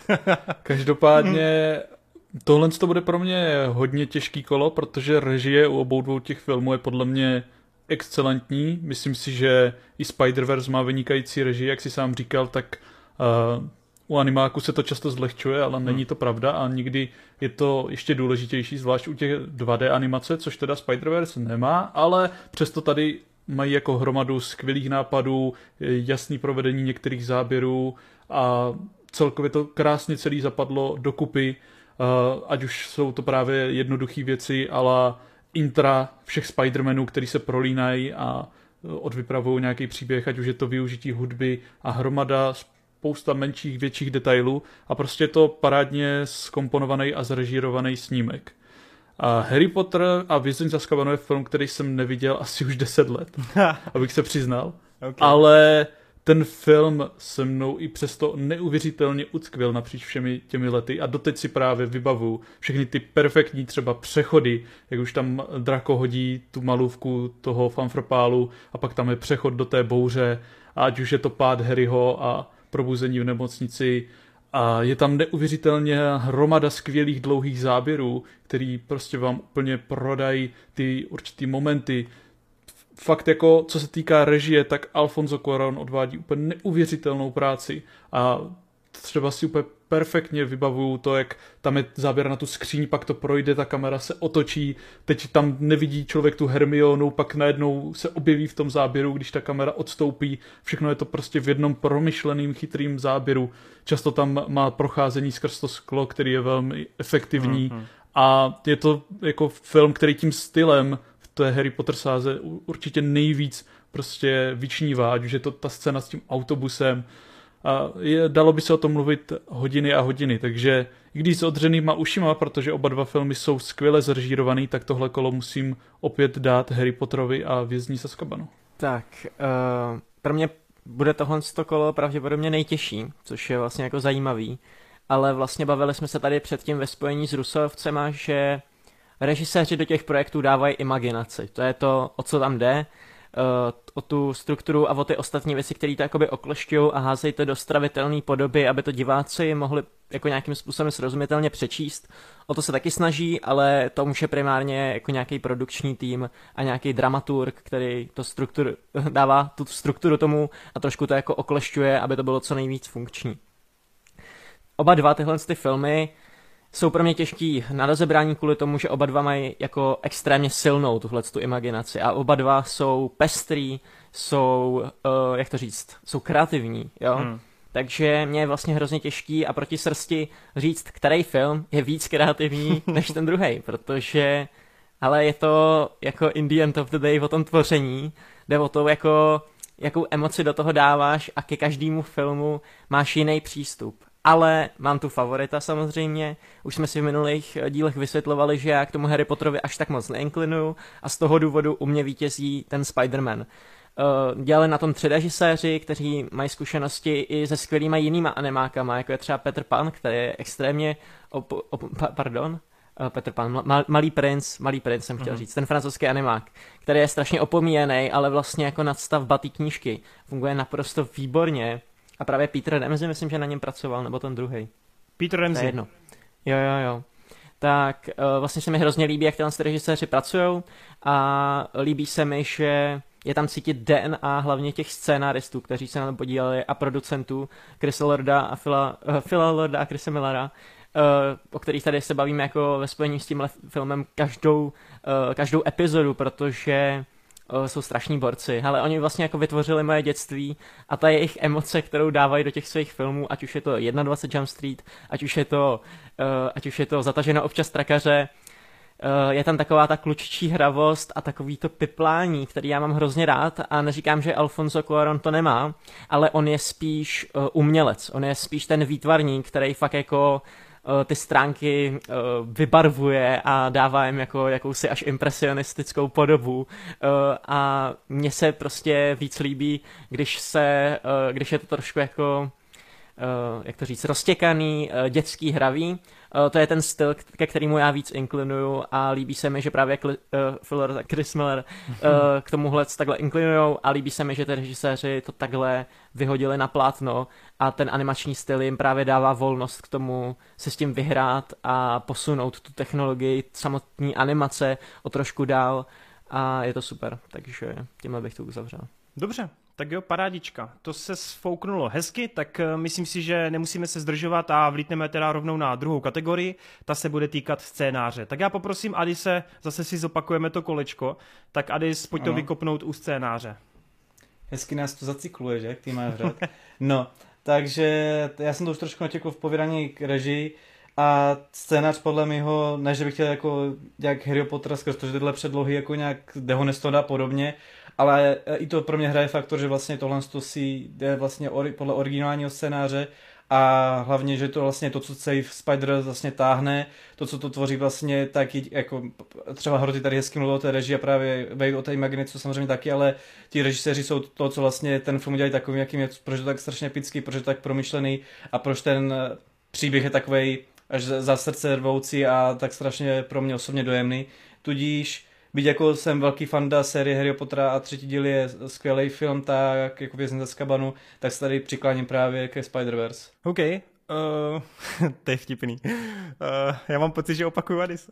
Každopádně tohle to bude pro mě hodně těžký kolo, protože režie u obou dvou těch filmů je podle mě excelentní. Myslím si, že i Spider-Verse má vynikající režii, jak si sám říkal, tak uh, u animáku se to často zlehčuje, ale hmm. není to pravda a nikdy je to ještě důležitější, zvlášť u těch dva dé animace, což teda Spider-Verse nemá, ale přesto tady mají jako hromadu skvělých nápadů, jasný provedení některých záběrů a celkově to krásně celý zapadlo dokupy, ať už jsou to právě jednoduché věci, ale intra všech Spider-Manů, který se prolínají a odvypravují nějaký příběh, ať už je to využití hudby a hromada spousta menších, větších detailů a prostě je to parádně zkomponovaný a zrežírovaný snímek. A Harry Potter a Vězeň z Azkabanu je film, který jsem neviděl asi už deset let, abych se přiznal. Okay. Ale ten film se mnou i přesto neuvěřitelně utkvěl napříč všemi těmi lety a doteď si právě vybavuju všechny ty perfektní třeba přechody, jak už tam Draco hodí tu malůvku toho fanfropálu a pak tam je přechod do té bouře a ať už je to pád Harryho a probuzení v nemocnici a je tam neuvěřitelně hromada skvělých dlouhých záběrů, který prostě vám úplně prodají ty určitý momenty. Fakt jako, co se týká režie, tak Alfonso Cuarón odvádí úplně neuvěřitelnou práci a třeba si úplně perfektně vybavuju to, jak tam je záběr na tu skříň, pak to projde, ta kamera se otočí, teď tam nevidí člověk tu Hermionu, pak najednou se objeví v tom záběru, když ta kamera odstoupí, všechno je to prostě v jednom promyšleným, chytrým záběru, často tam má procházení skrz to sklo, který je velmi efektivní mm-hmm. a je to jako film, který tím stylem v té Harry Potter sáze určitě nejvíc prostě vyčnívá, ať už je to ta scéna s tím autobusem, a je, dalo by se o tom mluvit hodiny a hodiny, takže i když s odřenýma ušima, protože oba dva filmy jsou skvěle zrežírovaný, tak tohle kolo musím opět dát Harry Potterovi a Vězni z Azkabanu. Tak, uh, pro mě bude tohle kolo pravděpodobně nejtěžší, což je vlastně jako zajímavý. ale vlastně bavili jsme se tady předtím ve spojení s Rusovcema, že režiséři do těch projektů dávají imaginaci. To je to, o co tam jde, o tu strukturu a o ty ostatní věci, které to jakoby oklešťují a házejí to do stravitelné podoby, aby to diváci mohli jako nějakým způsobem srozumitelně přečíst. O to se taky snaží, ale to může primárně jako nějaký produkční tým a nějaký dramaturg, který to struktur, dává tu strukturu tomu a trošku to jako oklešťuje, aby to bylo co nejvíc funkční. Oba dva tyhle ty filmy jsou pro mě těžký na rozebrání kvůli tomu, že oba dva mají jako extrémně silnou tuhletu imaginaci a oba dva jsou pestrý, jsou, uh, jak to říct, jsou kreativní, jo. Hmm. Takže mě je vlastně hrozně těžký a proti srsti říct, který film je víc kreativní než ten druhej, protože, ale je to jako in the end of the day o tom tvoření, jde o to, jako, jakou emoci do toho dáváš a ke každému filmu máš jiný přístup. Ale mám tu favorita samozřejmě, už jsme si v minulých dílech vysvětlovali, že já k tomu Harry Potterovi až tak moc neinklinuju a z toho důvodu u mě vítězí ten Spider-Man. Dělali na tom tři režiséři, kteří mají zkušenosti i se skvělýma jinýma animákama, jako je třeba Peter Pan, který je extrémně, op, op, pardon, Peter Pan, mal, Malý princ, Malý princ jsem chtěl uh-huh. říct, ten francouzský animák, který je strašně opomíjený, ale vlastně jako nadstavba té knížky, funguje naprosto výborně. A právě Peter Ramsey, myslím, že na něm pracoval, nebo ten druhej. Peter Ramsey. To je jedno. Jo, jo, jo. Tak uh, vlastně se mi hrozně líbí, jak tyhle režiséři pracujou a líbí se mi, že je tam cítit D N A hlavně těch scénáristů, kteří se na to podíleli a producentů Chrisa Lorda a Phila, uh, Phila Lorda a Chrisa Millera, uh, o kterých tady se bavíme jako ve spojení s tímhle filmem každou, uh, každou epizodu, protože jsou strašní borci, ale oni vlastně jako vytvořili moje dětství a ta jejich emoce, kterou dávají do těch svých filmů, ať už je to dvacet jedna Jump Street, ať už je to, uh, ať už je to Zataženo občas trakaře, uh, je tam taková ta klučičí hravost a takový to piplání, který já mám hrozně rád a neříkám, že Alfonso Cuarón to nemá, ale on je spíš uh, umělec, on je spíš ten výtvarník, který fakt jako ty stránky uh, vybarvuje a dává jim jako jakousi až impresionistickou podobu uh, a mně se prostě víc líbí, když se, uh, když je to trošku jako, uh, jak to říct, roztěkaný, uh, dětský hravý. Uh, to je ten styl, ke kterému já víc inklinuju a líbí se mi, že právě Cl- uh, Phil a Chris Miller uh, k tomuhle takhle inklinujou a líbí se mi, že ty režiséři to takhle vyhodili na plátno a ten animační styl jim právě dává volnost k tomu se s tím vyhrát a posunout tu technologii samotný animace o trošku dál a je to super, takže tímhle bych to uzavřel. Dobře, tak jo, parádička. To se sfouknulo hezky, tak myslím si, že nemusíme se zdržovat a vlítneme teda rovnou na druhou kategorii, ta se bude týkat scénáře. Tak já poprosím Adise, zase si zopakujeme to kolečko, tak Adis, pojď to ano. vykopnout u scénáře. Hezky nás to zacykluje, že? Jak ty máš hrát. No, takže já jsem to už trošku natěkl v povídání k režii a scénář podle mého, ne, že bych chtěl jako jak Harry Potter skrz to, že tyhle předlohy jako nějak dehonestovat a podobně, ale i to pro mě hraje faktor, že vlastně tohle si jde vlastně ori, podle originálního scénáře a hlavně, že to vlastně to, co celý Spider vlastně táhne, to, co to tvoří vlastně taky, jako třeba Hroty tady hezky mluvil o té režii a právě Wade o té imaginaci samozřejmě taky, ale ti režiséři jsou to, co vlastně ten film udělají takovým, jakým je, proč je to tak strašně epický, proč je to tak promyšlený a proč ten příběh je takovej až za srdce rvoucí a tak strašně pro mě osobně dojemný. Tudíž byť jako jsem velký fanda série Harry Pottera a třetí díl je skvělý film, tak jako Vězně z Azkabanu, tak se tady přikláním právě ke Spider-Verse. OK, uh, to je vtipný. Uh, já mám pocit, že opakuju Adis.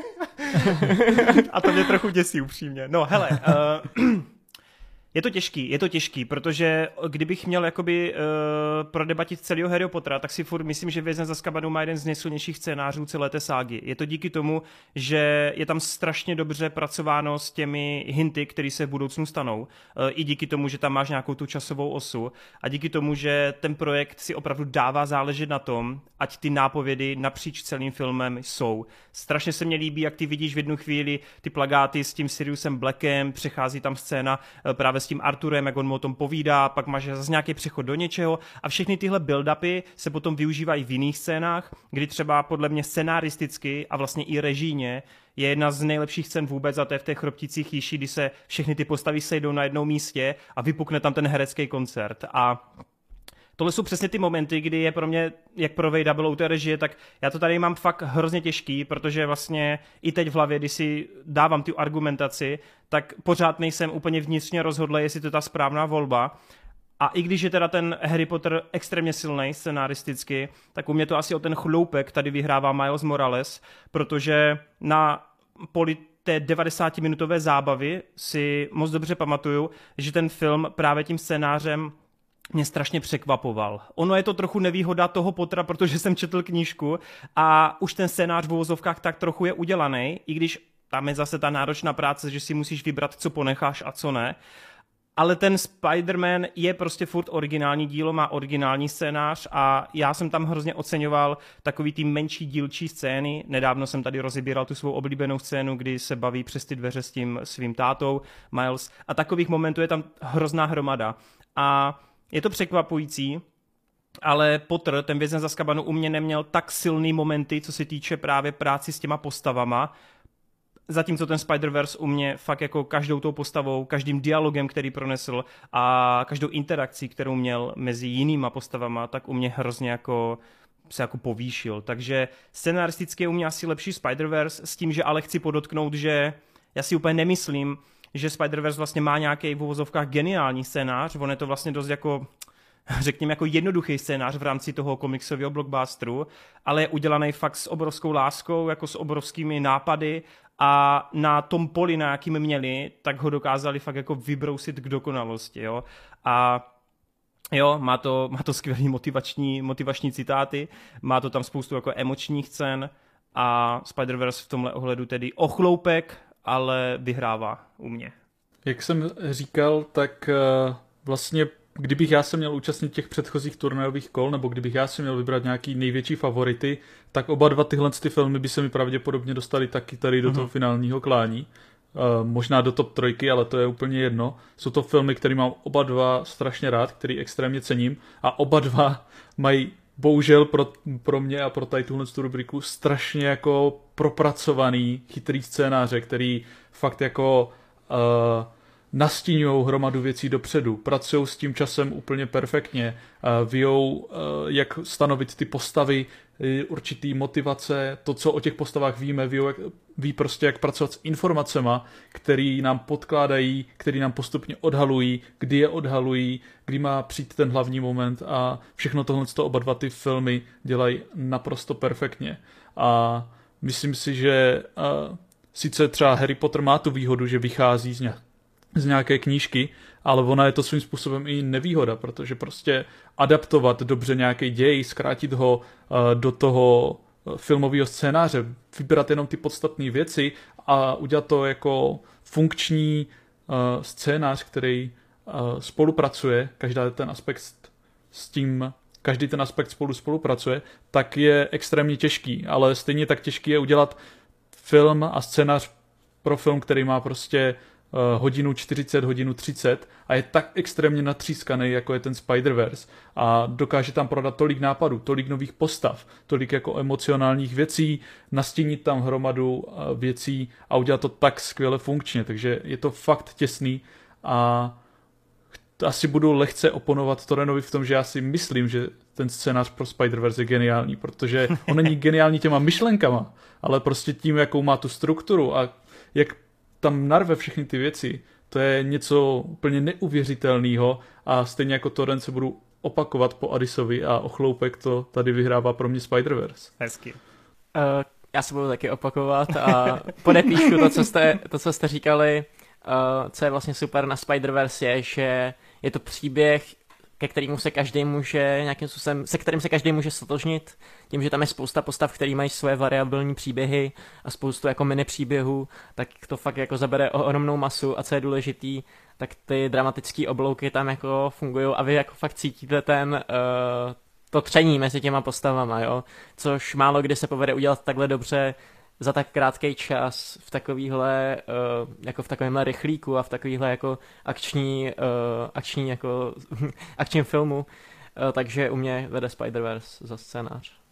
A to mě trochu děsí upřímně. No hele, uh, je to těžký, je to těžký, protože kdybych měl jakoby uh, prodebatit celého Harry Pottera, tak si furt myslím, že Vězně z Azkabanu má jeden z nejsilnějších scénářů celé té ságy. Je to díky tomu, že je tam strašně dobře pracováno s těmi hinty, které se v budoucnu stanou. Uh, I díky tomu, že tam máš nějakou tu časovou osu a díky tomu, že ten projekt si opravdu dává záležet na tom, ať ty nápovědy napříč celým filmem jsou. Strašně se mně líbí, jak ty vidíš v jednu chvíli ty plakáty s tím Siriusem Blackem, přechází tam scéna uh, právě s tím Arturem, jak on mu o tom povídá, pak máš zase nějaký přechod do něčeho a všechny tyhle build-upy se potom využívají v jiných scénách, kdy třeba podle mě scenaristicky a vlastně i režijně je jedna z nejlepších scén vůbec a to je v těch Chropticích chýší, kdy se všechny ty postavy sejdou na jednom místě a vypukne tam ten herecký koncert a tohle jsou přesně ty momenty, kdy je pro mě, jak pro Vejda bylo u té režie, tak já to tady mám fakt hrozně těžký, protože vlastně i teď v hlavě, když si dávám tu argumentaci, tak pořád nejsem úplně vnitřně rozhodl, jestli to je ta správná volba. A i když je teda ten Harry Potter extrémně silný scenaristicky, tak u mě to asi o ten chloupek tady vyhrává Miles Morales, protože na poli té devadesátiminutové zábavy si moc dobře pamatuju, že ten film právě tím scénářem mě strašně překvapoval. Ono je to trochu nevýhoda toho Pottera, protože jsem četl knížku a už ten scénář v uvozovkách tak trochu je udělaný, i když tam je zase ta náročná práce, že si musíš vybrat, co ponecháš a co ne. Ale ten Spider-Man je prostě furt originální dílo, má originální scénář a já jsem tam hrozně oceňoval takový ty menší dílčí scény. Nedávno jsem tady rozebíral tu svou oblíbenou scénu, kdy se baví přes ty dveře s tím svým tátou Miles a takových momentů je tam hrozná hromada. A je to překvapující, ale Potter, ten Vězeň z Azkabanu, u mě neměl tak silný momenty, co se týče právě práci s těma postavama, zatímco ten Spider-Verse u mě fakt jako každou tou postavou, každým dialogem, který pronesl a každou interakcí, kterou měl mezi jinýma postavama, tak u mě hrozně jako se jako povýšil. Takže scenaristicky je u mě asi lepší Spider-Verse, s tím, že ale chci podotknout, že já si úplně nemyslím, že Spider-Verse vlastně má nějaký v uvozovkách geniální scénář, on je to vlastně dost jako, řekněme, jako jednoduchý scénář v rámci toho komiksového blockbusteru, ale je udělaný fakt s obrovskou láskou, jako s obrovskými nápady a na tom poli, na jakým měli, tak ho dokázali fakt jako vybrousit k dokonalosti, jo. A jo, má to, má to skvělý motivační, motivační citáty, má to tam spoustu jako emočních scén a Spider-Verse v tomhle ohledu tedy ochloupek, ale vyhrává u mě. Jak jsem říkal, tak vlastně kdybych já se měl účastnit těch předchozích turnajových kol, nebo kdybych já se měl vybrat nějaký největší favority, tak oba dva tyhle ty filmy by se mi pravděpodobně dostali taky tady do toho finálního klání. Uh, možná do top trojky, ale to je úplně jedno. Jsou to filmy, které mám oba dva strašně rád, který extrémně cením a oba dva mají bohužel pro, pro mě a pro tady tuhle rubriku strašně jako propracovaný, chytrý scénáře, který fakt jako uh, nastíňujou hromadu věcí dopředu, pracují s tím časem úplně perfektně, víjou, jak stanovit ty postavy, určitý motivace, to, co o těch postavách víme, víjou, jak, ví prostě, jak pracovat s informacema, který nám podkládají, který nám postupně odhalují, kdy je odhalují, kdy má přijít ten hlavní moment a všechno tohle oba dva ty filmy dělají naprosto perfektně. A myslím si, že uh, sice třeba Harry Potter má tu výhodu, že vychází z nějak z nějaké knížky, ale ona je to svým způsobem i nevýhoda, protože prostě adaptovat dobře nějaký děj, zkrátit ho uh, do toho filmového scénáře, vybrat jenom ty podstatné věci a udělat to jako funkční uh, scénář, který uh, spolupracuje, každý ten aspekt s tím, každý ten aspekt spolu spolupracuje, tak je extrémně těžký, ale stejně tak těžký je udělat film a scénář pro film, který má prostě hodinu čtyřicet, hodinu třicet a je tak extrémně natřískaný, jako je ten Spider-Verse a dokáže tam prodat tolik nápadů, tolik nových postav, tolik jako emocionálních věcí, nastínit tam hromadu věcí a udělat to tak skvěle funkčně, takže je to fakt těsný a asi budu lehce oponovat Torenovi v tom, že já si myslím, že ten scénář pro Spider-Verse je geniální, protože on není geniální těma myšlenkama, ale prostě tím, jakou má tu strukturu a jak tam narve všechny ty věci, to je něco úplně neuvěřitelného a stejně jako Torrent se budu opakovat po Adisovi a ochloupek to tady vyhrává pro mě Spider-Verse. Hezky. Uh, já se budu taky opakovat a podepíšu to, co jste, to, co jste říkali. Uh, co je vlastně super na Spider-Verse je, že je to příběh, ke kterému se každý může nějakým způsobem, se kterým se každý může stotožnit, tím, že tam je spousta postav, který mají svoje variabilní příběhy a spoustu jako mini příběhů, tak to fakt jako zabere ohromnou masu a co je důležitý, tak ty dramatické oblouky tam jako fungují a vy jako fakt cítíte ten uh, to tření mezi těma postavama, jo, což málo kdy se povede udělat takhle dobře za tak krátký čas v takovýhle, uh, jako v takovémhle rychlíku a v takovýhle jako akční, uh, akční jako akčním filmu, uh, takže u mě vede Spider-Verse za scénář.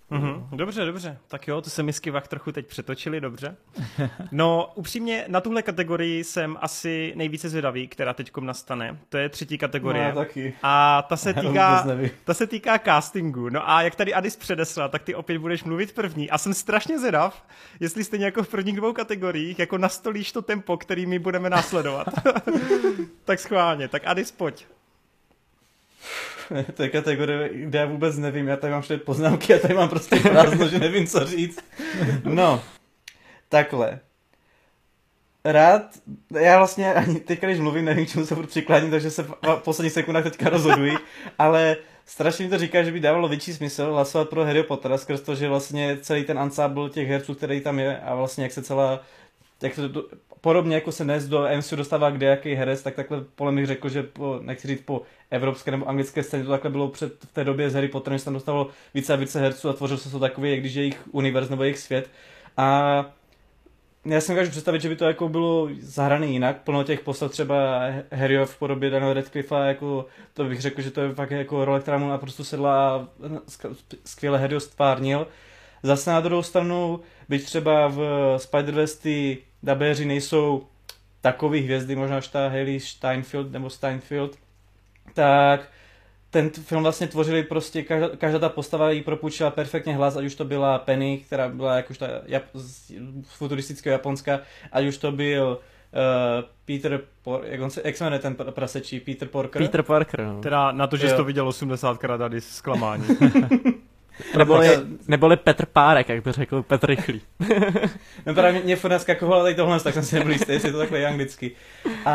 Mm-hmm. Dobře, dobře. Tak jo, to se mi s Kivach trochu teď přetočili, dobře. No, upřímně, na tuhle kategorii jsem asi nejvíce zvědavý, která teďkom nastane. To je třetí kategorie. No, taky. A ta se, týká, ta se týká castingu. No a jak tady Adis předesla, tak ty opět budeš mluvit první. A jsem strašně zvědav, jestli stejně jako v prvních dvou kategoriích, jako nastolíš to tempo, který my budeme následovat. Tak schválně. Tak Adis, pojď. To je kategorie, kde já vůbec nevím, já tady mám všude poznámky a tady mám prostě prázdno, že nevím, co říct. No, takhle. Rád, já vlastně ani teďka, když mluvím, nevím, k čemu se budu přikláním, takže se v posledních sekundách teďka rozhoduji, ale strašně mi to říká, že by dávalo větší smysl hlasovat pro Harryho Pottera, skrz to, že vlastně celý ten ansábl těch herců, který tam je a vlastně jak se celá, jak to, podobně jako se dnes do M C U dostává kde jaký herec, tak takhle podle bych řekl, že po, nechci říct po evropské nebo anglické scéně to takhle bylo před v té době s Harry Potterem, že se tam dostalo více a více herců a tvořil se to takový, jak když je jejich univerz nebo jejich svět. A já si můžu představit, že by to jako bylo zahrané jinak, plno těch postav, třeba Harryho v podobě Daniela Radcliffa, jako to bych řekl, že to je fakt jako role, která mu naprosto sedla a skvěle Harryho stvárnil. Zase na druhou stranu, byť třeba v Spider-Verse ty dabéři nejsou takový hvězdy, možná až ta Hailey Steinfeld nebo Steinfeld, tak ten film vlastně tvořili prostě, každá, každá ta postava jí propůjčila perfektně hlas, ať už to byla Penny, která byla jakož ta Jap, z futuristického Japonska, ať už to byl uh, Peter, Por, jak, on se, jak se jmenuje ten prasečí, Peter Porker? Peter Porker, no. Teda na to, že jsi to viděl osmdesátkrát tady zklamání. Neboli, neboli Petr Párek, jak by řekl Petr Rychlý. No právě mě, mě furt naskakovala tady tohle, tak jsem si nebyl jistý, jestli je to takhle anglicky. A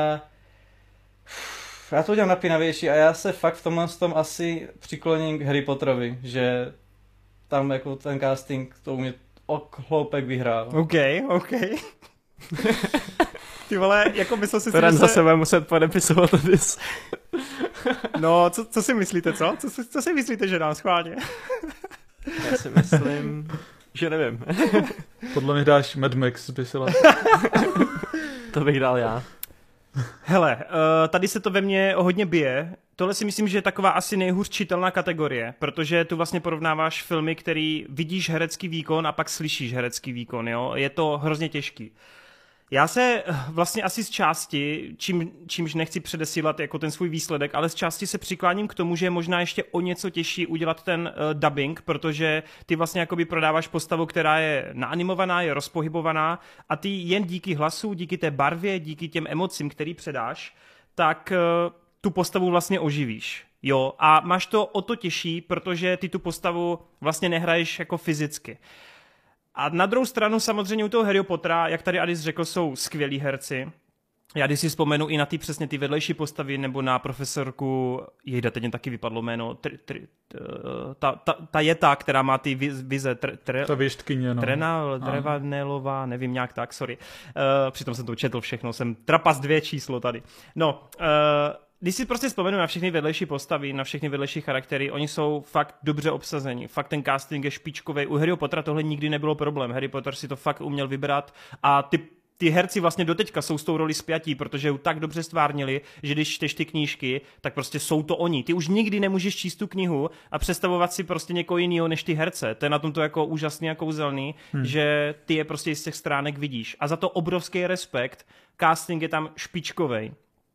já to udělám napínavější a já se fakt v tomhle tom asi přikloním k Harry Potterovi, že tam jako ten casting to u mě okloupek vyhrál. OK, OK. Ty vole, jako myslel si... Toren se... za sebe muset podepisovat Adis. No, co, co si myslíte, co? Co, co, co si myslíte, že dám schválně? Já si myslím, že nevím. Podle mě dáš Mad Max, by se To bych dal já. Hele, uh, tady se to ve mně hodně bije. Tohle si myslím, že je taková asi nejhůř čitelná kategorie, protože tu vlastně porovnáváš filmy, který vidíš herecký výkon a pak slyšíš herecký výkon, jo? Je to hrozně těžký. Já se vlastně asi z části, čím, čímž nechci předesílat jako ten svůj výsledek, ale z části se přikláním k tomu, že je možná ještě o něco těžší udělat ten uh, dubbing, protože ty vlastně jakoby prodáváš postavu, která je naanimovaná, je rozpohybovaná a ty jen díky hlasu, díky té barvě, díky těm emocím, který předáš, tak uh, tu postavu vlastně oživíš. Jo, a máš to o to těžší, protože ty tu postavu vlastně nehraješ jako fyzicky. A na druhou stranu samozřejmě u toho Harryho Pottera, jak tady Adis řekl, jsou skvělí herci. Já když si vzpomenu i na ty přesně ty vedlejší postavy, nebo na profesorku, jejda teď jen taky vypadlo jméno, tr, tr, ta, ta, ta je ta, která má ty vize, tr, tr, ta věštkyně, no. Trena, Drevanelová, nevím, nějak tak, sorry. Uh, přitom jsem to četl všechno, jsem trapas dvě číslo tady. No, uh, když si prostě vzpomenu na všechny vedlejší postavy, na všechny vedlejší charaktery, oni jsou fakt dobře obsazeni. Fakt ten casting je špičkový. U Harryho Pottera tohle nikdy nebylo problém. Harry Potter si to fakt uměl vybrat a ty ty herci vlastně doteďka jsou s tou roli spjatí, protože ju tak dobře stvárnili, že když čteš ty knížky, tak prostě jsou to oni. Ty už nikdy nemůžeš číst tu knihu a představovat si prostě někoho jiného než ty herce. To je na tom to jako úžasný a kouzelný, hmm. že ty je prostě z těch stránek vidíš. A za to obrovský respekt. Casting je tam špičkovej.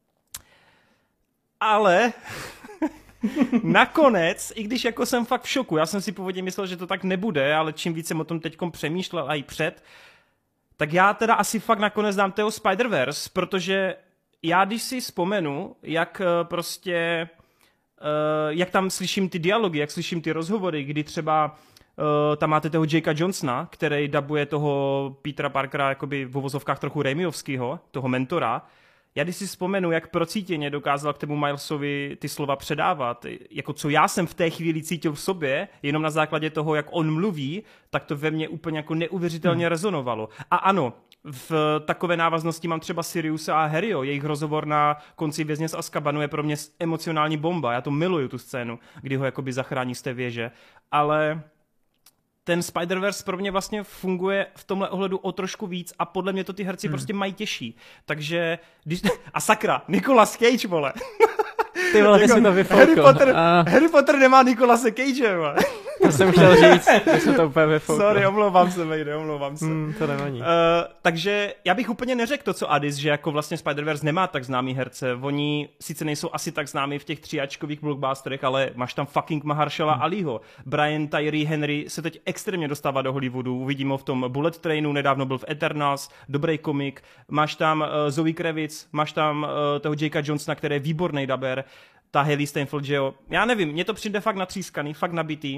Ale nakonec, i když jako jsem fakt v šoku, já jsem si původně myslel, že to tak nebude, ale čím víc jsem o tom teďkom přemýšlel a i před, tak já teda asi fakt nakonec dám toho Spider-Verse, protože já když si vzpomenu, jak prostě, jak tam slyším ty dialogy, jak slyším ty rozhovory, kdy třeba tam máte toho Jakea Johnsona, který dabuje toho Petera Parkera jakoby v uvozovkách trochu Raimiovskýho, toho mentora. Já když si vzpomenu, jak procítěně dokázal k tomu Milesovi ty slova předávat, jako co já jsem v té chvíli cítil v sobě, jenom na základě toho, jak on mluví, tak to ve mně úplně jako neuvěřitelně hmm. rezonovalo. A ano, v takové návaznosti mám třeba Siriusa a Harryho, jejich rozhovor na konci Vězně z Azkabanu je pro mě emocionální bomba, já to miluju tu scénu, kdy ho jakoby zachrání z té věže, ale ten Spider-Verse pro mě vlastně funguje v tomhle ohledu o trošku víc a podle mě to ty herci hmm. prostě mají těžší. Takže, když... a sakra, Nicolas Cage, vole. Ty vole, ty jsi to vyfolko. Harry Potter, a... Harry Potter nemá Nicolase Cage, vole. To jsem chtěl říct, že se to úplně vyfouklo. Sorry, omlouvám se, Mejde, omlouvám se. Mm, to nevadí. Uh, takže já bych úplně neřekl to, co Adis, že jako vlastně Spider-Verse nemá tak známý herce. Oni sice nejsou asi tak známí v těch tříáčkových blockbusterech, ale máš tam fucking Mahershala hmm. Aliho. Brian Tyree Henry se teď extrémně dostává do Hollywoodu. Uvidíme ho v tom Bullet Trainu, nedávno byl v Eternals, dobrý komik. Máš tam uh, Zoe Kravitz, máš tam uh, toho Jakea Johnsona, který je výborný daber. Ta Hailey Steinfeld, že jo. Já nevím, mně to přijde fakt natřískaný, fakt nabitý.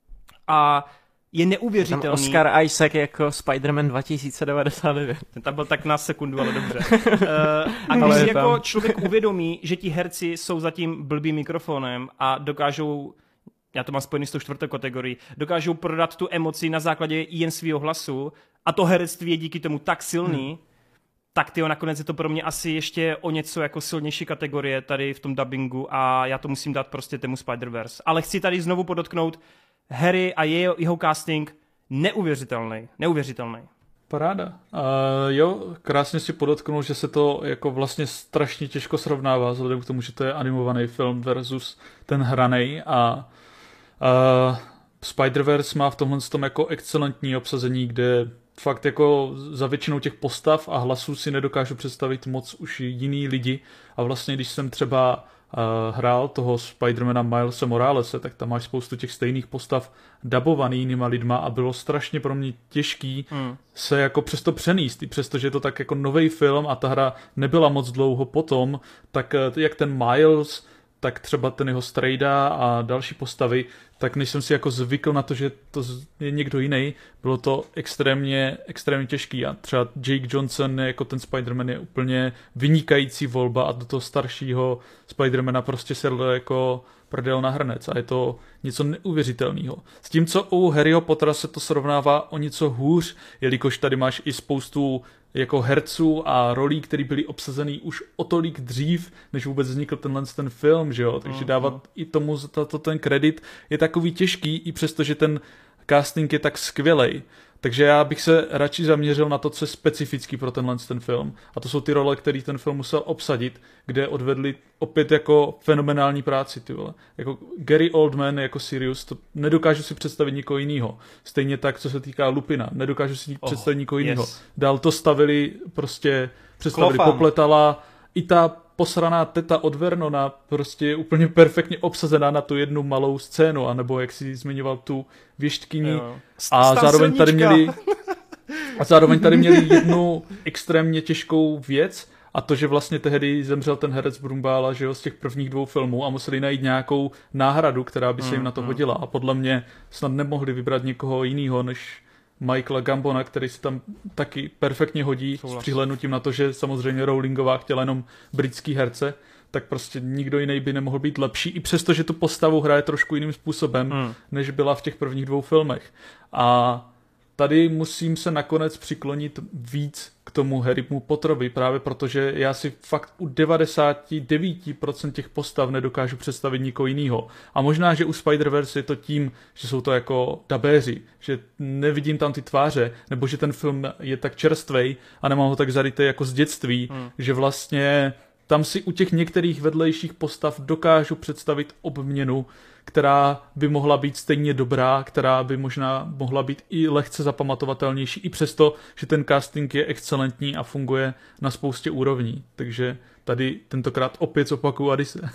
A je neuvěřitelný. Tam Oscar Isaac jako Spider-Man dva tisíce devadesát devět. Ten tam byl tak na sekundu, ale dobře. Uh, a když si jako člověk uvědomí, že ti herci jsou za tím blbým mikrofonem a dokážou, já to mám spojený s tou čtvrtou kategorií, dokážou prodat tu emoci na základě jen svýho hlasu a to herectví je díky tomu tak silný, hmm. tak tyjo, nakonec je to pro mě asi ještě o něco jako silnější kategorie tady v tom dubbingu a já to musím dát prostě tému Spider-Verse. Ale chci tady znovu podotknout, Harry a jeho, jeho casting neuvěřitelný, neuvěřitelný. Paráda. Uh, jo, krásně si podotknul, že se to jako vlastně strašně těžko srovnává, vzhledem k tomu, že to je animovaný film versus ten hranej a uh, Spider-Verse má v tomhle tom jako excelentní obsazení, kde fakt jako za většinou těch postav a hlasů si nedokážu představit moc už jiný lidi a vlastně když jsem třeba Uh, hrál toho Spidermana Milese Moralese, tak tam máš spoustu těch stejných postav dabovaný jinýma lidma a bylo strašně pro mě těžký mm. se jako přesto přenést, i přestože je to tak jako novej film a ta hra nebyla moc dlouho potom, tak jak ten Miles, tak třeba ten jeho Strejda a další postavy, tak než jsem si jako zvykl na to, že to je někdo jiný, bylo to extrémně, extrémně těžký a třeba Jake Johnson jako ten Spider-Man je úplně vynikající volba a do toho staršího Spider-Mana prostě sedl jako prdel na hrnec a je to něco neuvěřitelného. S tím, co u Harryho Pottera se to srovnává o něco hůř, jelikož tady máš i spoustu jako herců a rolí, které byly obsazený už o tolik dřív, než vůbec vznikl tenhle ten film, že jo, takže dávat mm. i tomu za to ten kredit je takový těžký, i přesto, že ten casting je tak skvělej. Takže já bych se radši zaměřil na to, co je specifický pro tenhle ten film. A to jsou ty role, které ten film musel obsadit, kde odvedli opět jako fenomenální práci, ty vole. Jako Gary Oldman jako Sirius, to nedokážu si představit nikoho jinýho. Stejně tak, co se týká Lupina, nedokážu si oh, představit nikoho jinýho. Yes. Dál to stavili, prostě představili Klofan. Popletala, i ta posraná teta od Vernona prostě je úplně perfektně obsazená na tu jednu malou scénu, anebo jak si zmiňoval tu věštkyni. Jo. A zároveň tady měli a zároveň tady měli jednu extrémně těžkou věc, a to, že vlastně tehdy zemřel ten herec Brumbála, že jo, z těch prvních dvou filmů a museli najít nějakou náhradu, která by se jim mm, na to hodila. A podle mě snad nemohli vybrat někoho jiného než Michaela Gambona, který se tam taky perfektně hodí s přihlédnutím na to, že samozřejmě Rowlingová chtěla jenom britský herce, tak prostě nikdo jiný by nemohl být lepší, i přesto, že tu postavu hraje trošku jiným způsobem, hmm. než byla v těch prvních dvou filmech. A tady musím se nakonec přiklonit víc k tomu Harrymu Potterovi, právě protože já si fakt u devadesát devět procent těch postav nedokážu představit nikoho jinýho. A možná, že u Spider-Verse je to tím, že jsou to jako dabéři, že nevidím tam ty tváře, nebo že ten film je tak čerstvej a nemám ho tak zarytý jako z dětství, hmm. že vlastně tam si u těch některých vedlejších postav dokážu představit obměnu, která by mohla být stejně dobrá, která by možná mohla být i lehce zapamatovatelnější, i přesto, že ten casting je excelentní a funguje na spoustě úrovní. Takže tady tentokrát opět zopakuju Adise.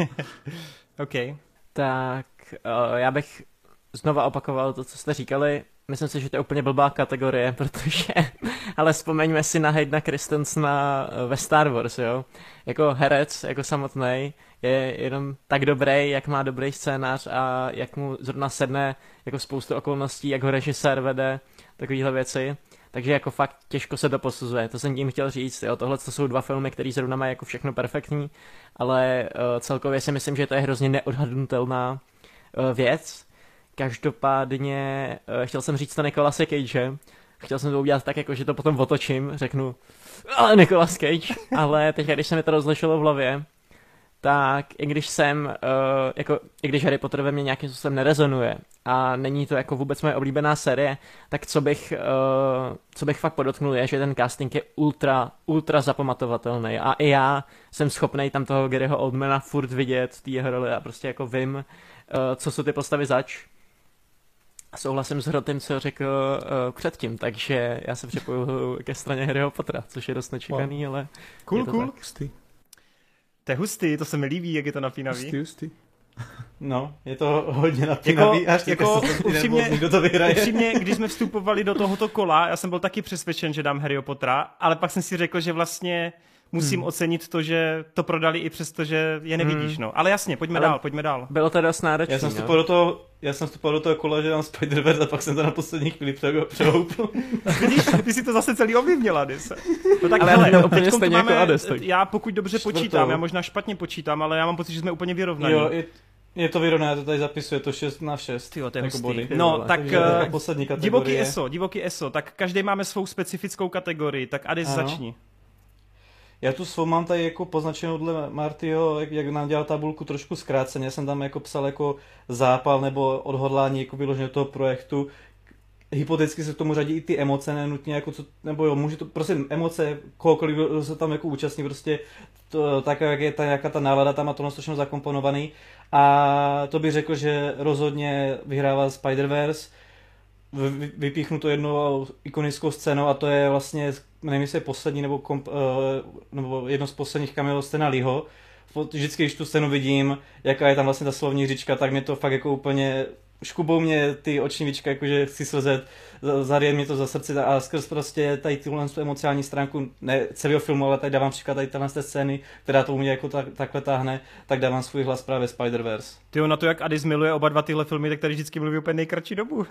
OK. Tak uh, já bych znova opakoval to, co jste říkali. Myslím si, že to je úplně blbá kategorie, protože, ale vzpomeňme si na Haydena Christensena ve Star Wars, jo. Jako herec, jako samotnej, je jenom tak dobrý, jak má dobrý scénář a jak mu zrovna sedne jako spoustu okolností, jak ho režisér vede, takovýhle věci. Takže jako fakt těžko se to posuzuje, to jsem tím chtěl říct, jo. Tohle to jsou dva filmy, které zrovna mají jako všechno perfektní, ale uh, celkově si myslím, že to je hrozně neodhadnutelná uh, věc. Každopádně uh, chtěl jsem říct to Nicolase Cage, chtěl jsem to udělat tak, jako, že to potom otočím, řeknu ale Nicolas Cage, ale teď, když se mi to rozlišilo v hlavě, tak i když jsem, uh, jako, i když Harry Potter ve mně nějakým způsobem nerezonuje a není to jako vůbec moje oblíbená série, tak co bych, uh, co bych fakt podotknul je, že ten casting je ultra, ultra zapamatovatelný a i já jsem schopnej tam toho Garyho Oldmana furt vidět v té jeho roli a prostě jako vím, uh, co jsou ty postavy zač. A souhlasím s Hrotym, co řekl uh, předtím, takže já se připojuju ke straně Harryho Pottera, což je dost nečekaný, wow. ale cool, to cool. Hustý. To je hustý, to se mi líbí, jak je to napínavý. Hustý, hustý. No, je to hodně napínavý, jako, až jako, upřímně, kdo to vyhraje. Upřímně, když jsme vstupovali do tohoto kola, já jsem byl taky přesvědčen, že dám Harryho Pottera, ale pak jsem si řekl, že vlastně musím hmm. ocenit to, že to prodali i přesto, že je nevidíš, hmm. no. Ale jasně, pojďme ale dál, pojďme dál. Bylo to dost náročné. Já jsem vstupoval do toho, já jsem vstupoval do toho kola, že dám Spider-Verse a pak jsem to na poslední chvíli přehoupl. Vidíš, ty si to zase celý ovlivnila, Adise. No tak ale hele, úplně stejně máme, jako Ades, tak. Já pokud dobře Čtvrtou. počítám, já možná špatně počítám, ale já mám pocit, že jsme úplně vyrovnaní. Jo, je, je to vyrovnané, to tady zapisuje, to šest na šest. Tyjo, to je jako body. No, tak uh, poslední kategorie. divoký eso, divoký eso, tak každý máme svou specifickou kategorii, tak Adis začni. Já tu svou mám tady jako poznačenou dle Martyho, jak, jak nám dělal tabulku trošku zkráceně. Já jsem tam jako psal jako zápal nebo odhodlání jako vyloženě toho projektu. Hypoteticky se k tomu řadí i ty emoce, nenutně jako co, nebo jo, může to, prostě emoce, kohokoliv, kdo se tam jako účastní, prostě to, tak, jak je ta, jaká ta nálada tam a to všechno zakomponovaný. A to bych řekl, že rozhodně vyhrává Spider-Verse. Vypíchnu to jednou ikonickou scénou a to je vlastně, nevím, jestli je poslední nebo, komp, uh, nebo jedno z posledních cameo scéna Leeho. Vždycky, když tu scénu vidím, jaká je tam vlastně ta slovní říčka, tak mě to fakt jako úplně škubou mě ty oční víčka, jakože chci slzet, zarije mě to za srdce a skrz prostě tady tuhle emocionální stránku, ne celého filmu, ale tady dávám příklad tady téhle scény, která to u mě jako tak, takhle táhne, tak dávám svůj hlas právě Spider-Verse. Tyjo, na to, jak Adis miluje oba dva tyhle filmy, tak tady vždycky mluví úplně nejkratší dobu.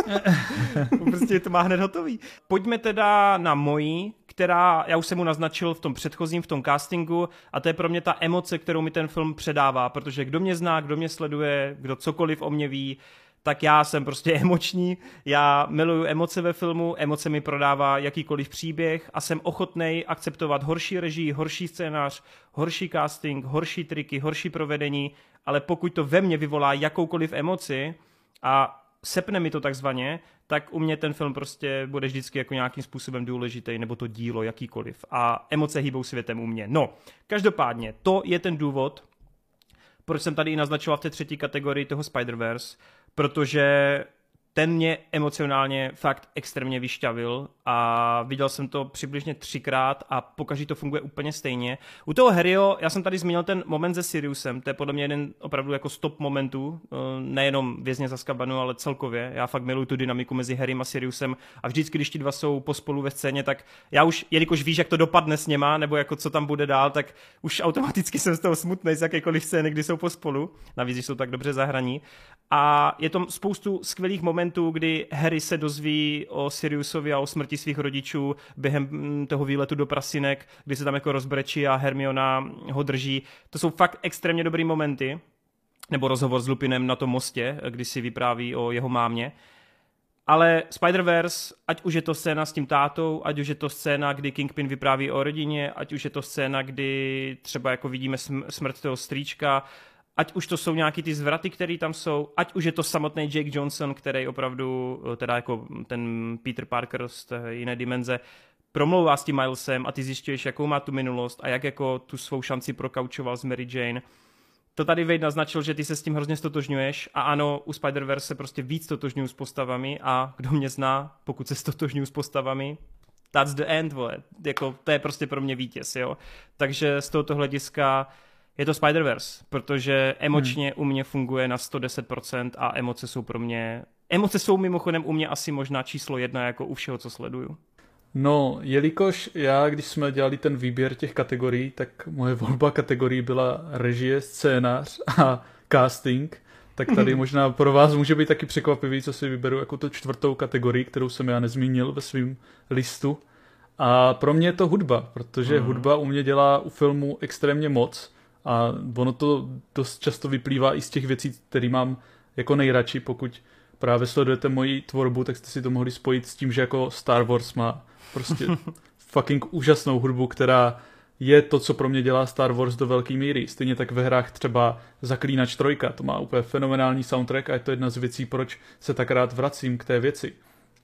Prostě to má hned hotový. Pojďme teda na moji, která, já už jsem mu naznačil v tom předchozím, v tom castingu, a to je pro mě ta emoce, kterou mi ten film předává, protože kdo mě zná, kdo mě sleduje, kdo cokoliv o mě ví, tak já jsem prostě emoční, já miluju emoce ve filmu, emoce mi prodává jakýkoliv příběh a jsem ochotnej akceptovat horší režii, horší scénář, horší casting, horší triky, horší provedení, ale pokud to ve mně vyvolá jakoukoliv emoci a sepne mi to takzvaně, tak u mě ten film prostě bude vždycky jako nějakým způsobem důležitý, nebo to dílo jakýkoliv. A emoce hýbou světem u mě. No, každopádně, to je ten důvod, proč jsem tady i naznačoval v té třetí kategorii toho Spider-Verse, protože ten mě emocionálně fakt extrémně vyšťavil a viděl jsem to přibližně třikrát a pokaždé to funguje úplně stejně. U toho Harryho, já jsem tady zmínil ten moment se Siriusem, to je podle mě jeden opravdu jako stop momentů, nejenom Vězně z Azkabanu, ale celkově. Já fakt miluji tu dynamiku mezi Harrym a Siriusem a vždycky, když ti dva jsou pospolu ve scéně, tak já už, jelikož víš, jak to dopadne s něma, nebo jako co tam bude dál, tak už automaticky jsem z toho smutnej z jakékoliv scény, kdy jsou pospolu, navíc, když jsou tak dobře zahraní. A je tam spoustu skvělých momentů, kdy Harry se dozví o Siriusovi a o smrti svých rodičů během toho výletu do prasinek, kdy se tam jako rozbrečí a Hermiona ho drží. To jsou fakt extrémně dobrý momenty. Nebo rozhovor s Lupinem na tom mostě, kdy si vypráví o jeho mámě. Ale Spider-Verse, ať už je to scéna s tím tátou, ať už je to scéna, kdy Kingpin vypráví o rodině, ať už je to scéna, kdy třeba jako vidíme smrt toho strýčka, ať už to jsou nějaký ty zvraty, které tam jsou, ať už je to samotný Jake Johnson, který opravdu, teda jako ten Peter Parker z té jiné dimenze, promlouvá s tím Milesem a ty zjišťuješ, jakou má tu minulost a jak jako tu svou šanci prokaučoval s Mary Jane. To tady Wade naznačil, že ty se s tím hrozně stotožňuješ a ano, u Spider-Verse se prostě víc stotožňuju s postavami a kdo mě zná, pokud se stotožňuju s postavami, that's the end, vole. Jako, to je prostě pro mě vítěz, jo. Takže z tohoto hlediska je to Spider-Verse, protože emočně hmm. u mě funguje na sto deset procent a emoce jsou pro mě, emoce jsou mimochodem u mě asi možná číslo jedna jako u všeho, co sleduju. No, jelikož já, když jsme dělali ten výběr těch kategorií, tak moje volba kategorií byla režie, scénář a casting, tak tady možná pro vás může být taky překvapivý, co si vyberu jako tu čtvrtou kategorii, kterou jsem já nezmínil ve svém listu. A pro mě je to hudba, protože mm. hudba u mě dělá u filmu extrémně moc a ono to dost často vyplývá i z těch věcí, které mám jako nejradši. Pokud právě sledujete moji tvorbu, tak jste si to mohli spojit s tím, že jako Star Wars má prostě fucking úžasnou hudbu, která je to, co pro mě dělá Star Wars do velké míry. Stejně tak ve hrách třeba Zaklínač trojka, to má úplně fenomenální soundtrack a je to jedna z věcí, proč se tak rád vracím k té věci.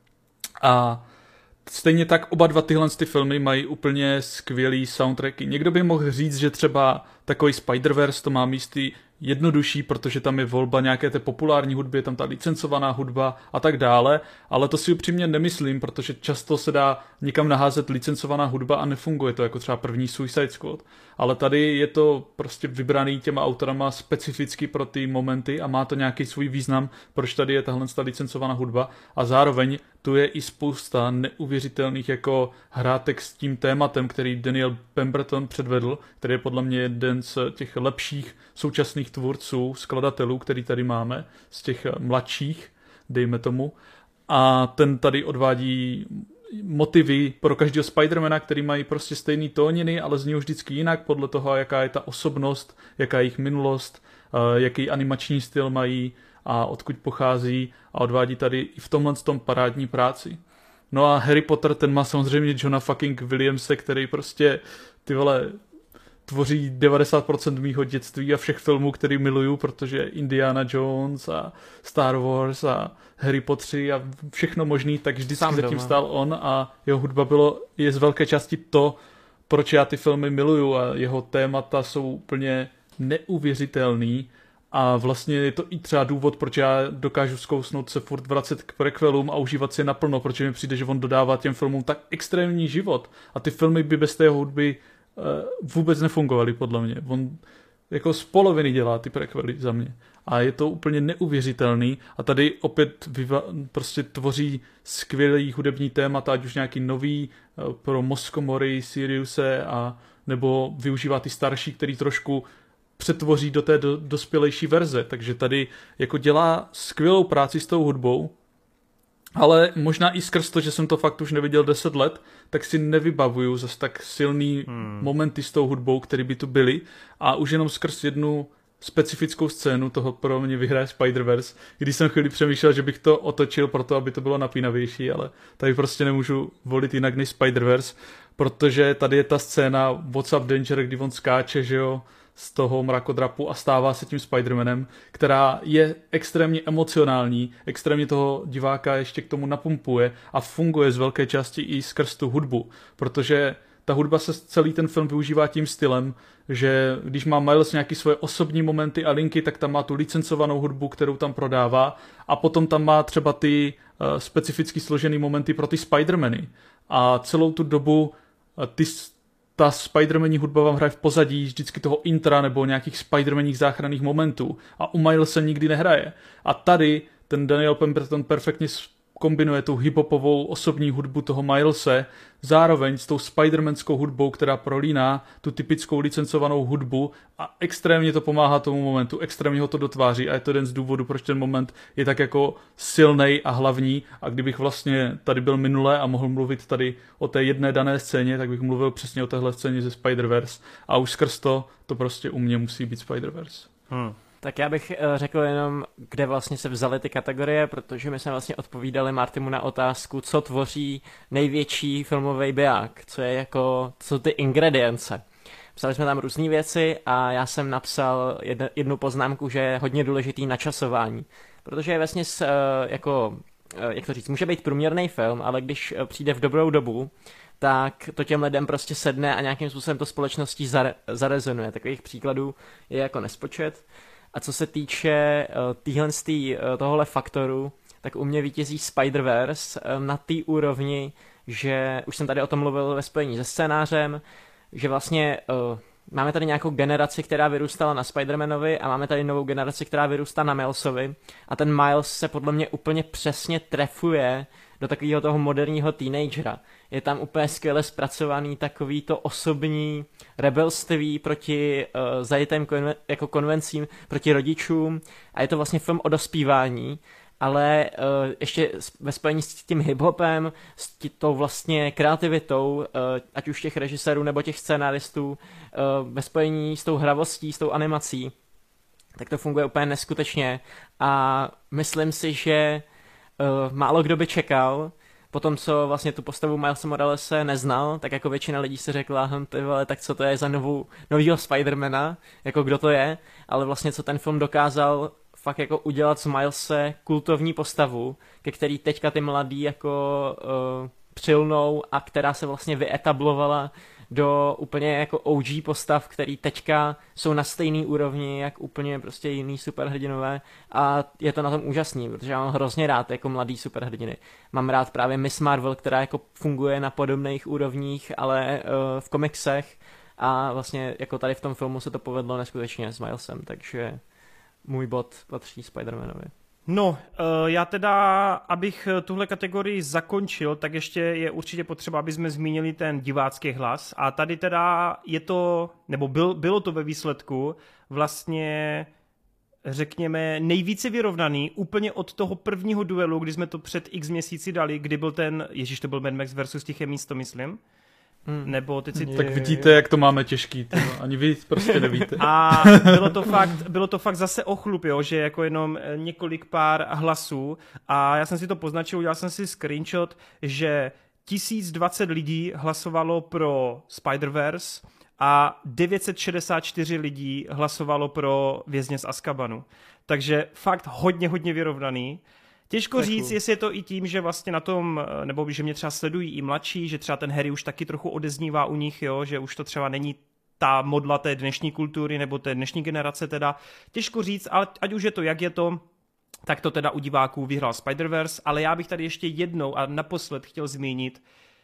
A stejně tak oba dva tyhle ty filmy mají úplně skvělý soundtracky. Někdo by mohl říct, že třeba takový Spider-Verse to má místy jednodušší, protože tam je volba nějaké té populární hudby, je tam ta licencovaná hudba a tak dále, ale to si upřímně nemyslím, protože často se dá někam naházet licencovaná hudba a nefunguje to, jako třeba první Suicide Squad. Ale tady je to prostě vybraný těma autorama specificky pro ty momenty a má to nějaký svůj význam, proč tady je tahle ta licencovaná hudba a zároveň tu je i spousta neuvěřitelných jako hrátek s tím tématem, který Daniel Pemberton předvedl, který je podle mě jeden z těch lepších současných tvůrců, skladatelů, který tady máme, z těch mladších, dejme tomu. A ten tady odvádí motivy pro každého Spidermana, který mají prostě stejný tóniny, ale zní už vždycky jinak podle toho, jaká je ta osobnost, jaká je jejich minulost, jaký animační styl mají a odkud pochází a odvádí tady i v tomhle tom parádní práci. No a Harry Potter, ten má samozřejmě Johna fucking Williamse, který prostě ty vole tvoří devadesát procent mýho dětství a všech filmů, který miluju, protože Indiana Jones a Star Wars a Harry Potter a všechno možný, tak vždycky zatím stál on a jeho hudba bylo, je z velké části to, proč já ty filmy miluju a jeho témata jsou úplně neuvěřitelný a vlastně je to i třeba důvod, proč já dokážu zkousnout se furt vracet k prequelům a užívat si je naplno, protože mi přijde, že on dodává těm filmům tak extrémní život a ty filmy by bez té hudby vůbec nefungovaly podle mě. On jako z poloviny dělá ty prequely za mě. A je to úplně neuvěřitelný. A tady opět vyva, prostě tvoří skvělý hudební témata, ať už nějaký nový pro Moskomory, Siriuse, a nebo využívá ty starší, který trošku přetvoří do té do, dospělejší verze. Takže tady jako dělá skvělou práci s tou hudbou, ale možná i skrz to, že jsem to fakt už neviděl deset let, tak si nevybavuju zase tak silný hmm. momenty s tou hudbou, které by tu byly. A už jenom skrz jednu specifickou scénu toho pro mě vyhraje Spider-Verse, když jsem chvíli přemýšlel, že bych to otočil proto, aby to bylo napínavější, ale tady prostě nemůžu volit jinak než Spider-Verse, protože tady je ta scéna What's Up Danger, kdy on skáče, že jo, z toho mrakodrapu a stává se tím Spider-Manem, která je extrémně emocionální, extrémně toho diváka ještě k tomu napumpuje a funguje z velké části i skrz tu hudbu, protože ta hudba se celý ten film využívá tím stylem, že když má Miles nějaký svoje osobní momenty a linky, tak tam má tu licencovanou hudbu, kterou tam prodává a potom tam má třeba ty uh, specificky složený momenty pro ty Spider-Many a celou tu dobu uh, ty ta Spider-Manní hudba vám hraje v pozadí vždycky toho intra nebo nějakých Spider-Manních záchranných momentů a u Milese nikdy nehraje. A tady ten Daniel Pemberton perfektně kombinuje tu hiphopovou osobní hudbu toho Milese zároveň s tou Spider-Manskou hudbou, která prolíná tu typickou licencovanou hudbu a extrémně to pomáhá tomu momentu, extrémně ho to dotváří a je to jeden z důvodů, proč ten moment je tak jako silnej a hlavní a kdybych vlastně tady byl minule a mohl mluvit tady o té jedné dané scéně, tak bych mluvil přesně o téhle scéně ze Spider-Verse a už skrz to, to prostě u mě musí být Spider-Verse. Hmm. Tak já bych řekl jenom, kde vlastně se vzaly ty kategorie, protože my jsme vlastně odpovídali Martimu na otázku, co tvoří největší filmový biják, co je jako, co jsou ty ingredience. Psali jsme tam různé věci a já jsem napsal jednu, jednu poznámku, že je hodně důležitý načasování, protože je vlastně jako, jak to říct, může být průměrný film, ale když přijde v dobrou dobu, tak to těm lidem prostě sedne a nějakým způsobem to společností zare, zarezonuje. Takových příkladů je jako nespočet. A co se týče uh, týhle, uh, tohohle faktoru, tak u mě vítězí Spider-Verse um, na té úrovni, že už jsem tady o tom mluvil ve spojení se scénářem, že vlastně uh, máme tady nějakou generaci, která vyrůstala na Spider-Manovi a máme tady novou generaci, která vyrůstá na Milesovi a ten Miles se podle mě úplně přesně trefuje do takového toho moderního teenagera. Je tam úplně skvěle zpracovaný takový to osobní rebelství proti uh, zajetým konven- jako konvencím, proti rodičům a je to vlastně film o dospívání, ale uh, ještě ve spojení s tím hiphopem, s tou vlastně kreativitou, uh, ať už těch režisérů nebo těch scénáristů, uh, ve spojení s tou hravostí, s tou animací, tak to funguje úplně neskutečně a myslím si, že uh, málo kdo by čekal, po tom, co vlastně tu postavu Milese Moralese neznal, tak jako většina lidí si řekla, hm, ty vole, tak co to je za novou, novýho Spidermana, jako kdo to je, ale vlastně co ten film dokázal fakt jako udělat z Milese kultovní postavu, ke který teďka ty mladí jako uh, přilnou a která se vlastně vyetablovala do úplně jako O G postav, který teďka jsou na stejný úrovni, jak úplně prostě jiný superhrdinové a je to na tom úžasný, protože já mám hrozně rád jako mladý superhrdiny. Mám rád právě Miss Marvel, která jako funguje na podobných úrovních, ale uh, v komiksech a vlastně jako tady v tom filmu se to povedlo neskutečně s Milesem, takže můj bod patří Spider-Manovi. No, já teda, abych tuhle kategorii zakončil, tak ještě je určitě potřeba, aby jsme zmínili ten divácký hlas a tady teda je to, nebo byl, bylo to ve výsledku vlastně, řekněme, nejvíce vyrovnaný úplně od toho prvního duelu, kdy jsme to před x měsíci dali, kdy byl ten, ježiš, to byl Mad Max versus Tiché místo, myslím. Hmm. Nebo teď si... Tak vidíte, jak to máme těžký, tyho. Ani vy prostě nevíte. A bylo to fakt, bylo to fakt zase ochlup, jo, že jako jenom několik pár hlasů a já jsem si to poznačil, udělal jsem si screenshot, že tisíc dvacet lidí hlasovalo pro Spider-Verse a devět set šedesát čtyři lidí hlasovalo pro Vězně z Azkabanu. Takže fakt hodně, hodně vyrovnaný. Těžko říct, cool. Jestli je to i tím, že vlastně na tom, nebo že mě třeba sledují i mladší, že třeba ten Harry už taky trochu odeznívá u nich, jo, že už to třeba není ta modla té dnešní kultury nebo té dnešní generace teda. Těžko říct, ale ať už je to, jak je to, tak to teda u diváků vyhrál Spider-Verse, ale já bych tady ještě jednou a naposled chtěl zmínit,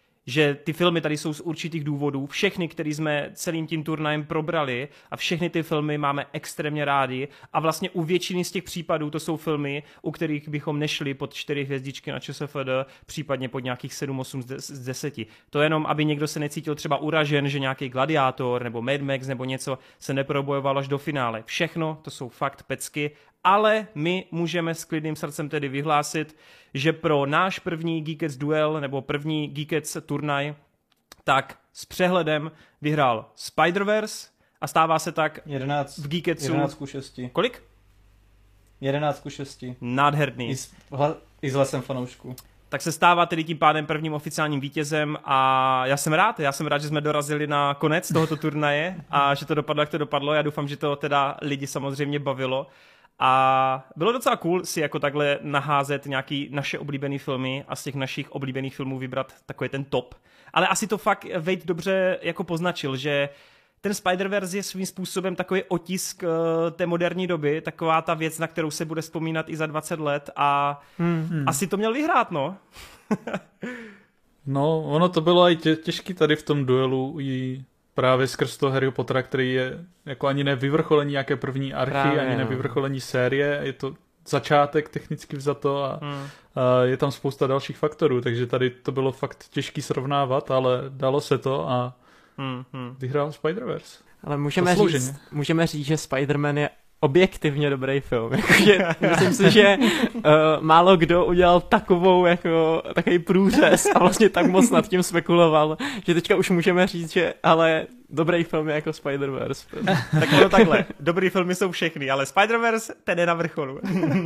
že ty filmy tady jsou z určitých důvodů, všechny, které jsme celým tím turnajem probrali a všechny ty filmy máme extrémně rádi a vlastně u většiny z těch případů to jsou filmy, u kterých bychom nešli pod čtyři hvězdičky na ČSFD, případně pod nějakých sedm osm z deseti. To jenom, aby někdo se necítil třeba uražen, že nějaký Gladiátor nebo Mad Max nebo něco se neprobojoval až do finále. Všechno to jsou fakt pecky, ale my můžeme s klidným srdcem tedy vyhlásit, že pro náš první Geekets duel nebo první Geekets turnaj, tak s přehledem vyhrál Spider-Verse a stává se tak jedenáct, v Geeketsu... jedenáct ku šesti. Kolik? jedenáct ku šesti. Nádherný. I s, hla, i s hlasem fanoušků. Tak se stává tedy tím pádem prvním oficiálním vítězem a já jsem rád, já jsem rád, že jsme dorazili na konec tohoto turnaje a že to dopadlo, jak to dopadlo. Já doufám, že to teda lidi samozřejmě bavilo. A bylo docela cool si jako takhle naházet nějaký naše oblíbené filmy a z těch našich oblíbených filmů vybrat takový ten top. Ale asi to fakt Wade dobře jako poznačil, že ten Spider-Verse je svým způsobem takový otisk uh, té moderní doby, taková ta věc, na kterou se bude vzpomínat i za dvacet let a hmm. asi to měl vyhrát, no. No, ono to bylo i tě, těžký tady v tom duelu i právě skrz toho Harryho Pottera, který je jako ani nevyvrcholení nějaké první archy, právě, ani nevyvrcholení série, je to začátek technicky vzato a, hmm. a je tam spousta dalších faktorů, takže tady to bylo fakt těžký srovnávat, ale dalo se to a hmm, hmm. vyhrál Spider-Verse. Ale můžeme říct, můžeme říct, že Spider-Man je objektivně dobrý film. Jakože, myslím si, že uh, málo kdo udělal takovou, jako, takový průřez a vlastně tak moc nad tím spekuloval, že teďka už můžeme říct, že ale dobrý film je jako Spider-Verse. Tak ono takhle, dobrý filmy jsou všechny, ale Spider-Verse, ten je na vrcholu.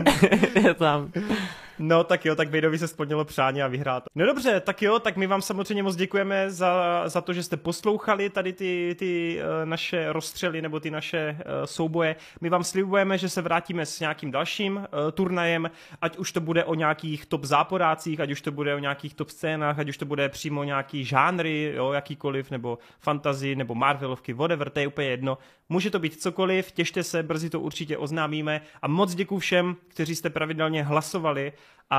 Je tam. No tak jo, tak Wadeovi se splnilo přání a vyhrát. No dobře, tak jo, tak my vám samozřejmě moc děkujeme za, za to, že jste poslouchali tady ty, ty uh, naše rozstřely nebo ty naše uh, souboje. My vám slibujeme, že se vrátíme s nějakým dalším uh, turnajem, ať už to bude o nějakých top záporácích, ať už to bude o nějakých top scénách, ať už to bude přímo nějaký žánry, jo, jakýkoliv, nebo fantasy, nebo Marvelovky, whatever, to je úplně jedno. Může to být cokoliv, těšte se, brzy to určitě oznámíme a moc děkuju všem, kteří jste pravidelně hlasovali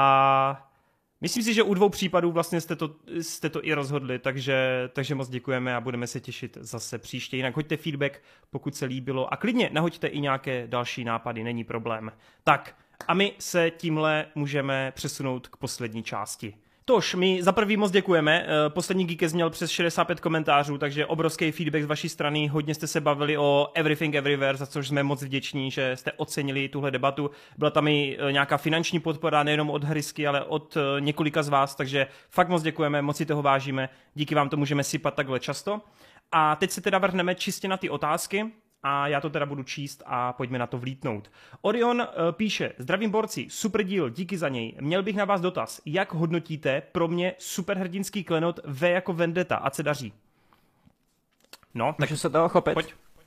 a myslím si, že u dvou případů vlastně jste to, jste to i rozhodli, takže, takže moc děkujeme a budeme se těšit zase příště. Jinak hoďte feedback, pokud se líbilo a klidně nahoďte i nějaké další nápady, není problém. Tak a my se tímhle můžeme přesunout k poslední části. Tož, my za prvý moc děkujeme, poslední Geekest měl přes šedesát pět komentářů, takže obrovský feedback z vaší strany, hodně jste se bavili o Everything Everywhere, za což jsme moc vděční, že jste ocenili tuhle debatu. Byla tam i nějaká finanční podpora, nejenom od Hrysky, ale od několika z vás, takže fakt moc děkujeme, moc si toho vážíme, díky vám to můžeme sypat takhle často. A teď se teda vrhneme čistě na ty otázky. A já to teda budu číst a pojďme na to vlítnout. Orion uh, píše, zdravím borci, super díl, díky za něj. Měl bych na vás dotaz, jak hodnotíte pro mě superhrdinský klenot V jako Vendetta, ať se daří. No, tak můžu se toho chopit. Pojď.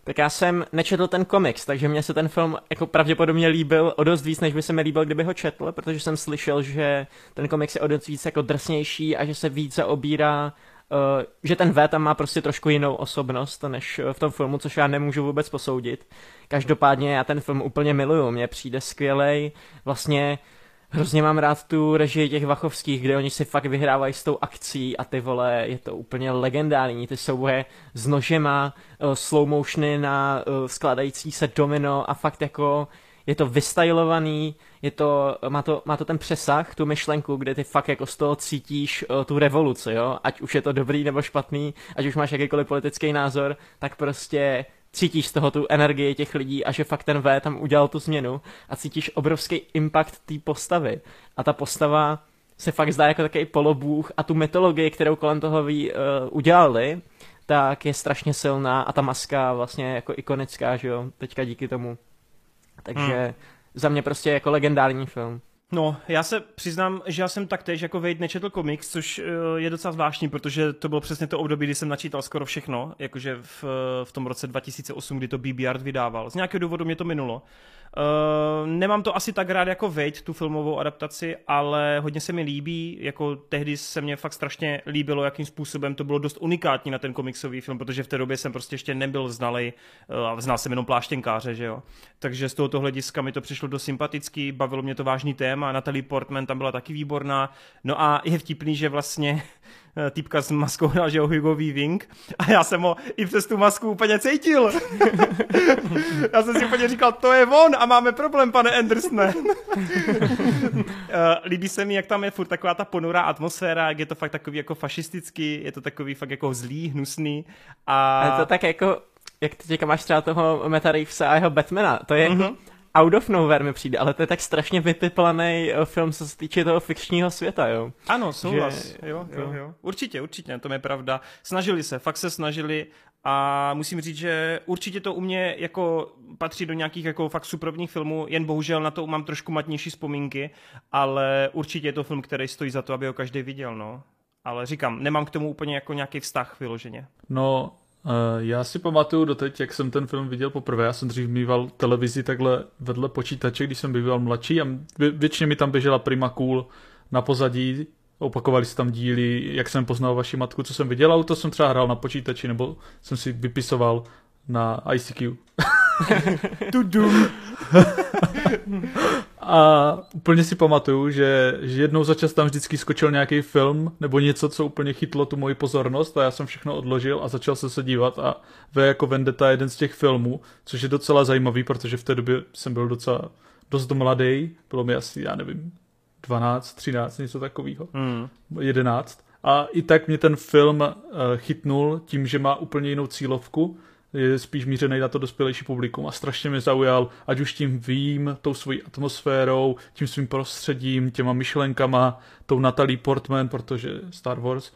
Tak já jsem nečetl ten komiks, takže mě se ten film jako pravděpodobně líbil o dost víc, než by se mi líbil, kdyby ho četl, protože jsem slyšel, že ten komiks je o dost víc jako drsnější a že se víc zaobírá, uh, že ten V tam má prostě trošku jinou osobnost než v tom filmu, což já nemůžu vůbec posoudit. Každopádně já ten film úplně miluju, mně přijde skvělej, vlastně hrozně mám rád tu režii těch Wachowských, kde oni si fakt vyhrávají s tou akcí a ty vole, je to úplně legendární, ty souboje s nožema, uh, slow motiony na uh, skládající se domino a fakt jako je to vystylovaný, je to, má, to, má to ten přesah, tu myšlenku, kde ty fakt jako z toho cítíš uh, tu revoluci, jo, ať už je to dobrý nebo špatný, ať už máš jakýkoliv politický názor, tak prostě cítíš z toho tu energii těch lidí a že fakt ten V tam udělal tu změnu a cítíš obrovský impact té postavy. A ta postava se fakt zdá jako takový polobůh a tu mytologii, kterou kolem toho ví, uh, udělali, tak je strašně silná a ta maska vlastně jako ikonická, že jo, teďka díky tomu. Takže hmm. za mě prostě jako legendární film. No, já se přiznám, že já jsem taktéž jako Wade nečetl komiks, což je docela zvláštní, protože to bylo přesně to období, kdy jsem načítal skoro všechno, jakože v, v tom roce dva tisíce osm, kdy to B B Art vydával. Z nějakého důvodu mě to minulo. Uh, nemám to asi tak rád jako Wade, tu filmovou adaptaci, ale hodně se mi líbí, jako tehdy se mě fakt strašně líbilo, jakým způsobem to bylo dost unikátní na ten komiksový film, protože v té době jsem prostě ještě nebyl znalej uh, a znal jsem jenom pláštěnkáře, že jo. Takže z tohoto hlediska mi to přišlo dost sympatický, bavilo mě to vážný téma, Natalie Portman tam byla taky výborná, no a je vtipný, že vlastně týpka s maskou hrál, že ho Hugo Weaving a já jsem ho i přes tu masku úplně cítil. Já jsem si úplně říkal, to je on a máme problém, pane Andersone. Líbí se mi, jak tam je furt taková ta ponurá atmosféra, jak je to fakt takový jako fašistický, je to takový fakt jako zlý, hnusný. A, a je to tak jako, jak teďka máš třeba toho Meta Reevesa a jeho Batmana, to je mm-hmm. out of nowhere mi přijde, ale to je tak strašně vypiplaný film, co se týče toho fikčního světa, jo. Ano, souhlas, že, jo, jo, jo. Určitě, určitě, to je pravda. Snažili se, fakt se snažili a musím říct, že určitě to u mě jako patří do nějakých jako fakt superovních filmů, jen bohužel na to mám trošku matnější vzpomínky, ale určitě je to film, který stojí za to, aby ho každý viděl, no. Ale říkám, nemám k tomu úplně jako nějaký vztah vyloženě. No, Uh, já si pamatuju doteď, jak jsem ten film viděl poprvé. Já jsem dřív mýval televizi takhle vedle počítače, když jsem býval mladší a většině mi tam běžela Prima Cool na pozadí. Opakovali se tam díly, jak jsem poznal vaši matku, co jsem viděl, a to jsem třeba hrál na počítači, nebo jsem si vypisoval na I C Q. Tudum. A úplně si pamatuju, že, že jednou za čas tam vždycky skočil nějaký film nebo něco, co úplně chytlo tu moji pozornost a já jsem všechno odložil a začal jsem se dívat a V jako Vendetta je jeden z těch filmů, což je docela zajímavý, protože v té době jsem byl docela dost mladý, bylo mi asi, já nevím, dvanáct, třináct, něco takového, mm. jedenáct. A i tak mě ten film uh, chytnul tím, že má úplně jinou cílovku, je spíš mířený na to dospělejší publikum a strašně mě zaujal, ať už tím vím, tou svojí atmosférou, tím svým prostředím, těma myšlenkama, tou Natalie Portman, protože Star Wars.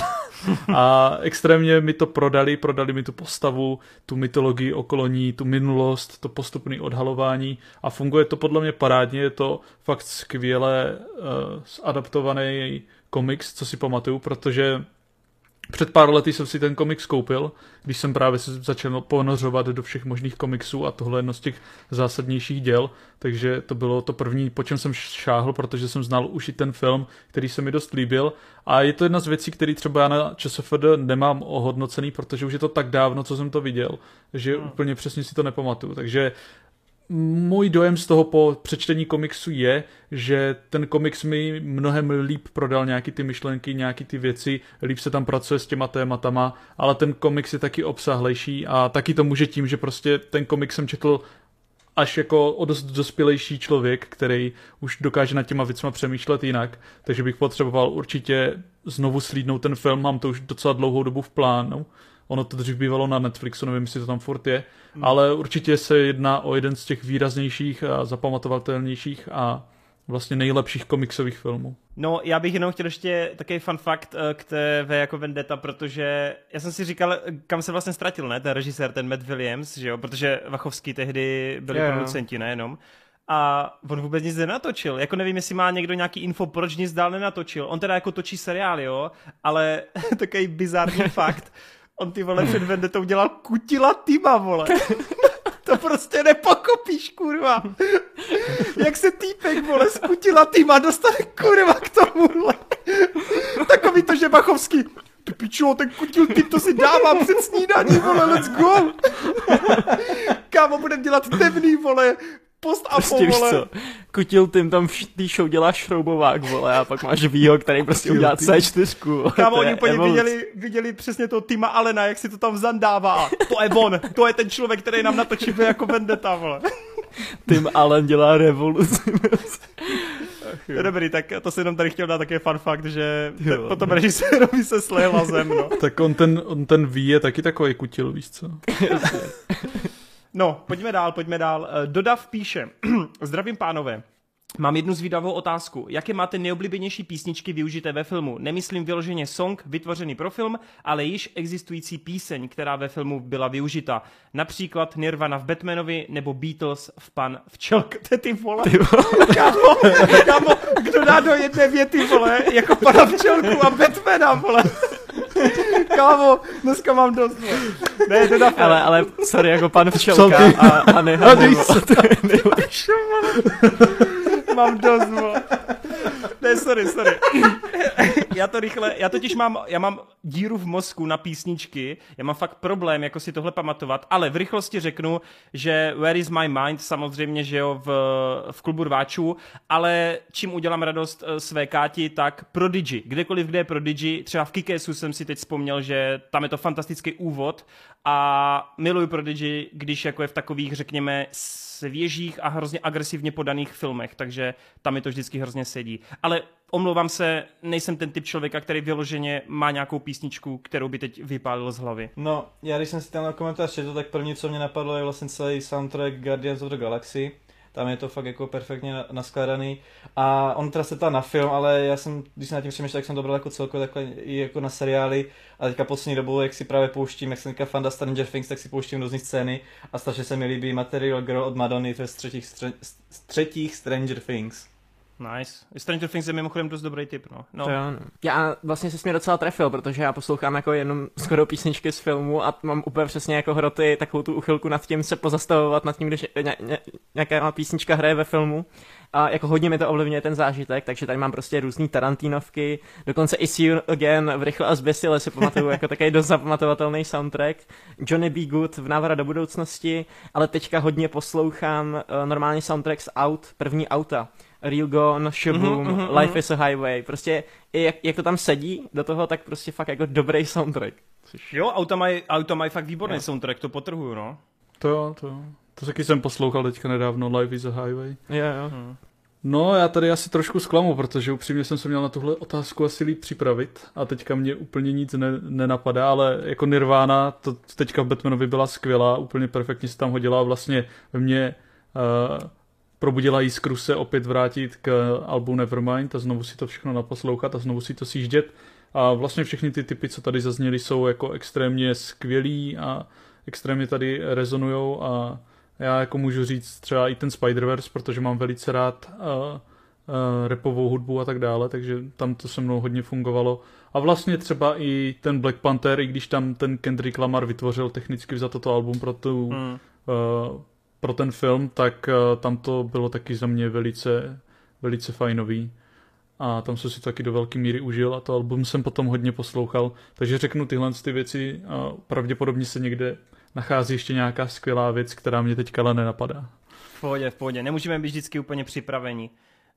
A extrémně mi to prodali, prodali mi tu postavu, tu mytologii okolo ní, tu minulost, to postupné odhalování a funguje to podle mě parádně, je to fakt skvěle uh, adaptovaný komiks, co si pamatuju, protože před pár lety jsem si ten komiks koupil, když jsem právě se začal ponořovat do všech možných komiksů a tohle je jedno z těch zásadnějších děl, takže to bylo to první, po čem jsem šáhl, protože jsem znal už i ten film, který se mi dost líbil a je to jedna z věcí, který třeba já na ČSFD nemám ohodnocený, protože už je to tak dávno, co jsem to viděl, že hmm. úplně přesně si to nepamatuju, takže můj dojem z toho po přečtení komiksu je, že ten komiks mi mnohem líp prodal nějaký ty myšlenky, nějaký ty věci, líp se tam pracuje s těma tématama, ale ten komiks je taky obsahlejší a taky to může tím, že prostě ten komiks jsem četl až jako o dost dospělejší člověk, který už dokáže nad těma věcma přemýšlet jinak, takže bych potřeboval určitě znovu slídnout ten film, mám to už docela dlouhou dobu v plánu. Ono to dřív bývalo na Netflixu, nevím, jestli to tam furt je, hmm. ale určitě se jedná o jeden z těch výraznějších a zapamatovatelnějších a vlastně nejlepších komiksových filmů. No, já bych jenom chtěl ještě takový fun fact k té V jako Vendetta, protože já jsem si říkal, kam se vlastně ztratil, ne, ten režisér, ten Matt Williams, že jo, protože Wachowský tehdy byli yeah. producenti, nejenom. A on vůbec nic nenatočil. Jako nevím, jestli má někdo nějaký info, proč nic dál nenatočil. On teda jako točí seriál, jo, ale takový bizarní fakt. On ty vole před Vendettou dělal Kutila Tima, vole. To prostě nepokopíš, kurva. Jak se týpek, vole, z Kutila Tima dostane, kurva, k tomuhle. Takový to, že Bachovský, ty pičo, ten Kutil Tim, to si dává před snídaní, vole, let's go. Kámo, budem dělat temný, vole, post a Prostě po, vole. víš co, Kutil Tim tam v té show dělá šroubovák, vole, a pak máš Vího, který prostě udělá C čtyři. Vole, Kámo, to oni je úplně evoluce. viděli, viděli přesně toho Tima Allena, jak si to tam zandává. To je on, to je ten člověk, který nám natočí jako Vendetta, vole. Tim Allen dělá revoluci. Dobrý, tak to si jenom tady chtěl dát také fun fact, že Jo. t- potom režisérovi se slehla zem, no. Tak on ten, on ten ví je taky takový kutil, víš co? No, pojďme dál, pojďme dál. Eh, Dodav píše, zdravím pánové. Mám jednu zvídavou otázku. Jaké máte nejoblíbenější písničky využité ve filmu? Nemyslím vyloženě song vytvořený pro film, ale již existující píseň, která ve filmu byla využita. Například Nirvana v Batmanovi nebo Beatles v Pan Včelka. To je ty vole. Kámo, kámo, kdo dá do jedné věty, vole, jako Pana Včelku a Batmana, vole. Kámo, dneska mám dost, vole. Ne, teda fér. Ale, ale, sorry, jako pan Včelka Včelky. a, a Hany, vole, to je nejlepší. Mám dost, vole. Ne, sorry, sorry. Já to rychle, já totiž mám, já mám díru v mozku na písničky, já mám fakt problém, jako si tohle pamatovat, ale v rychlosti řeknu, že Where is my mind, samozřejmě, že jo, v, v klubu rváčů, ale čím udělám radost eh, své Káti, tak Prodigy, kdekoliv, kde je Prodigy, třeba v Kick-Assu jsem si teď vzpomněl, že tam je to fantastický úvod a miluju Prodigy, když jako je v takových, řekněme, svěžích a hrozně agresivně podaných filmech, takže tam mi to vždycky hrozně sedí. Ale omlouvám se, nejsem ten typ člověka, který vyloženě má nějakou písničku, kterou by teď vypálil z hlavy. No, já když jsem si tenhle komentář četl, tak první, co mě napadlo, je vlastně celý soundtrack Guardians of the Galaxy. Tam je to fakt jako perfektně naskládaný. A on teda se ptá na film, ale já jsem, když jsem nad tím přemýšlel, tak jsem to bral jako celkově takhle i jako na seriály. A teďka poslední dobou, jak si právě pouštím, jak jsem teďka fanda Stranger Things, tak si pouštím různý scény. A strašně se mi líbí Material Girl od Madony, to je z třetích, stře- z třetích Stranger Things. Nice. Stranger Things je mimochodem dost dobrý tip, no. no. To jo, no. Já vlastně se mě docela trefil, protože já poslouchám jako jenom skoro písničky z filmu a mám úplně přesně jako hroty takovou tu uchylku nad tím se pozastavovat nad tím, když ně, ně, nějaká písnička hraje ve filmu. A jako hodně mi to ovlivňuje ten zážitek, takže tady mám prostě různý Tarantinovky, dokonce i See You Again v Rychle a zběsile si pamatuju jako takový dost zapamatovatelný soundtrack. Johnny B. Good v Návrat do budoucnosti, ale teďka hodně poslouchám uh, normální soundtrack z aut, první auta. Real Gone, Shaboom, Mhm, mhm, Life mhm. is a Highway, prostě i jak, jak to tam sedí do toho, tak prostě fakt jako dobrý soundtrack. Což... Jo, auta mají, auta mají fakt výborný Jo. soundtrack, to potrhuju, no. To jo, to jo. To taky jsem poslouchal teďka nedávno, Life is a Highway. Jo, jo. Hmm. No, já tady asi trošku zklamu, protože upřímně jsem se měl na tuhle otázku asi líp připravit a teďka mě úplně nic ne, nenapadá, ale jako Nirvana, to teďka v Batmanovi byla skvělá, úplně perfektně se tam hodila a vlastně ve mně uh, probudila jiskru se opět vrátit k albu Nevermind a znovu si to všechno naposlouchat a znovu si to sjíždět. A vlastně všechny ty typy, co tady zazněly, jsou jako extrémně skvělý a extrémně tady rezonujou a já jako můžu říct třeba i ten Spider-Verse, protože mám velice rád uh, uh, rapovou hudbu a tak dále, takže tam to se mnou hodně fungovalo. A vlastně třeba i ten Black Panther, i když tam ten Kendrick Lamar vytvořil technicky za toto album pro, tu, Hmm. uh, pro ten film, tak uh, tam to bylo taky za mě velice, velice fajnový. A tam jsem si to taky do velké míry užil a to album jsem potom hodně poslouchal. Takže řeknu tyhle ty věci a pravděpodobně se někde nachází ještě nějaká skvělá věc, která mě teďka ale nenapadá. V pohodě, v pohodě. Nemůžeme být vždycky úplně připraveni.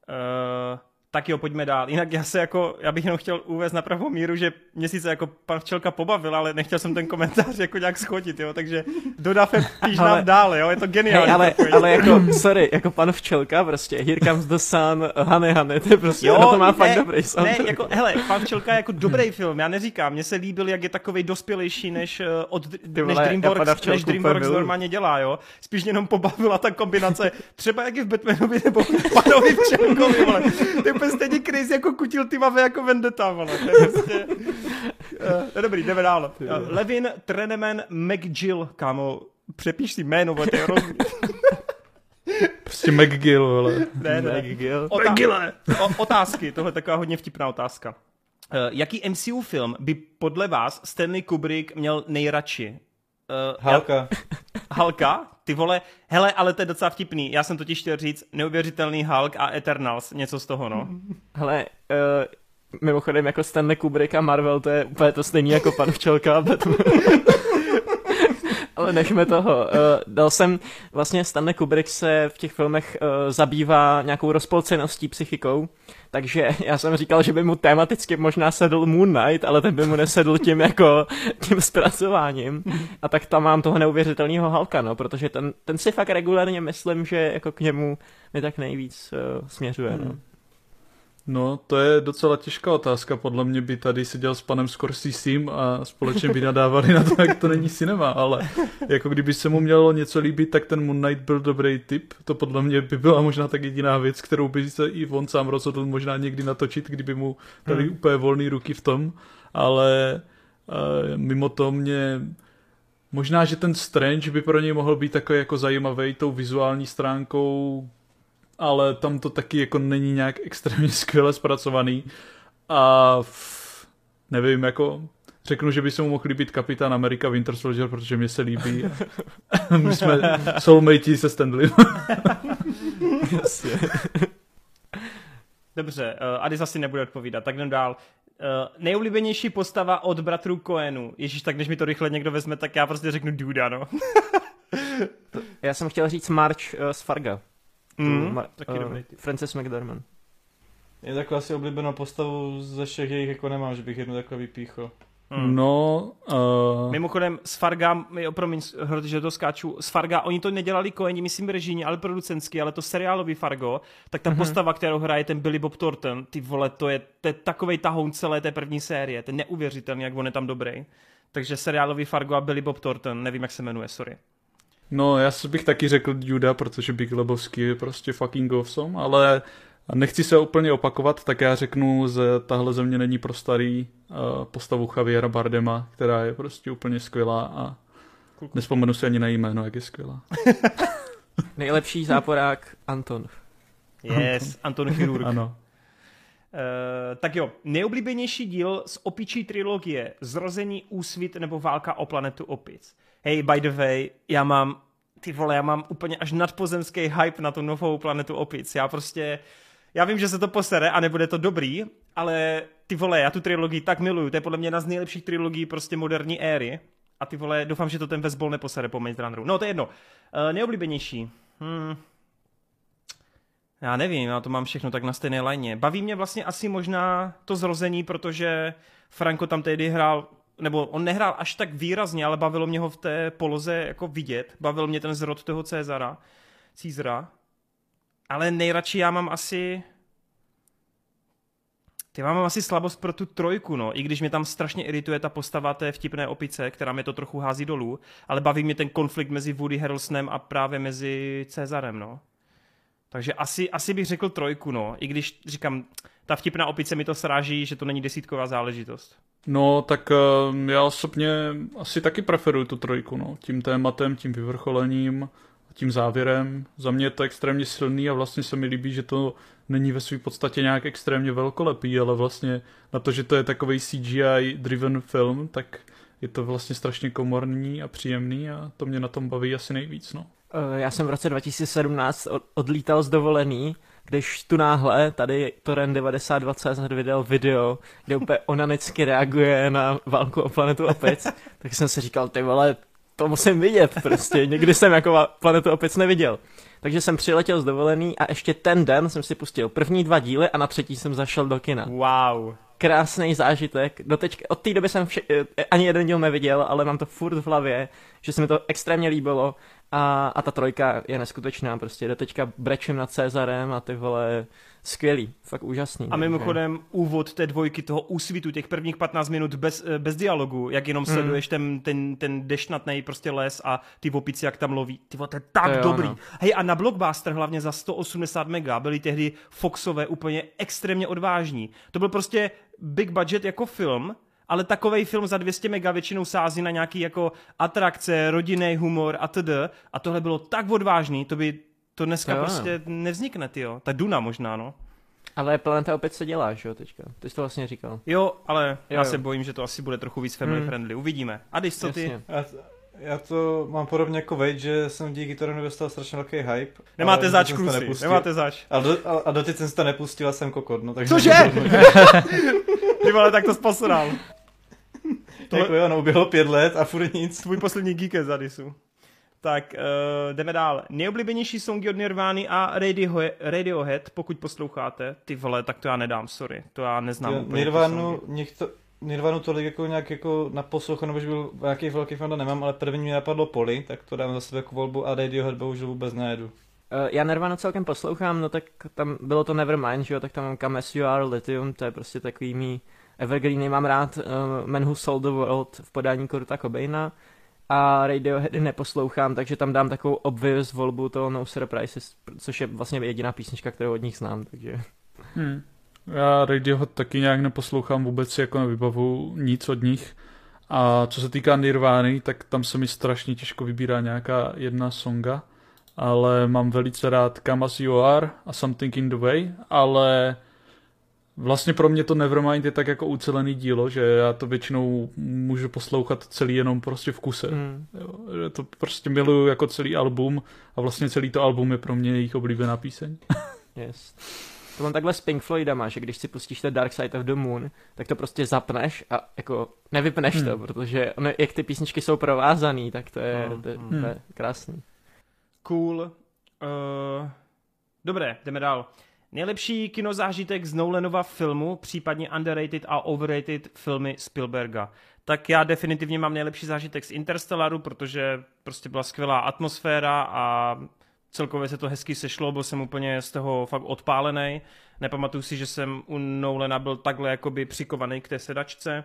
Uh, tak jo, pojďme dál. Jinak já se jako, já bych jenom chtěl uvést na pravou míru, že mě sice jako pan Včelka pobavil, ale nechtěl jsem ten komentář jako nějak schodit, jo, takže dodáme píš Ale- nám dál, jo, je to geniální. Hej, ale, takový. ale jako, sorry, jako pan Včelka prostě, Here Comes the Sun, Honey Honey, to je prostě, jo, to má ne, fakt dobrý ne, soundtrack. jako, hele, pan Včelka je jako dobrý film, já neříkám, mně se líbil, jak je takový dospělejší, než, uh, od, Ty než vole, já pana DreamWorks, Včelku než úplně DreamWorks miluju. normálně dělá, jo. Spíš mě jenom pobavila ta kombinace, třeba jak je v Batmanovi nebo v panovi Včelkovi, vole. To je úplně stejně crazy jako Kutil Timavé jako Vendetta, vole. To je prostě... Uh, dobrý, jdeme dál. Uh, Levin Treneman McGill, kámo, přepíš si jméno, vole, to je hrozný. Prostě McGill, vole. Ne, ne. McGill. Ota- o, otázky, tohle je taková hodně vtipná otázka. jaký M C U film by podle vás Stanley Kubrick měl nejradši? Uh, Halka. Halka? Ty vole, hele, ale to je docela vtipný. Já jsem totiž chtěl říct neuvěřitelný Hulk a Eternals, něco z toho, no. Hele, uh, mimochodem jako Stanley Kubrick a Marvel, to je úplně to stejný jako Pan Včelka a Batman. Ale nechme toho. Uh, dal jsem, vlastně Stanley Kubrick se v těch filmech uh, zabývá nějakou rozpolceností psychikou, takže já jsem říkal, že by mu tematicky možná sedl Moon Knight, ale ten by mu nesedl tím jako tím zpracováním. A tak tam mám toho neuvěřitelného Hulka, no, protože ten, ten si fakt regulárně myslím, že jako k němu mi tak nejvíc uh, směřuje, no. No, to je docela těžká otázka. Podle mě by tady seděl s panem Scorsesem a společně by nadávali na to, jak to není cinema, ale jako kdyby se mu mělo něco líbit, tak ten Moon Knight byl dobrý tip. To podle mě by byla možná tak jediná věc, kterou by se i on sám rozhodl možná někdy natočit, kdyby mu dali hmm. úplně volný ruky v tom, ale uh, mimo to mě... Možná, že ten Strange by pro něj mohl být takový jako zajímavý tou vizuální stránkou, ale tam to taky jako není nějak extrémně skvěle zpracovaný a f, nevím, jako řeknu, že by se mu mohl líbit Kapitán Amerika Winter Soldier, protože mě se líbí. My jsme soulmatey se Stanley. Dobře, uh, Adis asi nebude odpovídat, tak jdem dál. Uh, nejoblíbenější postava od bratrů Coenů. Ježíš, tak než mi to rychle někdo vezme, tak já prostě řeknu Duda, no. Já jsem chtěl říct Marge uh, z Farga. Mm, Ma- taky uh, dobrý. Frances McDormand. Je takovou asi oblíbenou postavu ze všech jejich jako nemám, že bych jednu takhle vypíchl. Hmm. No, uh... Mimochodem z Farga, jo, promiň, že to skáču, z Farga, oni to nedělali Coeni, myslím režijní, ale producentský, ale to seriálový Fargo, tak ta mm-hmm. postava, kterou hraje ten Billy Bob Thornton, ty vole, to je, to je takovej tahoun celé té první série, to je neuvěřitelný, jak on je tam dobrý. Takže seriálový Fargo a Billy Bob Thornton, nevím, jak se jmenuje, sorry. No, já bych taky řekl Juda, protože Big Lebowski je prostě fucking awesome, ale nechci se úplně opakovat, tak já řeknu, že tahle země není pro starý uh, postavu Javiera Bardema, která je prostě úplně skvělá a nespomenu si ani na jméno, jak je skvělá. Nejlepší záporák Anton. Yes, Anton Chirurg. Ano. Uh, tak jo, nejoblíbenější díl z opičí trilogie Zrození, Úsvit nebo Válka o planetu opic. Hej, by the way, já mám, ty vole, já mám úplně až nadpozemský hype na tu novou planetu opic. Já prostě, já vím, že se to posere a nebude to dobrý, ale ty vole, já tu trilogii tak miluju, to je podle mě jedna z nejlepších trilogií prostě moderní éry. A ty vole, doufám, že to ten Westball neposere po Maze Runneru. No, to je jedno. Uh, nejoblíbenější. Hmm. Já nevím, já to mám všechno tak na stejné lajně. Baví mě vlastně asi možná to Zrození, protože Franco tam tehdy hrál, nebo on nehrál až tak výrazně, ale bavilo mě ho v té poloze jako vidět. Bavil mě ten zrod toho Cezara, Cízra. Ale nejradši já mám asi... Ty mám asi slabost pro tu trojku, no. I když mě tam strašně irituje ta postava té vtipné opice, která mě to trochu hází dolů, ale baví mě ten konflikt mezi Woody Harrelsonem a právě mezi Cezarem, no. Takže asi, asi bych řekl trojku, no. I když říkám, ta vtipná opice mi to sráží, že to není desítková záležitost. No, tak uh, já osobně asi taky preferuju tu trojku, no. Tím tématem, tím vyvrcholením, tím závěrem. Za mě je to extrémně silný a vlastně se mi líbí, že to není ve své podstatě nějak extrémně velkolepý, ale vlastně na to, že to je takovej C G I driven film, tak je to vlastně strašně komorní a příjemný a to mě na tom baví asi nejvíc, no. Já jsem v roce dva tisíce sedmnáct odlítal z dovolený, když tu náhle tady Torrent devadesát dva tečka cé zet vydal video, kde úplně onanicky reaguje na Válku o planetu opic, tak jsem si říkal, ty vole, to musím vidět prostě, nikdy jsem jako planetu opic neviděl. Takže jsem přiletěl z dovolený a ještě ten den jsem si pustil první dva díly a na třetí jsem zašel do kina. Wow. Krásný zážitek. Doteď, od té doby jsem vše, ani jeden díl neviděl, ale mám to furt v hlavě, že se mi to extrémně líbilo a, a ta trojka je neskutečná. Prostě doteďka brečím nad Cezarem a ty vole, skvělý, fakt úžasný. A mimochodem že... úvod té dvojky, toho Úsvitu, těch prvních patnáct minut bez, bez dialogu, jak jenom mm. sleduješ ten, ten, ten deštnatnej prostě les a ty opici, jak tam loví. Ty vole, to je tak to dobrý. Jo, no. Hej, a na Blockbuster hlavně za sto osmdesát mega byly tehdy Foxové úplně extrémně odvážní. To byl prostě big budget jako film, ale takovej film za dvě stě mega většinou sází na nějaký jako atrakce, rodinný humor a td. A tohle bylo tak odvážný, to by to dneska jo, prostě nevznikne, tyjo. Ta Duna možná, no. Ale Planeta opět se dělá, že jo, teďka. Ty jsi to vlastně říkal. Jo, ale jo, já jo. se bojím, že to asi bude trochu víc family Hmm. friendly. Uvidíme. Adis, co ty? Jasně. Já, já to mám podobně jako Wade, že jsem díky tomu dostal strašně velký hype. Nemáte ale zač, jsem to kluci, nepustil. nemáte zač. A, do, a, a doteď jsem si to nepustil a jsem kokot, no takže... Cože? Ty vole, tak to sposoral. Jako jo, no, uběhlo pět let a furt nic. Tvůj poslední geek z Adisu. Tak, uh, jdeme dál. Nejoblíbenější songy od Nirvány a Radio, Radiohead, pokud posloucháte. Ty vole, tak to já nedám, sorry. To já neznám Jo, úplně. Nirvanu, někdo, Nirvanu tolik jako nějak jako naposlouchal, nebo že byl nějaký velký fan, nemám, ale první mi napadlo Poli, tak to dám za sebe jako volbu a Radiohead bohužel vůbec nejedu. Uh, já Nirvanu celkem poslouchám, no tak tam bylo to Nevermind, že jo, tak tam mám Come As You Are, Lithium, to je prostě takový mý evergreeny, mám rád uh, Man Who Sold the World v podání Kurta Cobaina a Radioheady neposlouchám, takže tam dám takovou obvious volbu toho No Surprises, což je vlastně jediná písnička, kterou od nich znám, takže... Hmm. Já Radiohead taky nějak neposlouchám, vůbec si jako nevybavu nic od nich. A co se týká Nirvány, tak tam se mi strašně těžko vybírá nějaká jedna songa, ale mám velice rád Come As You Are a Something in the Way, ale vlastně pro mě to Nevermind je tak jako ucelený dílo, že já to většinou můžu poslouchat celý jenom prostě v kuse. Mm. Jo, že to prostě miluju jako celý album a vlastně celý to album je pro mě jejich oblíbená píseň. Yes. To mám takhle s Pink Floydama, že když si pustíš The Dark Side of the Moon, tak to prostě zapneš a jako nevypneš hmm. to, protože ono, jak ty písničky jsou provázaný, tak to je, Hmm. to je, Hmm. to je krásný. Cool. Uh, dobré, jdeme dál. Nejlepší kinozážitek z Nolanova filmu, případně underrated a overrated filmy Spielberga. Tak já definitivně mám nejlepší zážitek z Interstellaru, protože prostě byla skvělá atmosféra a celkově se to hezky sešlo, byl jsem úplně z toho fakt odpálený. Nepamatuju si, že jsem u Nolana byl takhle jakoby přikovaný k té sedačce.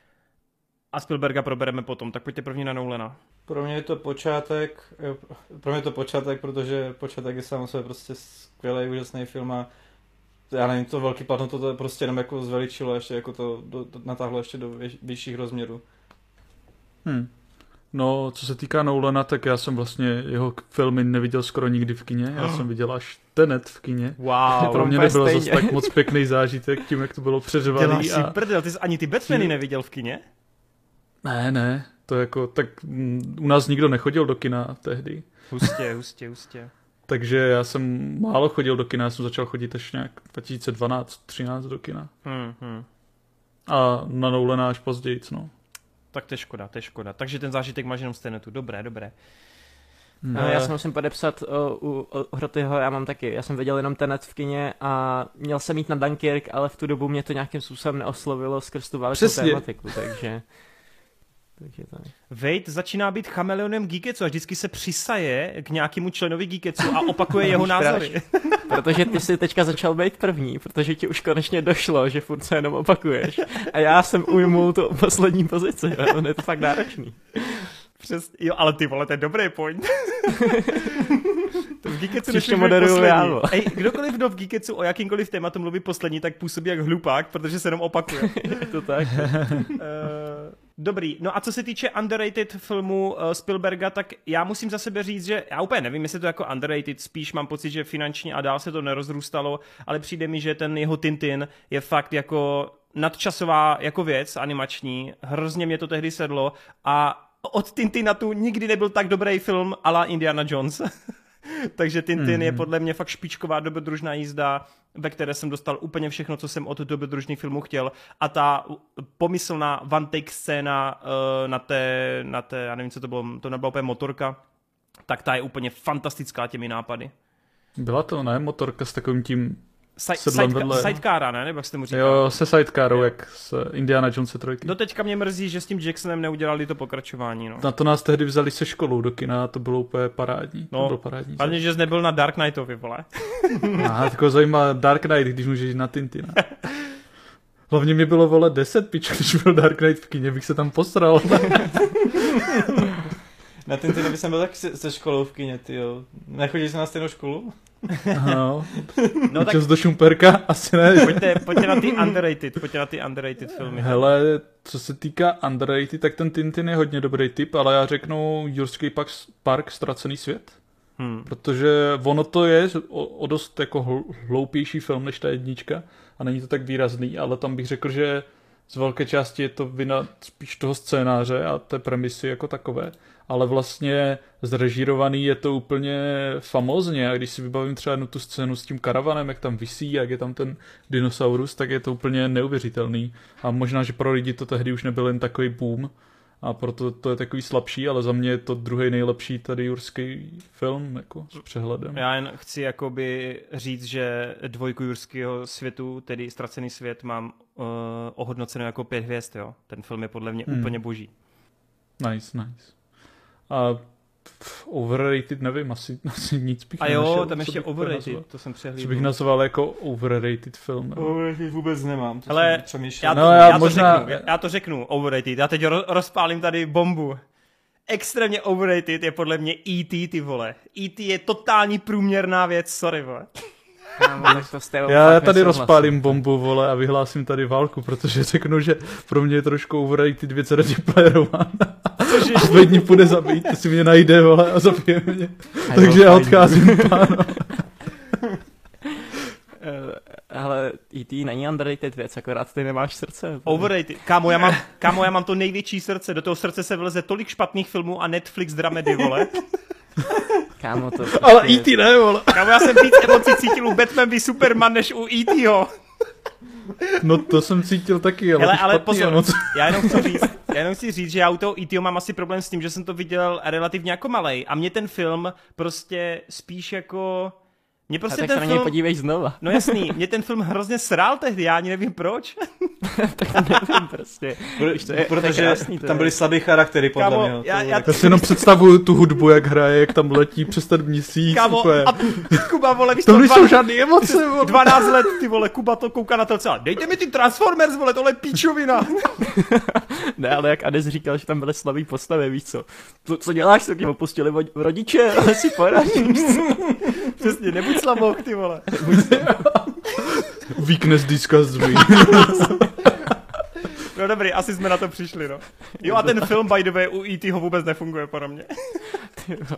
A Spielberga probereme potom, tak pojďte první na Nolana. Pro mě je to počátek, jo, pro mě je to počátek, protože počátek je sám o sobě prostě skvělý, úžasný film a já nevím, to velký platno to prostě jenom jako zveličilo, ještě jako to do, do, natáhlo ještě do věž, vyšších rozměrů. Hmm. No, co se týká Nolana, tak já jsem vlastně jeho filmy neviděl skoro nikdy v kině. Já jsem viděl až Tenet v kině. Wow. Pro mě úplně nebyl zase stejně. tak moc pěkný zážitek tím, jak to bylo přeřvaný. Děláš si A... prdel, ty jsi ani ty Batmany neviděl v kině? Ne, ne, to jako, tak mm, u nás nikdo nechodil do kina tehdy. Hustě, hustě, hustě. Takže já jsem málo chodil do kina, já jsem začal chodit až nějak dva tisíce dvanáct třináct do kina. Hmm, hmm. A na Nolana až později, no. Tak to je škoda, to je škoda. Takže ten zážitek máš jenom z Tenetu. Dobré, dobré. Hmm. No, já se musím podepsat o, u o, Hrotyho, já mám taky, já jsem viděl jenom Tenet v kině a měl jsem jít na Dunkirk, ale v tu dobu mě to nějakým způsobem neoslovilo skrz tu válečnou Přesně. tématiku, takže... takže tak. Wade začíná být chameleonem Geeketsu a vždycky se přisaje k nějakému členovi Geeketsu a opakuje jeho názory. Protože ty jsi teďka začal být první, protože ti už konečně došlo, že furt se jenom opakuješ. A já jsem ujmul tu poslední pozici, jo? Je to fakt náročný. Přes... Jo, ale ty vole, to je dobrý point. To v Geeketsu Příště nesmíš být moderuju poslední. já, no. Ej, kdokoliv kdo v Geeketsu o jakýmkoliv tématu mluví poslední, tak působí jak hlupák, protože se jenom opakuje. Je to tak. Uh, dobrý, no a co se týče underrated filmu uh, Spielberga, tak já musím za sebe říct, že já úplně nevím, jestli to jako underrated, spíš mám pocit, že finančně a dál se to nerozrůstalo, ale přijde mi, že ten jeho Tintin je fakt jako nadčasová jako věc animační, hrozně mě to tehdy sedlo a od Tintinatu nikdy nebyl tak dobrý film a la Indiana Jones. Takže Tintin mm-hmm. je podle mě fakt špičková dobrodružná jízda, ve které jsem dostal úplně všechno, co jsem od dobrodružných filmů chtěl. A ta pomyslná one-take scéna uh, na té, na té, já nevím, co to bylo, to nebyla úplně motorka, tak ta je úplně fantastická těmi nápady. Byla to, ne, motorka s takovým tím Si- sedlem sideka- vedle. Sidecara, ne? Nebo jak jste mu říkal? Jo, se sidecarou, Jo. jak s Indiana Jonesa trojky. Doteďka mě mrzí, že s tím Jacksonem neudělali to pokračování. No. Na to nás tehdy vzali se školou do kina a to bylo úplně parádní. No, to bylo parádní. Hlavně, že jsi nebyl na Dark Knightovi, vole. Aha, takový zajímá Dark Knight, když můžeš jít na Tintina. Hlavně mi bylo, vole, deset pič, když byl Dark Knight v kině, bych se tam posral. Na Tintinovi bych jsem byl taky se, se školou v kině, tyjo. Nechodíš se na stejnou školu? No, No tak čas do Šumperka? Asi ne. pojďte, pojďte na ty underrated, pojďte na ty underrated filmy. Hele, co se týká underrated, tak ten Tintin je hodně dobrý tip, ale já řeknu Jurský park, park Ztracený svět. Hmm. Protože ono to je o, o dost jako hloupější film než ta jednička a není to tak výrazný, ale tam bych řekl, že z velké části je to vina spíš toho scénáře a té premisy jako takové, ale vlastně zrežírovaný je to úplně famózně a když si vybavím třeba jednu tu scénu s tím karavanem, jak tam visí, jak je tam ten dinosaurus, tak je to úplně neuvěřitelný a možná, že pro lidi to tehdy už nebyl jen takový boom a proto to je takový slabší, ale za mě je to druhý nejlepší tady jurský film, jako s přehledem. Já jen chci jakoby říct, že dvojku jurského světu, tedy Ztracený svět, mám uh, ohodnoceno jako pět hvězd, jo. Ten film je podle mě hmm. úplně boží. Nice, nice. A pff, overrated, nevím, asi, asi nic bych A jo, nenašel, tam ještě overrated, to jsem přehlídl. Co bych nazval jako overrated film. Ne? Overrated vůbec nemám. To ale já to, no, já, já, možná... to řeknu, já to řeknu, overrated. Já teď rozpálím tady bombu. Extrémně overrated je podle mě E T, ty vole. E T je totální průměrná věc, sorry, vole. Já tady rozpálím bombu, vole, a vyhlásím tady válku, protože řeknu, že pro mě je trošku overrated věc Ready Player One. A ve dní půjde zabít, to si mě najde, vole, a zabije mě. Takže já odcházím, páno. Ale E T není underrated věc, akorát ty nemáš srdce. Overrated. Kámo, já mám, kámo, já mám to největší srdce. Do toho srdce se vleze tolik špatných filmů a Netflix dramedy, vole. Kámo, to... Ale E T ne, vole. Kámo, já jsem víc emocí cítil u Batman v Superman než u E T, jo. No to jsem cítil taky, ale, Hele, ale pozor, emoce. já jenom chci říct, já jenom chci říct, že já u toho E T mám asi problém s tím, že jsem to viděl relativně jako malej a mě ten film prostě spíš jako... Mě prostě tak ten se na film... něj podívej znova. No jasný, mě ten film hrozně srál tehdy, já ani nevím proč. Tak to nevím prostě. To je, protože jasný, to tam byly slabý charaktery, podle Kámo, mě. Já, já, já si jenom představuju tu hudbu, jak hraje, jak tam letí přes ten měsíc. Kámo, úplně. a Kuba, vole, víš to to, nejsou dva, žádný emoce, vole. dvanáct let, ty vole, Kuba to kouká na telce a dejte mi ty Transformers, vole, tohle je píčovina. Ne, ale jak Ades říkal, že tam byly slabý postavy, víš co? To, co děláš, tak tě opustili vo- rodiče, ale si poradíš. Přesně, nebuď slaboch, ty vole. Weakness disgusts me. No dobrý, asi jsme na to přišli, no. Jo a ten film, by the way, u E T ho vůbec nefunguje, podle mě. uh,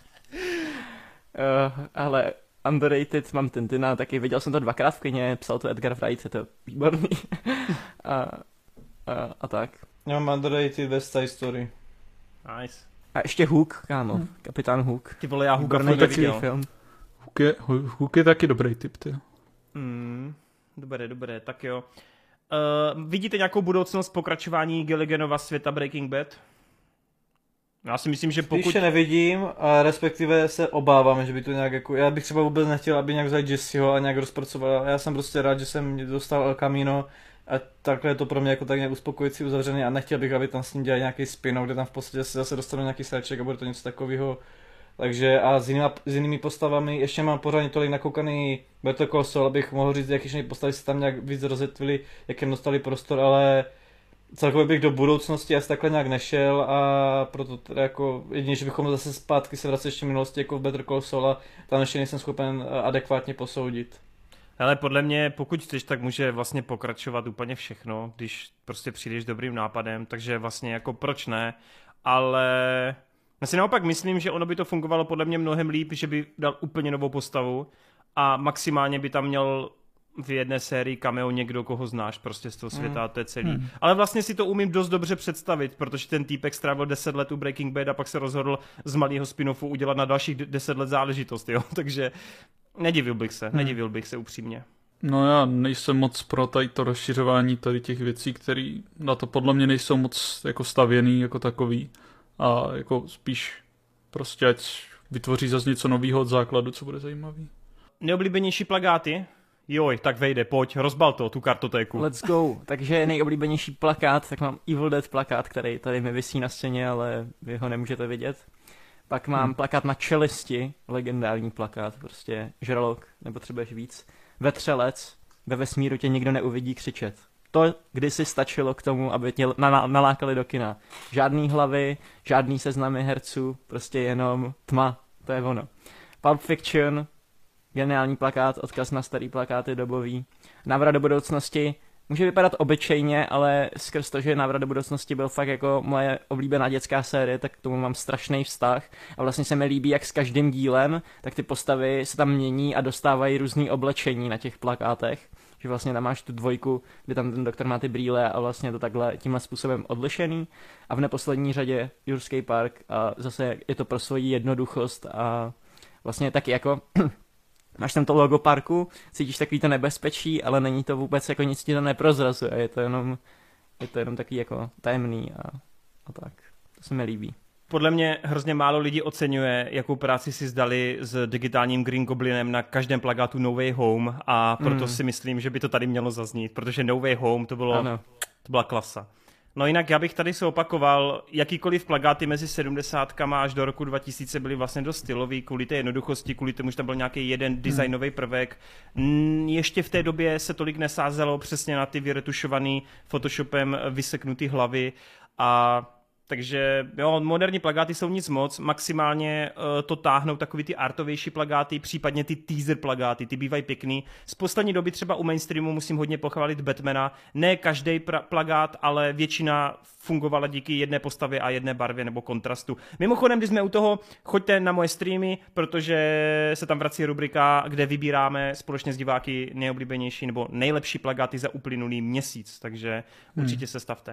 ale underrated mám Tintina, taky viděl jsem to dvakrát v kině, psal to Edgar Wright, je to výborný. a, a, a tak. Já mám underrated West Side Story. Nice. A ještě Hook, kámo, hmm. Kapitán Hook. Ty vole, já Hooka furt neviděl. Film. Hook je, Hook je taky dobrý typ, ty. Hmm, dobré, dobré, tak jo. Uh, vidíte nějakou budoucnost pokračování Gilliganova světa Breaking Bad? Já si myslím, že pokud... Spíše nevidím, a respektive se obávám, že by to nějak jako... Já bych třeba vůbec nechtěl, aby nějak vzali Jesseho a nějak rozpracoval. Já jsem prostě rád, že jsem dostal El Camino a takhle je to pro mě jako tak nějak uspokojící, uzavřený a nechtěl bych, aby tam s ním dělali nějaký spin-off, kde tam v podstatě se zase dostanu nějaký sraček a bude to něco takového. Takže a s, jinýma, s jinými postavami ještě mám pořádně tolik nakoukaný Better Call Saul, abych mohl říct, jaký všechny postavy se tam nějak víc rozetvili, jak jim dostali prostor, ale celkově bych do budoucnosti asi takhle nějak nešel a proto teda jako jedině, že bychom zase zpátky se vraceli ještě minulosti jako v Better Call Saul a tam ještě nejsem schopen adekvátně posoudit. Ale podle mě, pokud chceš, tak může vlastně pokračovat úplně všechno, když prostě přijdeš dobrým nápadem, takže vlastně jako proč ne, ale já si naopak myslím, že ono by to fungovalo podle mě mnohem líp, že by dal úplně novou postavu a maximálně by tam měl v jedné sérii cameo někdo, koho znáš prostě z toho světa, a to je celý. Hmm. Ale vlastně si to umím dost dobře představit, protože ten týpek strávil deset let u Breaking Bad a pak se rozhodl z malého spin-offu udělat na dalších deset let záležitost, jo, takže nedivil bych se, hmm. nedivil bych se upřímně. No já nejsem moc pro tady to rozšiřování tady těch věcí, které na to podle mě nejsou moc jako stavěný jako takový a jako spíš prostě ať vytvoří zase něco nového od základu, co bude zajímavý. Nejoblíbenější plakáty? Joj, tak vejde, pojď, rozbal to, tu kartotéku. Let's go. Takže nejoblíbenější plakát, tak mám Evil Dead plakát, který tady mi visí na scéně, ale vy ho nemůžete vidět. Pak mám hmm. plakát na Čelisti, legendární plakát, prostě žralok, nepotřebuješ víc. Vetřelec, ve vesmíru tě nikdo neuvidí křičet. To kdysi stačilo k tomu, aby tě nalákali do kina. Žádný hlavy, žádný seznamy herců, prostě jenom tma, to je ono. Pulp Fiction, geniální plakát, odkaz na starý plakáty dobový. Návrat do budoucnosti, může vypadat obyčejně, ale skrz to, že Návrat do budoucnosti byl fakt jako moje oblíbená dětská série, tak k tomu mám strašný vztah a vlastně se mi líbí, jak s každým dílem, tak ty postavy se tam mění a dostávají různý oblečení na těch plakátech, že vlastně tam máš tu dvojku, kde tam ten doktor má ty brýle a vlastně to takhle tímhle způsobem odlišený a v neposlední řadě Jurský park a zase je to pro svoji jednoduchost a vlastně taky jako máš tam to logo parku, cítíš takový to nebezpečí, ale není to vůbec jako nic ti to neprozrazuje, je to jenom, je to jenom takový jako tajemný a, a tak. To se mi líbí. Podle mě hrozně málo lidí oceňuje, jakou práci si zdali s digitálním Green Goblinem na každém plakátu No Way Home a proto mm. si myslím, že by to tady mělo zaznít, protože No Way Home to bylo, ano. to byla klasa. No jinak já bych tady se opakoval, jakýkoliv plakáty mezi sedmdesátkama až do roku dva tisíce byly vlastně dost stylový, kvůli té jednoduchosti, kvůli tomu, že tam byl nějaký jeden designový prvek. Ještě v té době se tolik nesázelo přesně na ty vyretušovaný Photoshopem vyseknutý hlavy a takže jo, moderní plakáty jsou nic moc, maximálně uh, to táhnou takový ty artovější plakáty, případně ty teaser plakáty, ty bývají pěkný. Z poslední doby třeba u mainstreamu musím hodně pochválit Batmana, ne každý pra- plakát, ale většina fungovala díky jedné postavě a jedné barvě nebo kontrastu. Mimochodem, když jsme u toho, choďte na moje streamy, protože se tam vrací rubrika, kde vybíráme společně s diváky nejoblíbenější nebo nejlepší plakáty za uplynulý měsíc, takže hmm. určitě se stavte.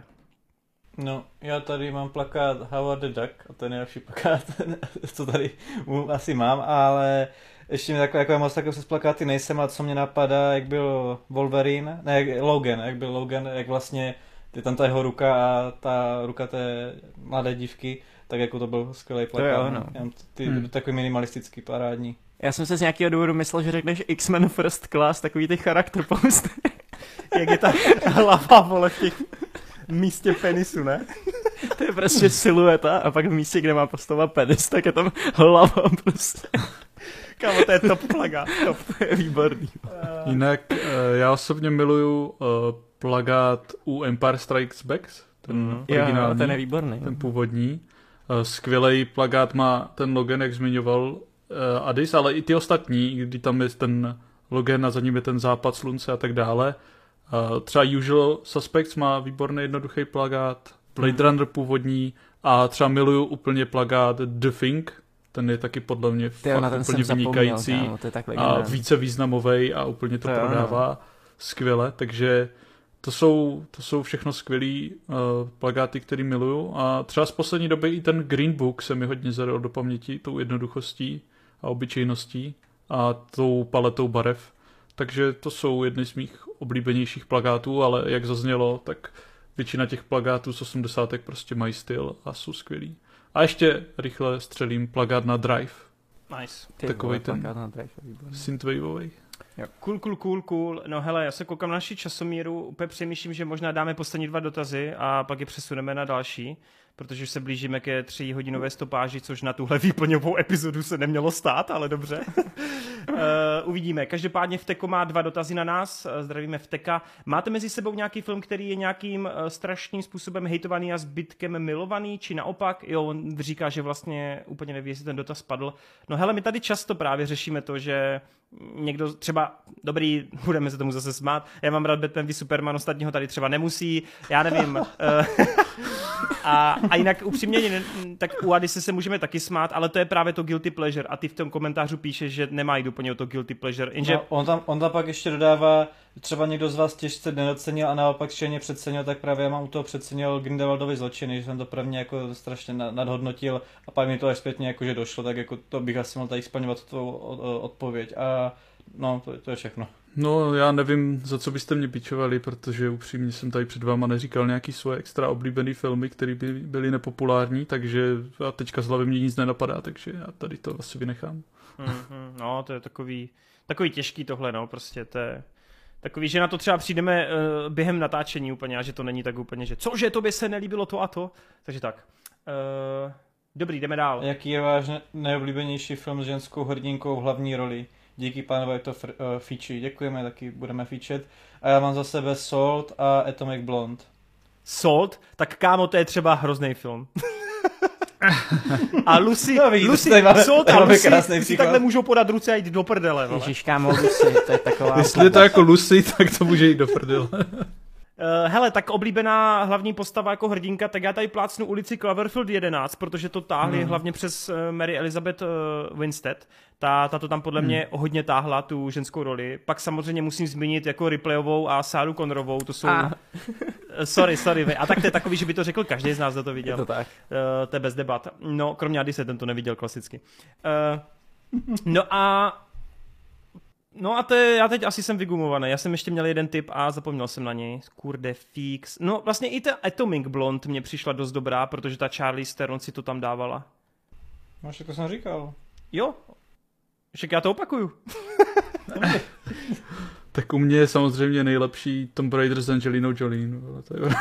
No, já tady mám plakát Howard the Duck, a to je nejlepší plakát, co tady asi mám, ale ještě mi takové, jako moc takové přes plakáty nejsem, a co mě napadá, jak byl Wolverine, ne, jak Logan, jak byl Logan, jak vlastně je tam ta jeho ruka a ta ruka té mladé dívky, tak jako to byl skvělý plakát. To jo, no. Ty, hmm. Takový minimalistický, parádní. Já jsem se z nějakého důvodu myslel, že řekneš X-Men First Class, takový ty charakter post. Jak je ta hlava, vole, v těch místě penisu, ne? To je prostě silueta a pak v místě, kde má postava penis, tak je tam hlava prostě. Kámo, to je top plagát, top. To je výborný. Jinak já osobně miluju uh, plagát u Empire Strikes Back, ten mm. originální, jo, ten je výborný. Ten původní. Uh, skvělej plagát má ten Logan, jak zmiňoval uh, Adis, ale i ty ostatní, kdy tam je ten Logan a za ním je ten západ slunce a tak dále. Uh, třeba Usual Suspects má výborný jednoduchý plagát, Blade mm. Runner původní a třeba miluju úplně plagát The Thing, ten je taky podle mě Ty, fakt úplně vynikající kámo, to je tak a více významovej a úplně to, to prodává no. skvěle, takže to jsou, to jsou všechno skvělý uh, plagáty, který miluju a třeba z poslední doby i ten Green Book se mi hodně zadal do paměti tou jednoduchostí a obyčejností a tou paletou barev. Takže to jsou jedny z mých oblíbenějších plakátů, ale jak zaznělo, tak většina těch plakátů z osmdesátek prostě mají styl a jsou skvělý. A ještě rychle střelím plakát na Drive. Nice. Takovej ten synthwaveový. Cool, cool, cool, cool. No hele, já se koukám na naši časomíru, úplně přemýšlím, že možná dáme poslední dva dotazy a pak je přesuneme na další, protože už se blížíme ke tříhodinové stopáži, což na tuhle výplňovou epizodu se nemělo stát, ale dobře. uh, uvidíme. Každopádně Vteko má dva dotazy na nás. Zdravíme Vteka. Máte mezi sebou nějaký film, který je nějakým uh, strašným způsobem hejtovaný a zbytkem milovaný, či naopak? Jo, on říká, že vlastně úplně neví, jestli ten dotaz padl. No hele, my tady často právě řešíme to, že někdo třeba, dobrý, budeme se tomu zase smát, já mám rád Batman v Superman, ostatního tady třeba nemusí, já nevím. a, a jinak upřímně, tak u Adise se můžeme taky smát, ale to je právě to guilty pleasure a ty v tom komentářu píšeš, že nemají úplně o to guilty pleasure. Jenže... No, on, tam, on tam pak ještě dodává, třeba někdo z vás těžce nedocenil a naopak štěně předcenil, tak právě já mám u toho předcenil Grindelwaldovy zločiny, že jsem to prvně jako strašně nadhodnotil a pak mi to až zpětně jako, že došlo, tak jako to bych asi mohl tady splňovat tvou odpověď a no, to, to je všechno. No, já nevím, za co byste mě pičovali, protože upřímně jsem tady před váma neříkal nějaký svoje extra oblíbený filmy, které by byly nepopulární, takže a teďka z hlavy mě nic nenapadá, takže já tady to asi vynechám. Mm-hmm, no, to je takový, takový těžký tohle, no, prostě to je takový, že na to třeba přijdeme uh, během natáčení úplně a že to není tak úplně, že cože, tobě se nelíbilo to a to, takže tak. Uh, dobrý, jdeme dál. Jaký je váš nejoblíbenější film s ženskou hrdinkou v hlavní roli? Díky pánové, je to fr- uh, feature. Děkujeme, taky budeme featuret. A já mám za sebe Salt a Atomic Blonde. Salt? Tak kámo, to je třeba hrozný film. A Lucy, no, víc, Lucy, máme, Salt a Lucy si takhle můžou podat ruce a jít do prdele. Ježiš, kámo, Lucy, to je taková... Jestli je to jako Lucy, tak to může jít do prdele. Uh, hele, tak oblíbená hlavní postava jako hrdinka, tak já tady plácnu ulici Cloverfield jedenáct, protože to táhli hmm. hlavně přes uh, Mary Elizabeth uh, Winstead. Ta, ta to tam podle hmm. mě hodně táhla, tu ženskou roli. Pak samozřejmě musím zmínit jako Ripleyovou a Saru Connorovou, to jsou... Ah. sorry, sorry. A tak to je takový, že by to řekl každý z nás, kdo to viděl. Je to tak. Uh, to je bez debat. No, kromě Adise, ten to neviděl klasicky. Uh, no a... No a to je, já teď asi jsem vygumovaný. Já jsem ještě měl jeden tip a zapomněl jsem na něj. Kurde, fíks. No vlastně i ta Atomic Blonde mě přišla dost dobrá, protože ta Charlize Theron si to tam dávala. No, to jsem říkal. Jo. Však já to opakuju. Tak u mě je samozřejmě nejlepší Tomb Raider s Angelinou Jolie. No, to je...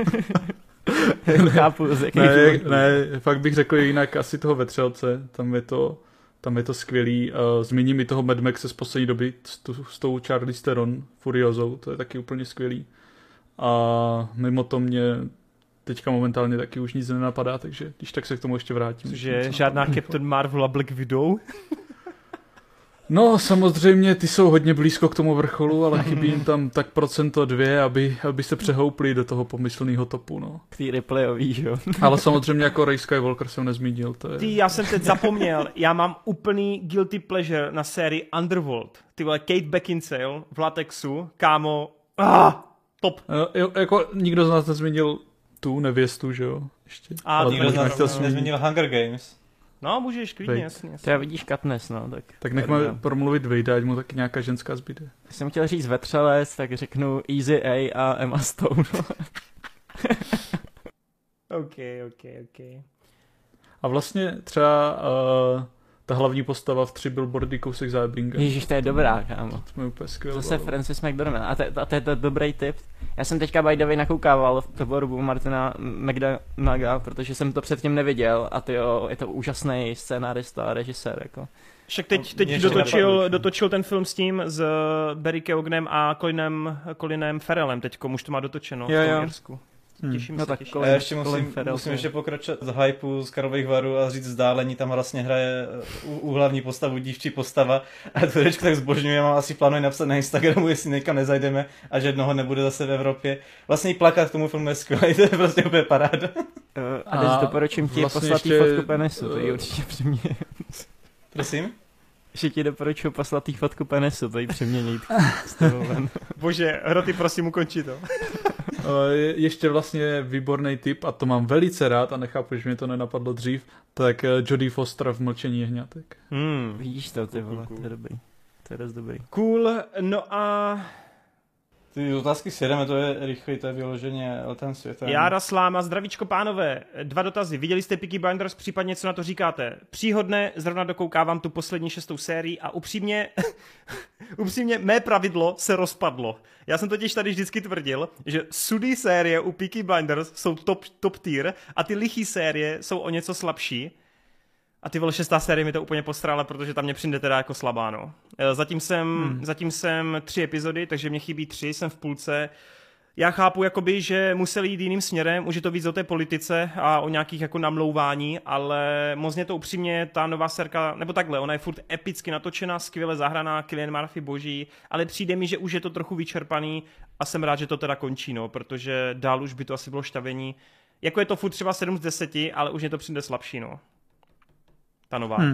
Chápu, z jakých ne, ne, fakt bych řekl jinak asi toho Vetřelce. Tam je to... Tam je to skvělý. Uh, zmíním i toho Mad Maxe z poslední doby s, tu, s tou Charlize Theron, Furiozou, to je taky úplně skvělý. A mimo to mě teďka momentálně taky už nic nenapadá, takže když tak se k tomu ještě vrátím. Že žádná Captain Marvel a Black Widow? No samozřejmě, ty jsou hodně blízko k tomu vrcholu, ale chybí jim tam tak procento dvě, aby, aby se přehoupli do toho pomyslného topu, no. K tý Ripleyový, že jo? Ale samozřejmě jako Rey Skywalker jsem nezmínil, to je... Ty, já jsem teď zapomněl, já mám úplný guilty pleasure na sérii Underworld. Ty vole, Kate Beckinsale v latexu, kámo, ah, top. Jo, jako nikdo z nás nezmínil tu nevěstu, že jo? Ještě. A ale nikdo z nás nezmínil Hunger Games. No, můžeš, klidně, jasně, jasně. To já vidíš Katniss, no, tak... Tak nechme promluvit Vejda, ať mu taky nějaká ženská zbyde. Když jsem chtěl říct Vetřelec, tak řeknu Easy A a Emma Stone. ok, ok, ok. A vlastně třeba uh, ta hlavní postava v Tři billboardy kousek za Ebbingem. Ježiš, to je dobrá, kámo. To jsme úplně skvělé. Zase Francis McDormand. A to, a to je to dobrý tip. Já jsem teďka by the way nakoukával v tvorbu Martina McDonaga, protože jsem to předtím neviděl a ty jo, je to úžasný scénárista a režisér, jako. Však teď, teď dotočil, dotočil ten film s tím, s Barry Keoghanem a Colinem, Colinem Farrellem teďko, už to má dotočeno jo, v tom Jirsku. Těším hmm. se, no tak těším. Colin, já ještě musím, Farrell, musím ještě pokračovat z hypeu z Karlových Varů a říct zdálení, tam vlastně hraje u, u hlavní postavu dívčí postava a to řečku tak zbožňuji, mám asi plánuji napsat na Instagramu, jestli někam nezajdeme a že jednoho nebude zase v Evropě. Vlastně i plakat k tomu filmu je skvělý, to je prostě úplně paráda. Uh, a dnes doporučím ti vlastně poslat ještě... fotku penisu, to je určitě přeměnit. Prosím? Že ti doporučuji poslat tý fotku penisu, to ji přeměnit. Bože, Hroty, prosím, ukonči to. Je, ještě vlastně výborný tip, a to mám velice rád a nechápu, že mi to nenapadlo dřív, tak Jodie Foster v Mlčení jehňátek. Hmm. Vidíš to, ty vole, to je dobrý. To je dost dobrý. Cool, no a... Ty otázky si jedeme, to je rychlý, to je vyloženě letem světem. Jára Sláma, zdravíčko pánové, dva dotazy. Viděli jste Peaky Blinders, případně co na to říkáte? Příhodné, zrovna dokoukávám tu poslední šestou sérii a upřímně, upřímně mé pravidlo se rozpadlo. Já jsem totiž tady vždycky tvrdil, že sudý série u Peaky Blinders jsou top, top tier a ty lichý série jsou o něco slabší. A ty vole, šestá série mi to úplně postrala, protože tam mě přijde teda jako slabá, no. Zatím jsem, hmm. zatím jsem tři epizody, takže mě chybí tři, jsem v půlce. Já chápu, jakoby, že museli jít jiným směrem, už je to víc o té politice a o nějakých jako namlouvání, ale moc mě to upřímně, ta nová serka, nebo takhle, ona je furt epicky natočená, skvěle zahraná, Cillian Murphy boží, ale přijde mi, že už je to trochu vyčerpaný a jsem rád, že to teda končí, no, protože dál už by to asi bylo štavení. Jako je to furt třeba sedm z deseti, ale už mě to přijde slabší, no. Ta nová. Hmm.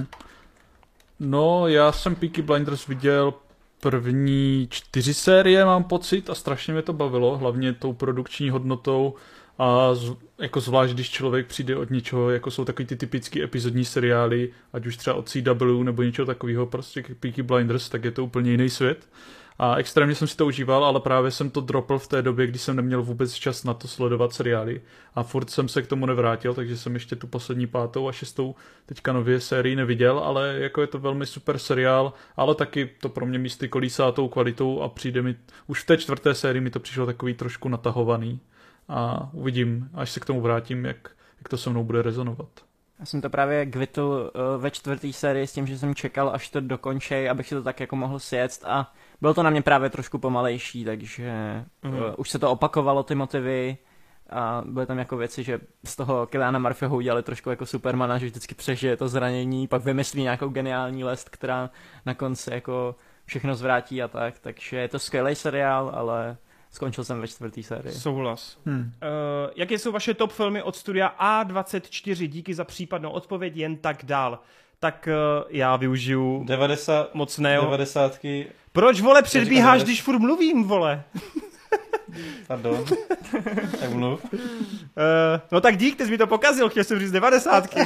No, já jsem Peaky Blinders viděl první čtyři série, mám pocit, a strašně mě to bavilo, hlavně tou produkční hodnotou a z, jako zvlášť, když člověk přijde od něčeho, jako jsou takový ty typický epizodní seriály, ať už třeba od C W nebo něčeho takového, prostě Peaky Blinders, tak je to úplně jiný svět. A extrémně jsem si to užíval, ale právě jsem to dropl v té době, kdy jsem neměl vůbec čas na to sledovat seriály. A furt jsem se k tomu nevrátil, takže jsem ještě tu poslední pátou a šestou teďka nově sérii neviděl, ale jako je to velmi super seriál, ale taky to pro mě místy kolísá tou kvalitou a přijde mi, už v té čtvrté sérii mi to přišlo takový trošku natahovaný. A uvidím, až se k tomu vrátím, jak, jak to se mnou bude rezonovat. Já jsem to právě kvitl uh, ve čtvrtý sérii s tím, že jsem čekal, až to dokončej, abych si to tak jako mohl sjet a bylo to na mě právě trošku pomalejší, takže mm. uh, už se to opakovalo, ty motivy a byly tam jako věci, že z toho Cilliana Murphyho udělali trošku jako Supermana, že vždycky přežije to zranění, pak vymyslí nějakou geniální lest, která na konci jako všechno zvrátí a tak, takže je to skvělý seriál, ale skončil jsem ve čtvrtý sérii. Souhlas. Hmm. Uh, jaké jsou vaše top filmy od studia A dvacet čtyři? Díky za případnou odpověď, jen tak dál. Tak uh, já využiju devadesát, mocného. devadesátky. Proč, vole, předbíháš, devadesát. když furt mluvím, vole? Pardon. Tak mluv. Uh, no tak dík, ty jsi mi to pokazil, chtěl jsem říct devadesátky.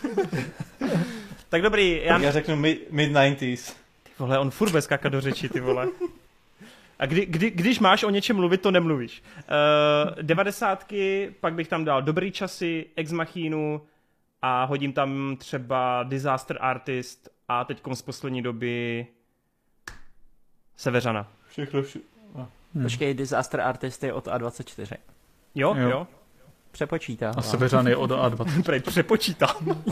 Tak dobrý, já... Tak já řeknu mid, mid nineties. Ty vole, on furt bez skákat do řeči, ty vole. A kdy, kdy, když máš o něčem mluvit, to nemluvíš. Uh, devadesátky, pak bych tam dal Dobrý časy, Ex Machinu a hodím tam třeba Disaster Artist a teďkom z poslední doby Severana. Všechno, vše... Hmm. Počkej, Disaster Artist je od A dvacet čtyři. Jo, jo. jo. Přepočítá. A Severan je od A dvacet. Prej, přepočítám.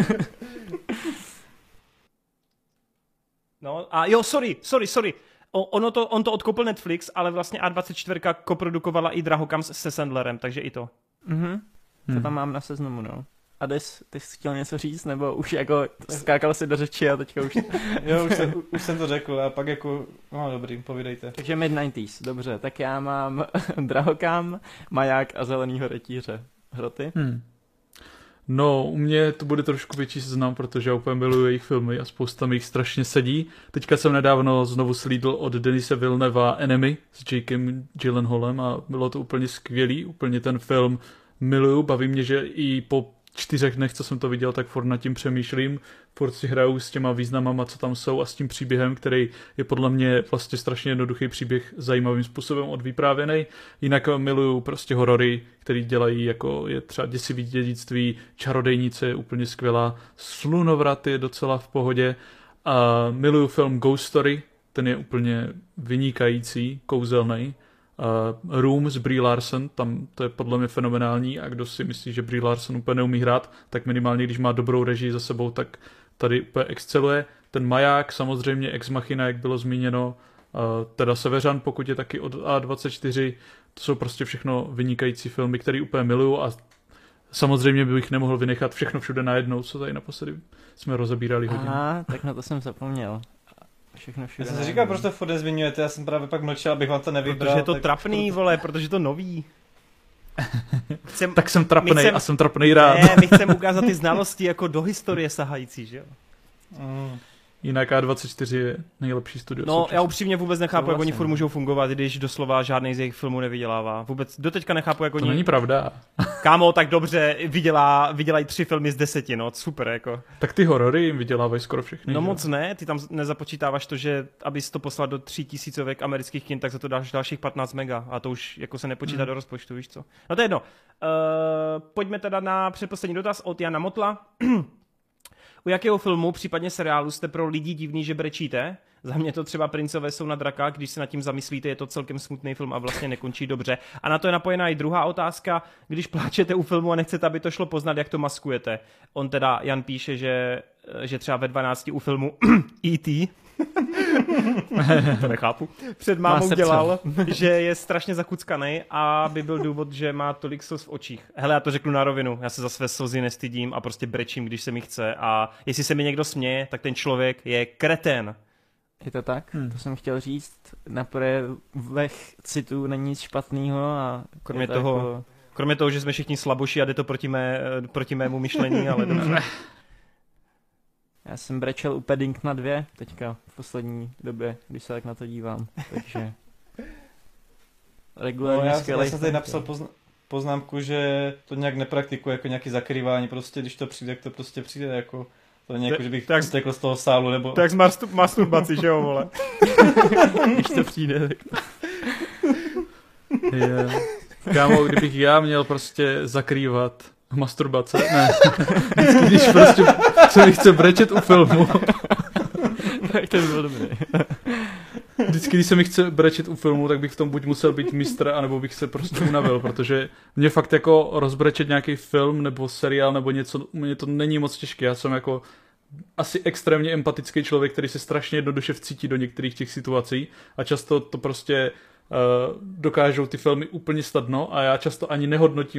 No a jo, sorry, sorry, sorry. O, ono to, on to odkoupil Netflix, ale vlastně A dvacet čtyři koprodukovala i Drahokams se Sandlerem, takže i to. Mhm. To Hmm. tam mám na seznamu, no. A Des, ty jsi chtěl něco říct, nebo už jako skákal si do řeči a teďka už... Jo, už jsem, už jsem to řekl a pak jako, no dobrý, povídejte. Takže mid nineties, dobře, tak já mám Drahokam, Maják a Zelenýho rytíře. Hroty? Hmm. No, u mě to bude trošku větší seznam, protože já úplně miluji jejich filmy a spousta mi jich strašně sedí. Teďka jsem nedávno znovu slídl od Denise Villeneva Enemy s Jakem Gyllenhaalem a bylo to úplně skvělý, úplně ten film miluju, baví mě, že i po čtyřech dnech, co jsem to viděl, tak furt nad tím přemýšlím, furt si hraju s těma významama, co tam jsou a s tím příběhem, který je podle mě vlastně strašně jednoduchý příběh, zajímavým způsobem odvyprávěnej. Jinak miluju prostě horory, který dělají, jako je třeba Děsivý dědictví, Čarodejnice je úplně skvělá, Slunovrat je docela v pohodě a miluju film Ghost Story, ten je úplně vynikající, kouzelnej. Uh, Room s Brie Larson, tam to je podle mě fenomenální a kdo si myslí, že Brie Larson úplně neumí hrát, tak minimálně když má dobrou režii za sebou, tak tady úplně exceluje. Ten Maják, samozřejmě Ex Machina, jak bylo zmíněno, uh, teda Severan, pokud je taky od A dvacet čtyři, to jsou prostě všechno vynikající filmy, které úplně miluju a samozřejmě bych nemohl vynechat Všechno všude najednou, co tady naposledy jsme rozebírali hodně. Aha, tak na to jsem zapomněl. Všechno všude. Já jsem si říkal, proč to furt nezmiňujete, já jsem právě pak mlčel, abych vám to nevybral. Protože je to tak... trapný, vole, protože to nový. Chcem, Tak jsem trapnej chcem, a jsem trapnej rád. Ne, my chceme ukázat ty znalosti jako do historie sahající, že jo? Mm. Jinak A dvacet čtyři je nejlepší studio. No, současně. já upřímně vůbec nechápu, jak oni Souhlasím. furt můžou fungovat, když doslova žádný z jejich filmů nevydělává. Vůbec doteďka nechápu, jak To oni... není pravda. Kámo, tak dobře, vydělá, vydělají tři filmy z deseti, no, super, jako. Tak ty horory jim vydělávají skoro všechny. No že? moc ne, ty tam nezapočítáváš to, že abys to poslal do tří tisícovek amerických kin, tak za to dáš dalších patnáct mega a to už jako se nepočítá Hmm. do rozpočtu, víš co. No to je jedno. Uh, pojďme teda na předposlední dotaz od Jana Motla. U jakého filmu, případně seriálu, jste pro lidi divný, že brečíte? Za mě to třeba Princové jsou na drakách, když se nad tím zamyslíte, je to celkem smutný film a vlastně nekončí dobře. A na to je napojená i druhá otázka, když pláčete u filmu a nechcete, aby to šlo poznat, jak to maskujete. On teda, Jan píše, že, že třeba ve dvanácti u filmu E T to nechápu. Před mámou dělal, že je strašně zakuckanej a by byl důvod, že má tolik slz v očích. Hele, já to řeknu na rovinu, já se za své slzy nestydím a prostě brečím, když se mi chce a jestli se mi někdo směje, tak ten člověk je kretén. Je to tak? Hmm. To jsem chtěl říct. Na projevech citů není nic špatného a Kromě je to toho- jako... Kromě toho, že jsme všichni slaboši a jde to proti, mé, proti mému myšlení, ale dobře. Já jsem brečel u Paddingtona dvě teďka v poslední době, když se tak na to dívám. Takže... No, Regulárně já, skvělej já jsem tady film. napsal pozna- poznámku, že to nějak nepraktikuje jako nějaký zakrývání, prostě když to přijde, jak to prostě přijde, jako to není jako, že bych tak- stekl z toho sálu, nebo... To jak z mastu- masturbaci, že jo, vole. Když to přijde, tak... Je. Kámo, kdybych já měl prostě zakrývat masturbace, ne. Vždycky, když prostě se mi chce brečet u filmu, tak to by bylo dobrý. vždycky, když se mi chce brečet u filmu, tak bych v tom buď musel být mistr, anebo bych se prostě unavil, protože mě fakt jako rozbrečet nějaký film nebo seriál nebo něco, mě to není moc těžké. Já jsem jako asi extrémně empatický člověk, který se strašně jednoduše vcítí do některých těch situací a často to prostě uh, dokážou ty filmy úplně snadno a já často ani nehodnotím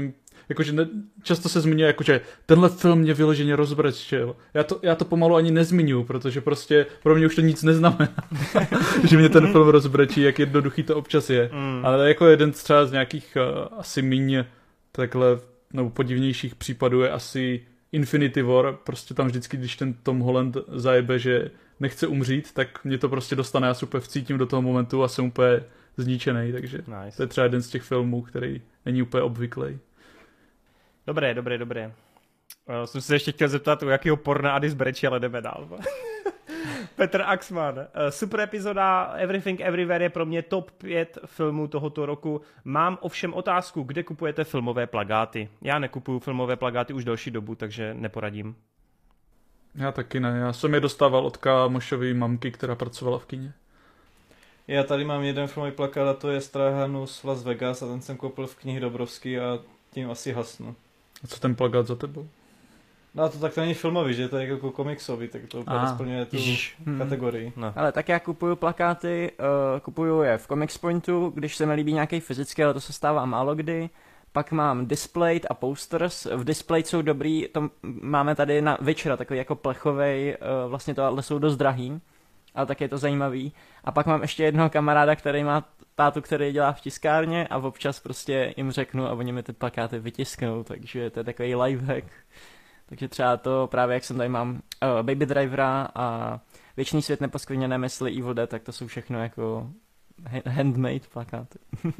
jakože ne, často se zmiňuje, jakože tenhle film mě vyloženě rozbrečel. Já to, já to pomalu ani nezmiňuji, protože prostě pro mě už to nic neznamená, že mě ten film rozbrečí, jak jednoduchý to občas je. Mm. Ale jako jeden třeba z nějakých uh, asi míň takhle, nebo podivnějších případů je asi Infinity War, prostě tam vždycky, když ten Tom Holland zajebe, že nechce umřít, tak mě to prostě dostane, já se úplně vcítím do toho momentu a jsem úplně zničený, takže nice. To je třeba jeden z těch filmů, který není úplně obvyklý. Dobré, dobré, dobré. Uh, jsem se ještě chtěl zeptat, u jakého porna Adis brečí, ale jdeme dál. Petr Axman. Uh, super epizoda Everything Everywhere je pro mě top pět filmů tohoto roku. Mám ovšem otázku, kde kupujete filmové plakáty? Já nekupuju filmové plakáty už delší dobu, takže neporadím. Já taky ne. Já jsem je dostával od kámošový mamky, která pracovala v kině. Já tady mám jeden filmový plakát a to je Stráhanus Las Vegas a ten jsem koupil v knihy Dobrovský a tím asi hasnu. A co ten plakát za tebou? No a to tak to není filmový, že to je jako komiksový, tak to úplně splňuje tu hmm. kategorii. No. Ale tak já kupuju plakáty, uh, kupuju je v Comics Pointu, když se mi líbí nějaký fyzický, ale to se stává málo kdy. Pak mám Displayed a Posters. V Displayed jsou dobrý, to máme tady na Witchera, takový jako plechovej, uh, vlastně to ale jsou dost drahý, ale tak je to zajímavý. A pak mám ještě jednoho kamaráda, který má tátu, který dělá v tiskárně a občas prostě jim řeknu a oni mi ty plakáty vytisknou, takže to je takový lifehack. Takže třeba to právě, jak jsem tady mám uh, Baby Drivera a Věčný svět neposkvrněné mysli Evil Dead, tak to jsou všechno jako handmade plakáty.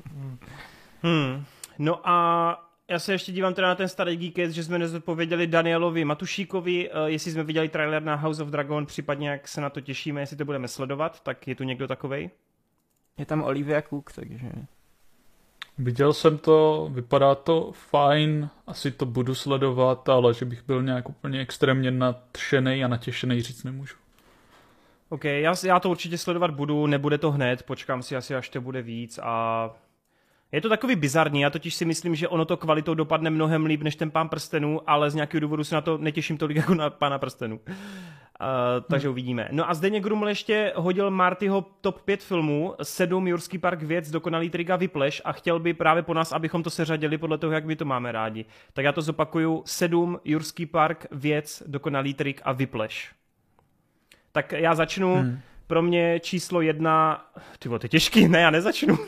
hmm. No a já se ještě dívám teda na ten starý Geekets, že jsme nezodpověděli Danielovi Matušíkovi, uh, jestli jsme viděli trailer na House of Dragon, případně jak se na to těšíme, jestli to budeme sledovat, tak je tu někdo takovej? Je tam Olivia Cook, takže... Viděl jsem to, vypadá to fajn, asi to budu sledovat, ale že bych byl nějak úplně extrémně nadšenej a natěšenej říct nemůžu. OK, já, já to určitě sledovat budu, nebude to hned, počkám si asi, až to bude víc a... Je to takový bizarní, já totiž si myslím, že ono to kvalitou dopadne mnohem líp než ten Pán prstenů, ale z nějakého důvodu se na to netěším tolik jako na Pána prstenů. Uh, takže hmm. uvidíme. No a Zdeněk Gruml ještě hodil Martyho top pět filmů, sedm Jurský park, Věc, Dokonalý trik a Whiplash a chtěl by právě po nás, abychom to seřadili podle toho, jak my to máme rádi. Tak já to zopakuju, sedm Jurský park, Věc, Dokonalý trik a Whiplash. Tak já začnu, hmm. pro mě číslo jedna, tyvo, to je těžký, ne, já nezačnu.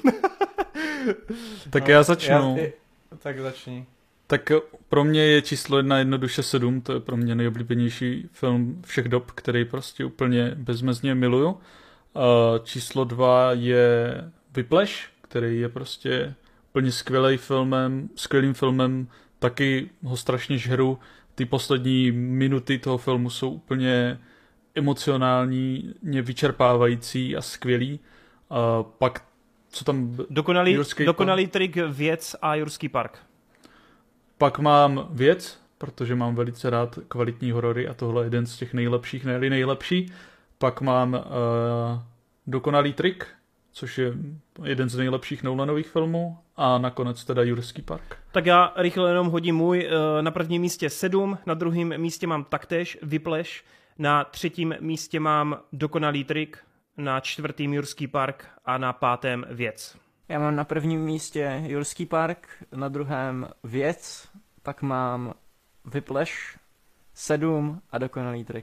Tak no, já začnu. Já, tak začni. Tak pro mě je číslo jedna jednoduše sedm, to je pro mě nejoblíbenější film všech dob, který prostě úplně bezmezně miluju. A číslo dva je Whiplash, který je prostě úplně skvělý filmem, skvělým filmem, taky ho strašně žeru. Ty poslední minuty toho filmu jsou úplně emocionální, vyčerpávající a skvělý. A pak co tam... Dokonalý, dokonalý trik, Věc a Jurský park. Pak mám Věc, protože mám velice rád kvalitní horory a tohle je jeden z těch nejlepších, nejli nejlepší. Pak mám uh, Dokonalý trik, což je jeden z nejlepších Nolanových filmů a nakonec teda Jurský park. Tak já rychle jenom hodím můj. Uh, na prvním místě sedm, na druhém místě mám taktéž Whiplash, na třetím místě mám Dokonalý trik, na čtvrtým Jurský park a na pátém Věc. Já mám na prvním místě Jurský park, na druhém Věc, pak mám Whiplash, sedm a Dokonalý trik.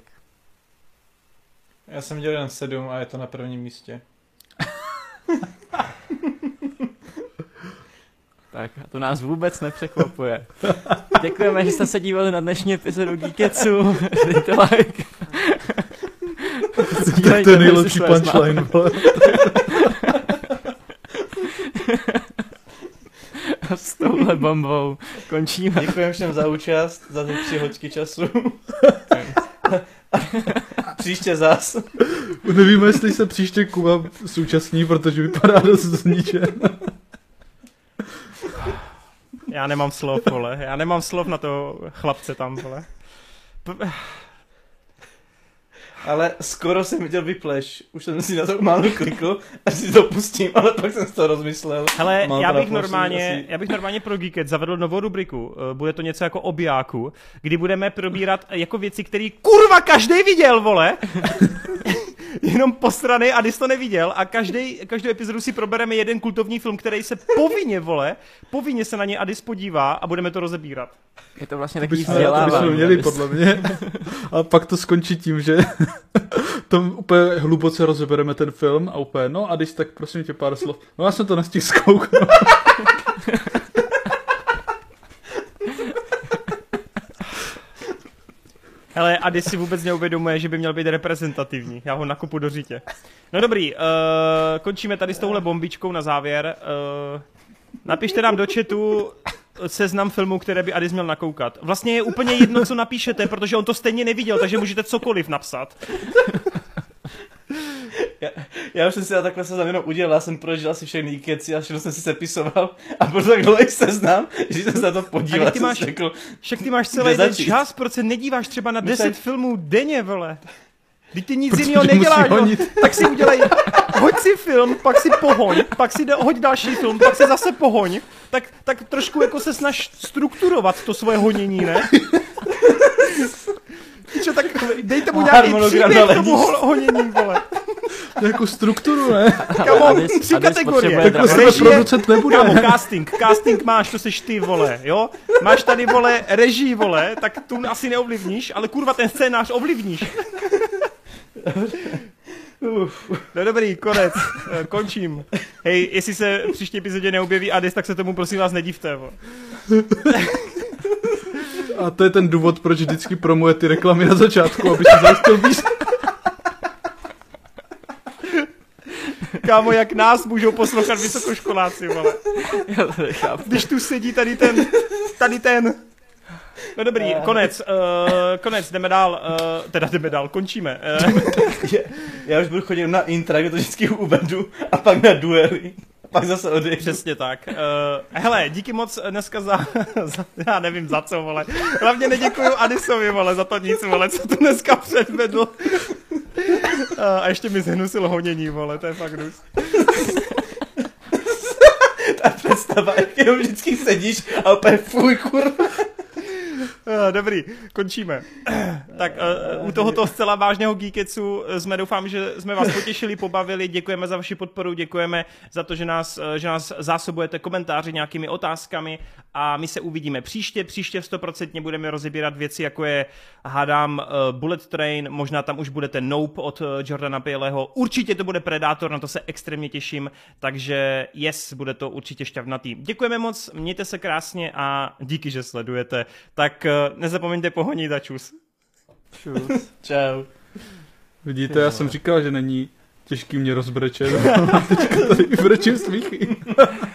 Já jsem dělal jen sedm a je to na prvním místě. Tak a to nás vůbec nepřekvapuje. Děkujeme, že jste se dívali na dnešní epizodu Geeketsu. Dejte like. Tak to je nejlepší punchline, vole. A s touhle bombou končíme. Děkujeme všem za účast, za ty tři hoďky času. Příště zas. Nevíme, jestli se příště Kuba zúčastní, protože vypadá dost zničen. Já nemám slov, vole. Já nemám slov na to chlapce tam, vole. P- Ale skoro jsem viděl Whiplash. Už jsem si na to málo klikl, až si to pustím, ale pak jsem si to rozmyslel. Hele, já bych, normálně, asi... já bych normálně pro Geeket zavedl novou rubriku. Bude to něco jako objáku, kdy budeme probírat jako věci, které kurva každej viděl, vole. jenom posraný a Adis to neviděl a každý, každou epizodu si probereme jeden kultovní film, který se povinně, vole, povinně se na ně Adis podívá a budeme to rozebírat. Je to vlastně To takový bychom, to vzdělávání. bychom měli, podle mě. A pak to skončí tím, že tam úplně hluboce rozebereme ten film a úplně, no a když tak prosím tě pár slov. No já jsem to nestihl zkouknout. Hele, Adis si vůbec neuvědomuje, že by měl být reprezentativní. Já ho nakupu do řitě. No dobrý, uh, končíme tady s touhle bombičkou na závěr. Uh, napište nám do chatu seznam filmů, které by Adis měl nakoukat. Vlastně je úplně jedno, co napíšete, protože on to stejně neviděl, takže můžete cokoliv napsat. Já, já už jsem si já takhle se jenom udělal, já jsem prožil asi všechny keci a všechno jsem si sepisoval a byl tak dlouhý seznam, že jsem se na to podíval. Ty máš, řekl, však ty máš celý den čas, proč se nedíváš třeba na deset tak... filmů denně, vole. Když ty nic Protože jiného neděláš, no, honit. tak si udělej, hoď si film, pak si pohoň, pak si da, hoď další film, pak se zase pohoň, tak, tak trošku jako se snaž strukturovat to svoje honění, ne? Čo, tak dejte mu nějaký příběh k tomu ho, honění, vole. Nějakou strukturu, ne? Kamo, tři kategorie. Takhle se Režie, producent nebude. Kámo, casting, casting máš, to seš ty, vole, jo? Máš tady, vole, režii, vole, tak tu asi neovlivníš, ale kurva ten scénář ovlivníš. No dobrý, konec, končím. Hej, jestli se v příští epizodě neobjeví Adis, tak se tomu prosím vás nedivte, vole. A to je ten důvod, proč vždycky promuje ty reklamy na začátku, aby se zajistil víc. Kámo, jak nás můžou poslouchat vysokoškoláci, vole. Já to nechápu. Když tu sedí tady ten, tady ten. No dobrý, konec, uh, konec, jdeme dál, uh, teda jdeme dál, končíme. Uh. Já už budu chodit na intra, kde to vždycky uvedu a pak na duely. Pak zase odejdu. Přesně tak. Uh, hele, díky moc dneska za, za, já nevím za co, vole. Hlavně neděkuju Adisovi, vole, za to nic, vole, co tu dneska předvedl. Uh, a ještě mi zhnusil honění, vole, to je fakt dus. Ta představa, jak jenom vždycky sedíš a opět fuj, kurva. Uh, dobrý, končíme. Tak uh, u tohoto zcela vážného Geeketsu jsme doufám, že jsme vás potěšili, pobavili, děkujeme za vaši podporu, děkujeme za to, že nás, že nás zásobujete komentáři nějakými otázkami a my se uvidíme příště, příště sto procent budeme rozebírat věci, jako je, hádám, uh, Bullet Train, možná tam už bude ten Nope od uh, Jordana Peeleho, určitě to bude Predator, na to se extrémně těším, takže yes, bude to určitě šťavnatý. Děkujeme moc, mějte se krásně a díky, že sledujete. Tak uh, nezapomeňte pohonit a čus. Čus. Čau. Vidíte, já jsem říkal, že není těžký mě rozbrečet. Teďka tady brečím smíchy.